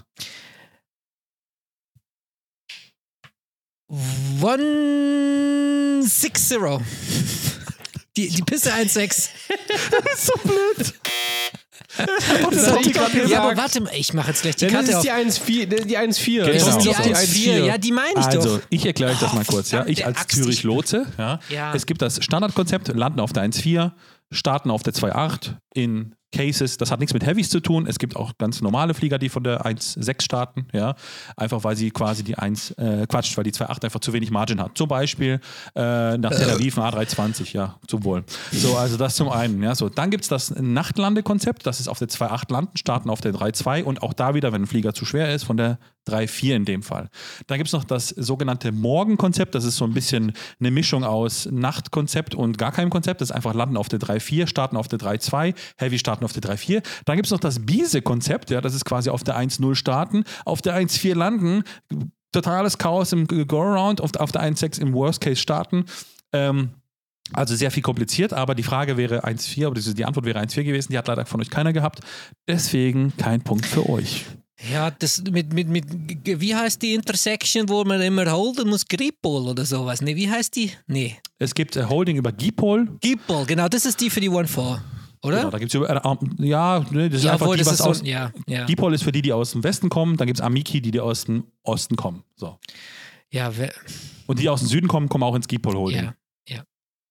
One six zero. Die, die Piste eins sechs. So blöd. Das hatte ich gerade Ja, gesagt. aber warte mal, ich mache jetzt gleich die Dann ist Karte es auf. die eins vier. Die eins vier. Genau. Das ist die Doch, eins vier. Ja, die meine ich Also, doch. ich erkläre euch das mal kurz. Ja? Ich verdammte als Axt, Zürich ich- Lotse, ja? Ja. Es gibt das Standardkonzept, landen auf der eins vier, starten auf der zwei acht in Cases. Das hat nichts mit Heavies zu tun. Es gibt auch ganz normale Flieger, die von der eins sechs starten. Ja? Einfach weil sie quasi die eins, äh, Quatsch, weil die zwei acht einfach zu wenig Margin hat. Zum Beispiel äh, nach Tel Aviv ein A drei zwanzig, ja, zum Wohl. So, also das zum einen. Ja? So, dann gibt es das Nachtlandekonzept. Das ist auf der zwei acht landen, starten auf der drei zwei und auch da wieder, wenn ein Flieger zu schwer ist, von der drei vier in dem Fall. Dann gibt es noch das sogenannte Morgenkonzept. Das ist so ein bisschen eine Mischung aus Nachtkonzept und gar keinem Konzept. Das ist einfach landen auf der drei vier, starten auf der drei zwei, Heavy starten auf der drei vier. Dann gibt es noch das Biese-Konzept. Ja, das ist quasi auf der eins null starten, auf der eins vier landen, totales Chaos im Go-Around, auf, auf der eins sechs im Worst Case starten. Ähm, Also sehr viel kompliziert, aber die Frage wäre eins vier, aber die Antwort wäre eins vier gewesen. Die hat leider von euch keiner gehabt. Deswegen kein Punkt für euch. Ja, das mit, mit, mit, wie heißt die Intersection, wo man immer holden muss? Gripol oder sowas? Nee, wie heißt die? Nee. Es gibt äh, Holding über Gipol. Gipol, genau, das ist die für die One vier, oder? Genau, da gibt es über, äh, ja, ne, das ist Ja, einfach obwohl, die, das was ist so- aus. ja, ja. Dipol ist für die, die aus dem Westen kommen. Dann gibt es Amiki, die, die aus dem Osten kommen. So. Ja, wer, Und die aus dem Süden kommen, kommen auch ins Gipol Holding. ja, ja.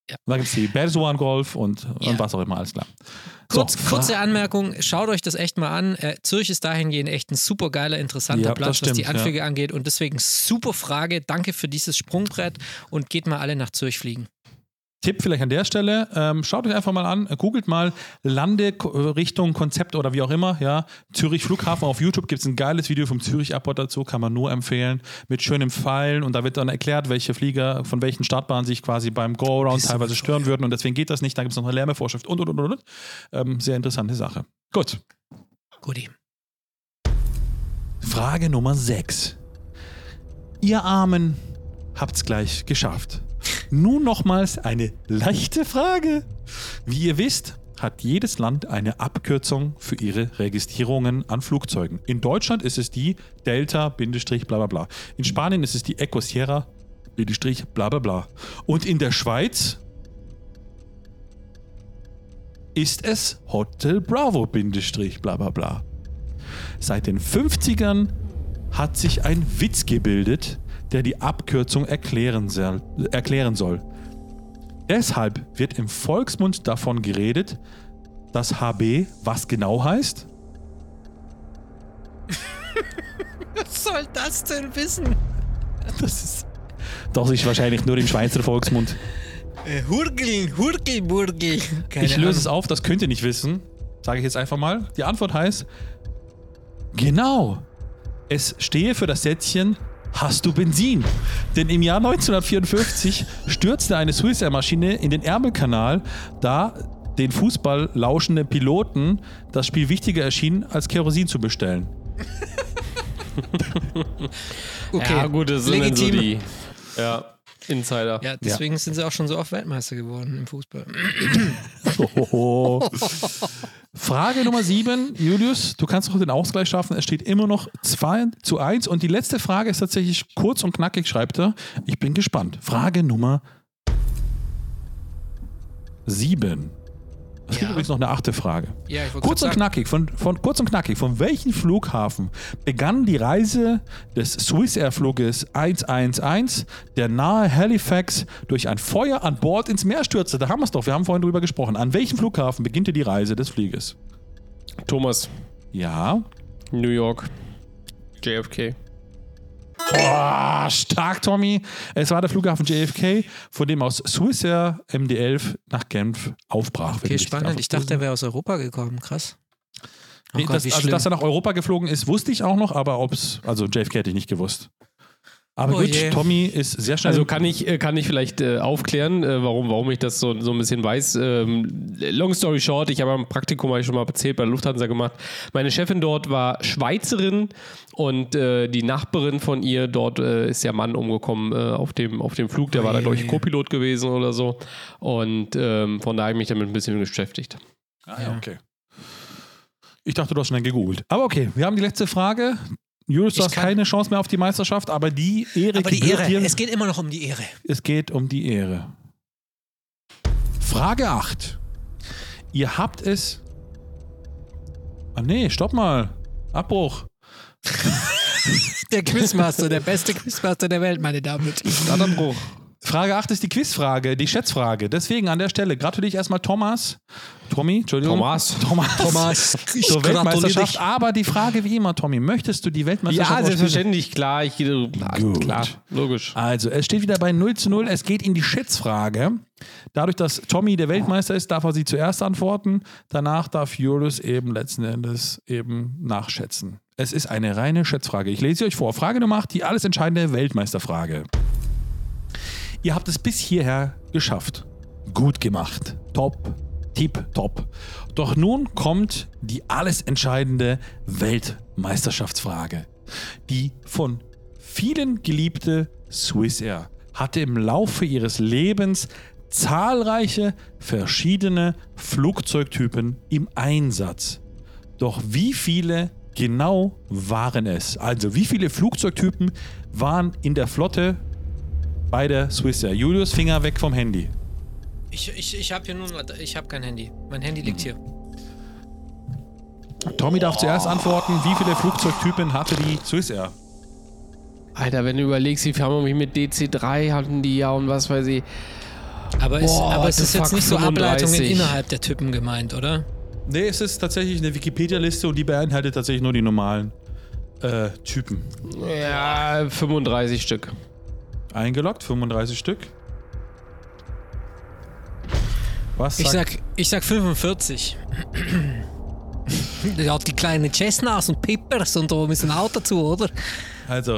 Ja. Und dann gibt es die Berswan Golf und, Ja. und was auch immer, alles klar. Kurz, So, kurze Anmerkung, schaut euch das echt mal an. Äh, Zürich ist dahingehend echt ein super geiler, interessanter Ja, Platz, das stimmt, was die Anflüge ja. angeht. Und deswegen super Frage. Danke für dieses Sprungbrett und geht mal alle nach Zürich fliegen. Tipp vielleicht an der Stelle, ähm, schaut euch einfach mal an, äh, googelt mal Landerichtung, Konzept oder wie auch immer, ja, Zürich Flughafen. Auf YouTube gibt es ein geiles Video vom Zürich Airport dazu, kann man nur empfehlen, mit schönem Pfeilen und da wird dann erklärt, welche Flieger von welchen Startbahnen sich quasi beim Go-Around teilweise stören würden und deswegen geht das nicht, da gibt es noch eine Lärmevorschrift und und und und. Ähm, sehr interessante Sache. Gut. Guti. Frage Nummer sechs. Ihr Armen habt's gleich geschafft. Nun nochmals eine leichte Frage. Wie ihr wisst, hat jedes Land eine Abkürzung für ihre Registrierungen an Flugzeugen. In Deutschland ist es die Delta, Bindestrich, bla bla bla. In Spanien ist es die Eco Sierra, Bindestrich, bla bla bla. Und in der Schweiz ist es Hotel Bravo, Bindestrich, bla bla bla. Seit den fünfzigern hat sich ein Witz gebildet, der die Abkürzung erklären soll. Erklären soll. Deshalb wird im Volksmund davon geredet, dass H B was genau heißt? Was soll das denn wissen? Das ist, das ist wahrscheinlich nur im Schweizer Volksmund. Äh, Hurgel, Hurgelburgel. Keine Ich löse Ahnung. es auf, das könnt ihr nicht wissen. Sage ich jetzt einfach mal. Die Antwort heißt, genau, es stehe für das Sätzchen, hast du Benzin? Denn im Jahr neunzehnhundertvierundfünfzig stürzte eine Swissair-Maschine in den Ärmelkanal, da den Fußball lauschenden Piloten das Spiel wichtiger erschien, als Kerosin zu bestellen. Okay, Ja, gut, das sind dann so legitim. die ja, Insider. Ja, deswegen sind sie auch schon so oft Weltmeister geworden im Fußball. Hohoho. Frage Nummer sieben, Julius, du kannst noch den Ausgleich schaffen. Es steht immer noch zwei zu eins und die letzte Frage ist tatsächlich kurz und knackig, schreibt er. Ich bin gespannt. Frage Nummer sieben. Es gibt Ja. übrigens noch eine achte Frage. Ja, ich wollte Kurz und sagen, knackig, von, von, kurz und knackig, von welchem Flughafen begann die Reise des Swissair-Fluges eins eins eins, der nahe Halifax durch ein Feuer an Bord ins Meer stürzte? Da haben wir es doch, wir haben vorhin drüber gesprochen. An welchem Flughafen beginnt die Reise des Flieges? Thomas, Ja. New York, J F K. Boah, stark, Tommy. Es war der Flughafen J F K, von dem aus Swissair M D elf nach Genf aufbrach. wenn okay, du dich spannend. darauf Ich dachte, er wäre aus Europa gekommen. Krass. Oh Nee, Gott, das, wie also, schlimm. dass er nach Europa geflogen ist, wusste ich auch noch, aber ob es, also J F K hätte ich nicht gewusst. Aber Oh gut, je. Tommy ist sehr schnell. Also kann ich, äh, kann ich vielleicht äh, aufklären, äh, warum, warum ich das so, so ein bisschen weiß. Ähm, long story short, ich habe am Praktikum, habe ich schon mal erzählt, bei der Lufthansa gemacht. Meine Chefin dort war Schweizerin und äh, die Nachbarin von ihr, dort äh, ist der Mann umgekommen äh, auf, dem, auf dem Flug. Der war da, glaube ich, Co-Pilot gewesen oder so. Und ähm, von daher habe ich mich damit ein bisschen beschäftigt. ah, ja, okay. Ich dachte, du hast schnell gegoogelt. Aber okay, wir haben die letzte Frage. Julius, du Ich hast kann- keine Chance mehr auf die Meisterschaft, aber die Ehre Aber die gebührt Ehre, dir. es geht immer noch um die Ehre. Es geht um die Ehre. Frage acht. Ihr habt es. Ah, nee, stopp mal. Abbruch. Der Quizmaster, der beste Quizmaster der Welt, meine Damen und Herren. Abbruch. Frage acht ist die Quizfrage, die Schätzfrage. Deswegen an der Stelle gratuliere ich erstmal Thomas. Tommy, Entschuldigung. Thomas. Thomas. Thomas, ich Zur gratuliere Weltmeisterschaft. dich. Aber die Frage wie immer, Tommy, möchtest du die Weltmeisterschaft Ja, auch spielen? selbstverständlich, klar. Ich, äh, Gut. klar, logisch. Also, es steht wieder bei null zu null. Es geht in die Schätzfrage. Dadurch, dass Tommy der Weltmeister ist, darf er sie zuerst antworten. Danach darf Julius eben letzten Endes eben nachschätzen. Es ist eine reine Schätzfrage. Ich lese sie euch vor. Frage Nummer acht, die alles entscheidende Weltmeisterfrage. Ihr habt es bis hierher geschafft. Gut gemacht. Top. Tip, top. Doch nun kommt die alles entscheidende Weltmeisterschaftsfrage. Die von vielen geliebte Swissair hatte im Laufe ihres Lebens zahlreiche verschiedene Flugzeugtypen im Einsatz. Doch wie viele genau waren es? Also wie viele Flugzeugtypen waren in der Flotte bei der Swissair? Julius, Finger weg vom Handy. Ich, ich, ich habe hier nur, ich habe kein Handy. Mein Handy liegt hier. Tommy darf zuerst antworten. Wie viele Flugzeugtypen hatte die Swissair? Alter, wenn du überlegst, die haben irgendwie mit D C drei hatten die ja und was weiß ich. Aber, ist, Boah, aber es the ist jetzt fuck, nicht so Ableitungen fünfunddreißig. innerhalb der Typen gemeint, oder? Nee, es ist tatsächlich eine Wikipedia-Liste und die beinhaltet tatsächlich nur die normalen äh, Typen. Ja, fünfunddreißig Stück. Eingeloggt, fünfunddreißig Stück. Was Ich sagt sag, ich sag fünfundvierzig. Ja, die kleinen Chestnuts und Peppers und da müssen auch dazu, oder? Also, Ja,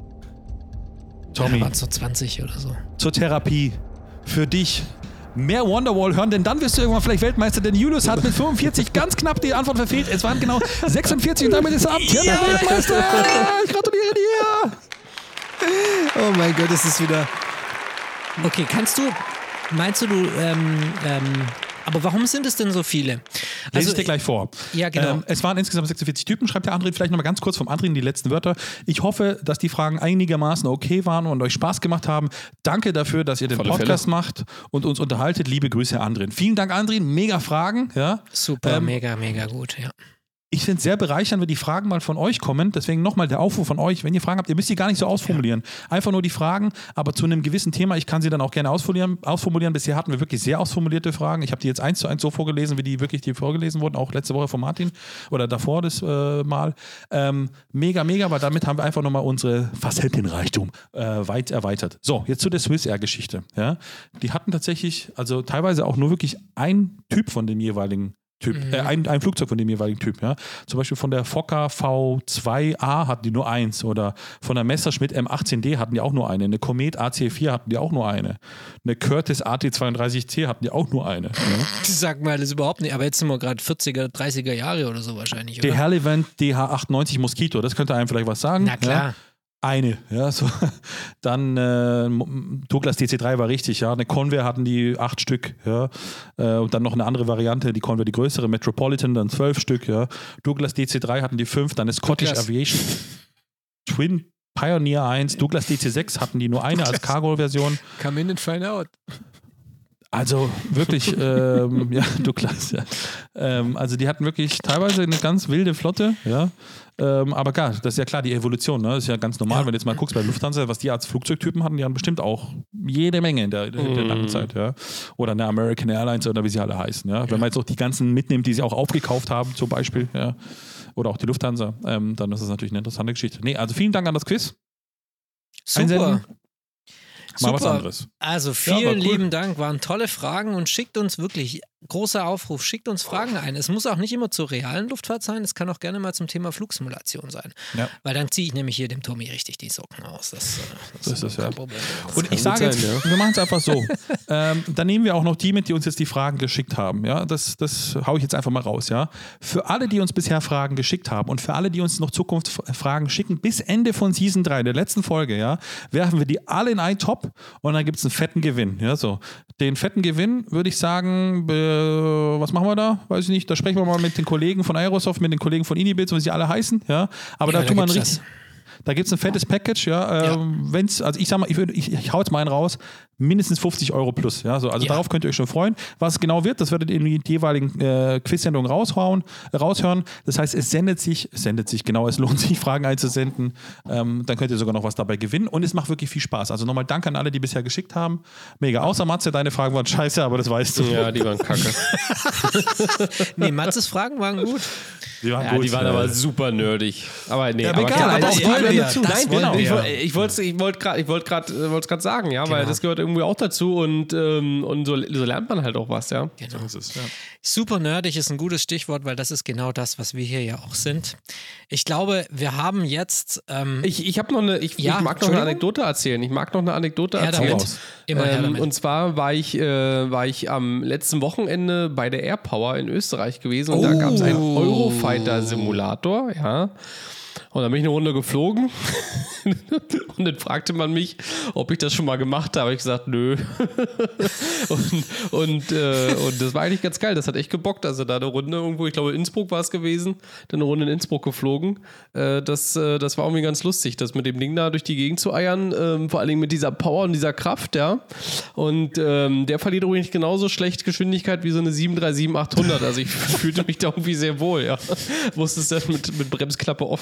Tommy, waren so zwanzig oder so. zur Therapie. Für dich mehr Wonderwall hören, denn dann wirst du irgendwann vielleicht Weltmeister, denn Julius hat mit fünfundvierzig ganz knapp die Antwort verfehlt. Es waren genau sechsundvierzig und damit ist er amtierender Weltmeister. Ich gratuliere dir. Oh mein Gott, das ist wieder... Okay, kannst du... Meinst du, du... Ähm, ähm, aber warum sind es denn so viele? Lese ich dir gleich vor. Ja, genau. Ähm, es waren insgesamt sechsundvierzig Typen, schreibt der André. Vielleicht nochmal ganz kurz vom André die letzten Wörter. Ich hoffe, dass die Fragen einigermaßen okay waren und euch Spaß gemacht haben. Danke dafür, dass ihr den Volle Podcast Fälle. macht und uns unterhaltet. Liebe Grüße, André. Vielen Dank, André. Mega Fragen. Ja. Super, Ähm, mega, mega gut, ja. Ich finde es sehr bereichernd, wenn die Fragen mal von euch kommen. Deswegen nochmal der Aufruf von euch. Wenn ihr Fragen habt, ihr müsst die gar nicht so ausformulieren. Einfach nur die Fragen, aber zu einem gewissen Thema. Ich kann sie dann auch gerne ausformulieren. ausformulieren. Bisher hatten wir wirklich sehr ausformulierte Fragen. Ich habe die jetzt eins zu eins so vorgelesen, wie die wirklich die vorgelesen wurden. Auch letzte Woche von Martin oder davor das äh, Mal. Ähm, mega, mega, weil damit haben wir einfach nochmal unsere Facettenreichtum äh, weit erweitert. So, jetzt zu der Swiss Air-Geschichte. Ja? Die hatten tatsächlich, also teilweise auch nur wirklich ein Typ von dem jeweiligen Typ, Mhm. äh, ein, ein Flugzeug von dem jeweiligen Typ, ja. Zum Beispiel von der Fokker V zwei A hatten die nur eins oder von der Messerschmitt M achtzehn D hatten die auch nur eine. Eine Comet A C vier hatten die auch nur eine. Eine Curtiss A T zweiunddreißig C hatten die auch nur eine. Ja. Das sagt mir alles überhaupt nicht, aber jetzt sind wir gerade vierziger, dreißiger Jahre oder so wahrscheinlich, Der oder? Herlevent D H achtundneunzig Mosquito, das könnte einem vielleicht was sagen. Na klar. Ja. Eine, ja, so. Dann äh, Douglas D C drei war richtig, ja. Eine Convair hatten die acht Stück, ja. Äh, und dann noch eine andere Variante, die Convair, die größere, Metropolitan, dann zwölf Stück, ja. Douglas D C drei hatten die fünf, dann eine Scottish Douglas. Aviation Twin Pioneer eins, Douglas D C sechs hatten die nur eine als Cargo-Version. Come in and find out. Also wirklich, ähm, ja, Douglas, ja. Ähm, also die hatten wirklich teilweise eine ganz wilde Flotte, ja. Ähm, aber klar, das ist ja klar, die Evolution, ne? Das ist ja ganz normal, Ja. wenn du jetzt mal guckst bei Lufthansa, was die als Flugzeugtypen hatten, die hatten bestimmt auch jede Menge in der, in der Mm. langen Zeit, ja. Oder eine American Airlines oder wie sie alle heißen, ja. Wenn man jetzt auch die ganzen mitnimmt, die sie auch aufgekauft haben, zum Beispiel, ja. Oder auch die Lufthansa, ähm, dann ist das natürlich eine interessante Geschichte. Nee, also vielen Dank an das Quiz. Super. Einsenden. Mal was Super. anderes. Also Ja, vielen war cool. lieben Dank, waren tolle Fragen und schickt uns wirklich, großer Aufruf, schickt uns Fragen ein. Es muss auch nicht immer zur realen Luftfahrt sein, es kann auch gerne mal zum Thema Flugsimulation sein. Ja. Weil dann ziehe ich nämlich hier dem Tommy richtig die Socken aus. Das, äh, So ist das, kein ja. Problem. Und ich gut sage sein, jetzt, ja. wir machen es einfach so. ähm, dann nehmen wir auch noch die mit, die uns jetzt die Fragen geschickt haben. Ja, das, das haue ich jetzt einfach mal raus. Ja, für alle, die uns bisher Fragen geschickt haben und für alle, die uns noch Zukunft Fragen schicken, bis Ende von Season drei, der letzten Folge, ja, werfen wir die alle in einen Top und dann gibt es einen fetten Gewinn. Ja, so. Den fetten Gewinn würde ich sagen, äh, was machen wir da? Weiß ich nicht. Da sprechen wir mal mit den Kollegen von Aerosoft, mit den Kollegen von Inibits, wie sie alle heißen. Ja, aber Ja, da da tun wir ein gibt's richtig. Da gibt es ein fettes Package, ja. Ähm, Wenn's, also ich sag mal, ich, würd, ich, ich hau jetzt mal einen raus, mindestens fünfzig Euro plus. Ja, so, also Ja. darauf könnt ihr euch schon freuen. Was es genau wird, das werdet ihr in die jeweiligen äh, Quiz-Sendungen raushauen, äh, raushören. Das heißt, es sendet sich, es sendet sich, genau, es lohnt sich, Fragen einzusenden. Ähm, dann könnt ihr sogar noch was dabei gewinnen und es macht wirklich viel Spaß. Also nochmal Dank an alle, die bisher geschickt haben. Mega. Außer Matze, deine Fragen waren scheiße, aber das weißt du. Ja, die waren kacke. Nee, Matzes Fragen waren gut. Die waren Ja, gut. die waren aber super nerdig. Aber nee, Ja, aber egal, klar, aber das auch gehört wollen wir. dazu. Das Nein, wollen genau. Ich, wir. woll- ich wollte ich wollt gerade ich wollt grad, äh, wollt's grad sagen, ja, weil Genau. das gehört irgendwie auch dazu und, ähm, und so, so lernt man halt auch was, ja. Genau. So ist es, ja. Super nerdig ist ein gutes Stichwort, weil das ist genau das, was wir hier ja auch sind. Ich glaube, wir haben jetzt. Ähm, Ich, ich habe noch eine, ich, Ja, ich mag noch eine Entschuldigung? Anekdote erzählen. Ich mag noch eine Anekdote her erzählen. damit. Immer her Ähm, damit. und zwar war ich, äh, war ich am letzten Wochenende bei der Airpower in Österreich gewesen und da Oh. gab es einen Eurofighter-Simulator, ja. Und dann bin ich eine Runde geflogen und dann fragte man mich, ob ich das schon mal gemacht habe. Ich gesagt, nö. und, und, äh, und das war eigentlich ganz geil. Das hat echt gebockt. Also da eine Runde irgendwo, ich glaube Innsbruck war es gewesen, dann eine Runde in Innsbruck geflogen. Äh, das, äh, das war irgendwie ganz lustig, das mit dem Ding da durch die Gegend zu eiern. Ähm, vor allen Dingen mit dieser Power und dieser Kraft, ja. Und ähm, der verliert übrigens genauso schlecht Geschwindigkeit wie so eine sieben drei sieben achthundert. Also ich fühlte mich da irgendwie sehr wohl, ja. Musste es dann mit, mit Bremsklappe offen, musste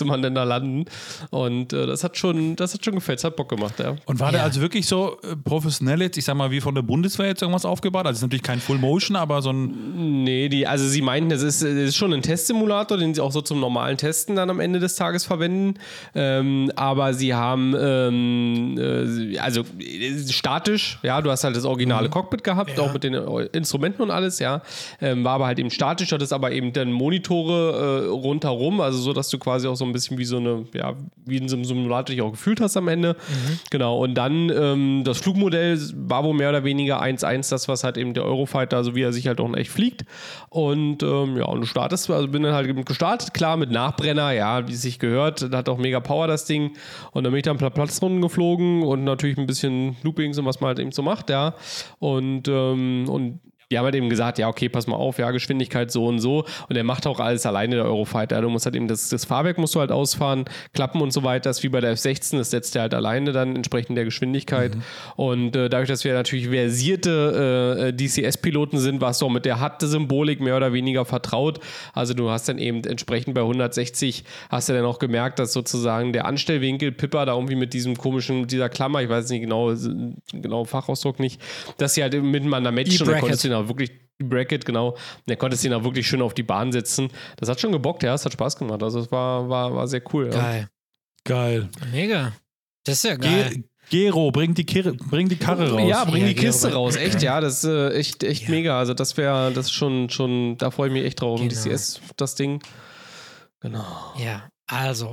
man denn da landen? Und äh, das hat schon, das hat schon gefällt, das hat Bock gemacht, ja. Und war Ja. der also wirklich so äh, professionell jetzt, ich sag mal, wie von der Bundeswehr jetzt irgendwas aufgebaut? Also es ist natürlich kein Full Motion, aber so ein... Nee, die, also sie meinten, das ist, das ist schon ein Testsimulator, den sie auch so zum normalen Testen dann am Ende des Tages verwenden. Ähm, aber sie haben, ähm, äh, also äh, statisch, ja, du hast halt das originale Cockpit gehabt, Ja. auch mit den äh, Instrumenten und alles, ja. Ähm, war aber halt eben statisch, hattest aber eben dann Monitore äh, rundherum, also so, dass du quasi auch so ein bisschen wie so eine, ja, wie in so einem Simulator dich auch gefühlt hast am Ende. Mhm. Genau, und dann ähm, das Flugmodell war wohl mehr oder weniger eins eins, das, was halt eben der Eurofighter, so wie er sich halt auch in echt fliegt. Und ähm, ja, und du startest, also bin dann halt eben gestartet, klar, mit Nachbrenner, ja, wie es sich gehört, hat auch mega Power, das Ding. Und dann bin ich dann ein paar Platzrunden geflogen und natürlich ein bisschen Loopings und was man halt eben so macht, ja. Und, ähm, und die haben halt eben gesagt, ja, okay, pass mal auf, ja, Geschwindigkeit so und so. Und er macht auch alles alleine, der Eurofighter. Du musst halt eben das, das Fahrwerk musst du halt ausfahren, Klappen und so weiter. Das ist wie bei der F sechzehn, das setzt er halt alleine dann entsprechend der Geschwindigkeit. Mhm. Und äh, dadurch, dass wir natürlich versierte äh, D C S-Piloten sind, warst du auch mit der H A T-Symbolik mehr oder weniger vertraut. Also du hast dann eben entsprechend bei hundertsechzig hast du dann auch gemerkt, dass sozusagen der Anstellwinkel Pipper da irgendwie mit diesem komischen, mit dieser Klammer, ich weiß nicht genau, genau Fachausdruck nicht, dass sie halt miteinander matchen und dann konntest du ihn auch wirklich Bracket, genau. Und er konnte ihn auch wirklich schön auf die Bahn setzen. Das hat schon gebockt, ja, es hat Spaß gemacht. Also es war, war, war sehr cool. Geil. Ja. Geil. Mega. Das ist ja geil. Ge- Gero, bring die, Kir- bring die Karre raus. Ja, bring Ja, die Kiste Gero. raus. Echt, ja, das ist äh, echt, echt Ja. mega. Also das wäre, das ist schon, schon, da freue ich mich echt drauf. Genau. D C S, das Ding. Genau. Ja, also.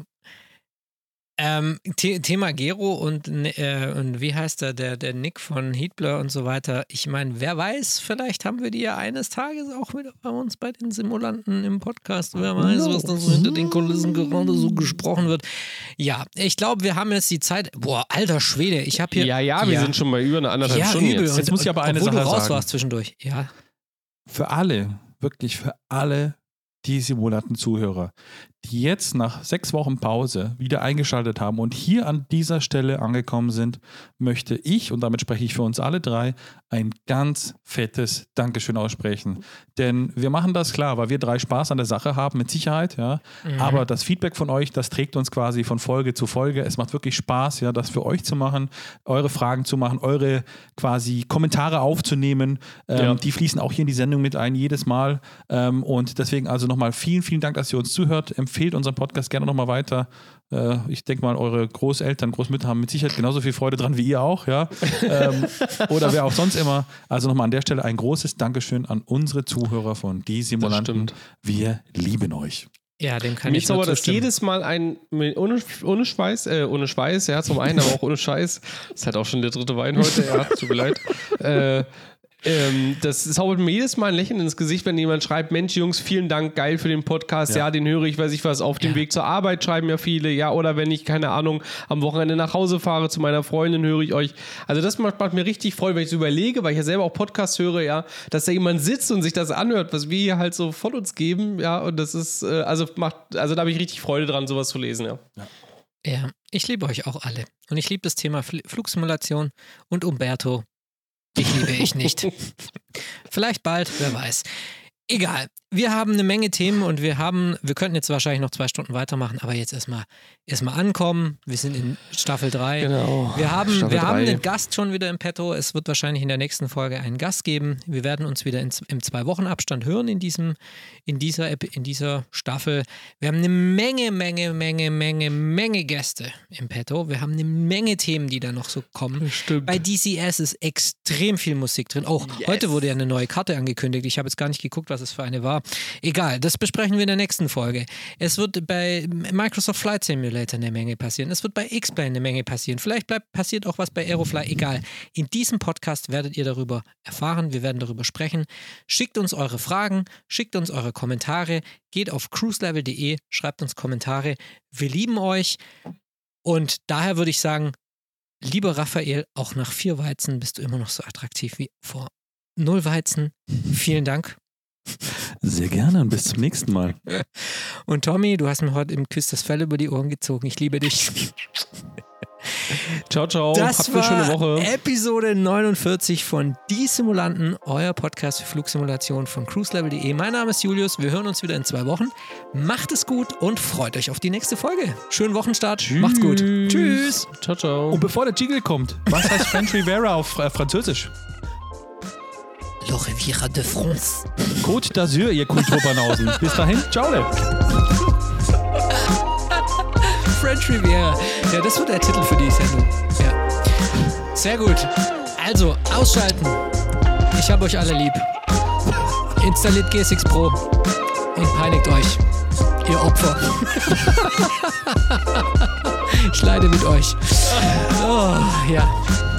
Ähm, The- Thema Gero und, äh, und wie heißt der, der, der Nick von Heatblur und so weiter. Ich meine, wer weiß, vielleicht haben wir die ja eines Tages auch wieder bei uns bei den Simulanten im Podcast. Wer weiß, was da so hinter den Kulissen gerade so gesprochen wird. Ja, ich glaube, wir haben jetzt die Zeit. Boah, alter Schwede, ich habe hier. Ja, ja, wir sind schon mal über eine anderthalb ja, Stunden übel. jetzt. Jetzt muss ich aber eine Obwohl Sache du raus sagen. warst zwischendurch. Ja. Für alle, wirklich für alle die Simulanten-Zuhörer, die jetzt nach sechs Wochen Pause wieder eingeschaltet haben und hier an dieser Stelle angekommen sind, möchte ich, und damit spreche ich für uns alle drei, ein ganz fettes Dankeschön aussprechen. Denn wir machen das klar, weil wir drei Spaß an der Sache haben, mit Sicherheit, ja. Mhm. Aber das Feedback von euch, das trägt uns quasi von Folge zu Folge. Es macht wirklich Spaß, ja, das für euch zu machen, eure Fragen zu machen, eure quasi Kommentare aufzunehmen. Ähm, Ja. Die fließen auch hier in die Sendung mit ein, jedes Mal. Ähm, und deswegen also nochmal vielen, vielen Dank, dass ihr uns zuhört. Empfehlt unseren Podcast gerne nochmal weiter. Äh, ich denke mal, eure Großeltern, Großmütter haben mit Sicherheit genauso viel Freude dran wie ihr auch, ja. ähm, oder wer auch sonst immer. Also nochmal an der Stelle ein großes Dankeschön an unsere Zuhörer von Die Simulanten. stimmt. Wir lieben euch. Ja, dem kann Mir ich ist nur aber das zustimmen. jedes Mal ein, ohne, ohne Schweiß, äh, ohne Schweiß, ja, zum einen, aber auch ohne Scheiß. Das ist halt auch schon der dritte Wein heute, ja, tut mir leid. Äh, ähm, das zaubert mir jedes Mal ein Lächeln ins Gesicht, wenn jemand schreibt, Mensch Jungs, vielen Dank, geil für den Podcast, ja, Ja. den höre ich, weiß ich was, auf dem Ja. Weg zur Arbeit schreiben ja viele, ja, oder wenn ich, keine Ahnung, am Wochenende nach Hause fahre zu meiner Freundin, höre ich euch. Also das macht, macht mir richtig Freude, wenn ich so überlege, weil ich ja selber auch Podcasts höre, ja, dass da jemand sitzt und sich das anhört, was wir hier halt so von uns geben, ja, und das ist, äh, also macht, also da habe ich richtig Freude dran, sowas zu lesen, ja. Ja, ich liebe euch auch alle. Und ich liebe das Thema Fl- Flugsimulation und Umberto. Ich liebe ich nicht. Vielleicht bald, wer weiß. Egal. Wir haben eine Menge Themen und wir haben, wir könnten jetzt wahrscheinlich noch zwei Stunden weitermachen, aber jetzt erstmal erstmal ankommen. Wir sind in Staffel drei. Genau. Wir haben, Staffel wir haben drei. einen Gast schon wieder im Petto. Es wird wahrscheinlich in der nächsten Folge einen Gast geben. Wir werden uns wieder in, im Zwei-Wochen-Abstand hören in, diesem, in, dieser, Epi- in dieser Staffel. Wir haben eine Menge, Menge, Menge, Menge, Menge Gäste im Petto. Wir haben eine Menge Themen, die da noch so kommen. Stimmt. Bei D C S ist extrem viel Musik drin. Auch Yes. heute wurde ja eine neue Karte angekündigt. Ich habe jetzt gar nicht geguckt, was es für eine war. Egal, das besprechen wir in der nächsten Folge. Es wird bei Microsoft Flight Simulator eine Menge passieren. Es wird bei X-Plane eine Menge passieren. Vielleicht bleibt, passiert auch was bei Aerofly. Egal. In diesem Podcast werdet ihr darüber erfahren. Wir werden darüber sprechen. Schickt uns eure Fragen, schickt uns eure Kommentare. Geht auf cruiselevel punkt de, schreibt uns Kommentare. Wir lieben euch. Und daher würde ich sagen, lieber Raphael, auch nach vier Weizen bist du immer noch so attraktiv wie vor null Weizen. Vielen Dank. Sehr gerne und bis zum nächsten Mal. Und Tommy, du hast mir heute im Quiz das Fell über die Ohren gezogen. Ich liebe dich. Ciao, ciao. Das Habt war eine schöne Woche. Episode neunundvierzig von Die Simulanten, euer Podcast für Flugsimulation von cruiselevel punkt de. Mein Name ist Julius, wir hören uns wieder in zwei Wochen. Macht es gut und freut euch auf die nächste Folge. Schönen Wochenstart, Tschüss. macht's gut. Tschüss. Ciao, ciao. Und bevor der Jingle kommt, was heißt French Riviera auf äh, Französisch? Le Riviera de France. Côte d'Azur, ihr Kulturbanausen. Bis dahin, ciao. French Riviera. Ja, das wird der Titel für die Sendung. Ja. Sehr gut. Also, ausschalten. Ich hab euch alle lieb. Installiert G sechs Pro und peinigt euch. Ihr Opfer. Ich leide mit euch. Oh, ja.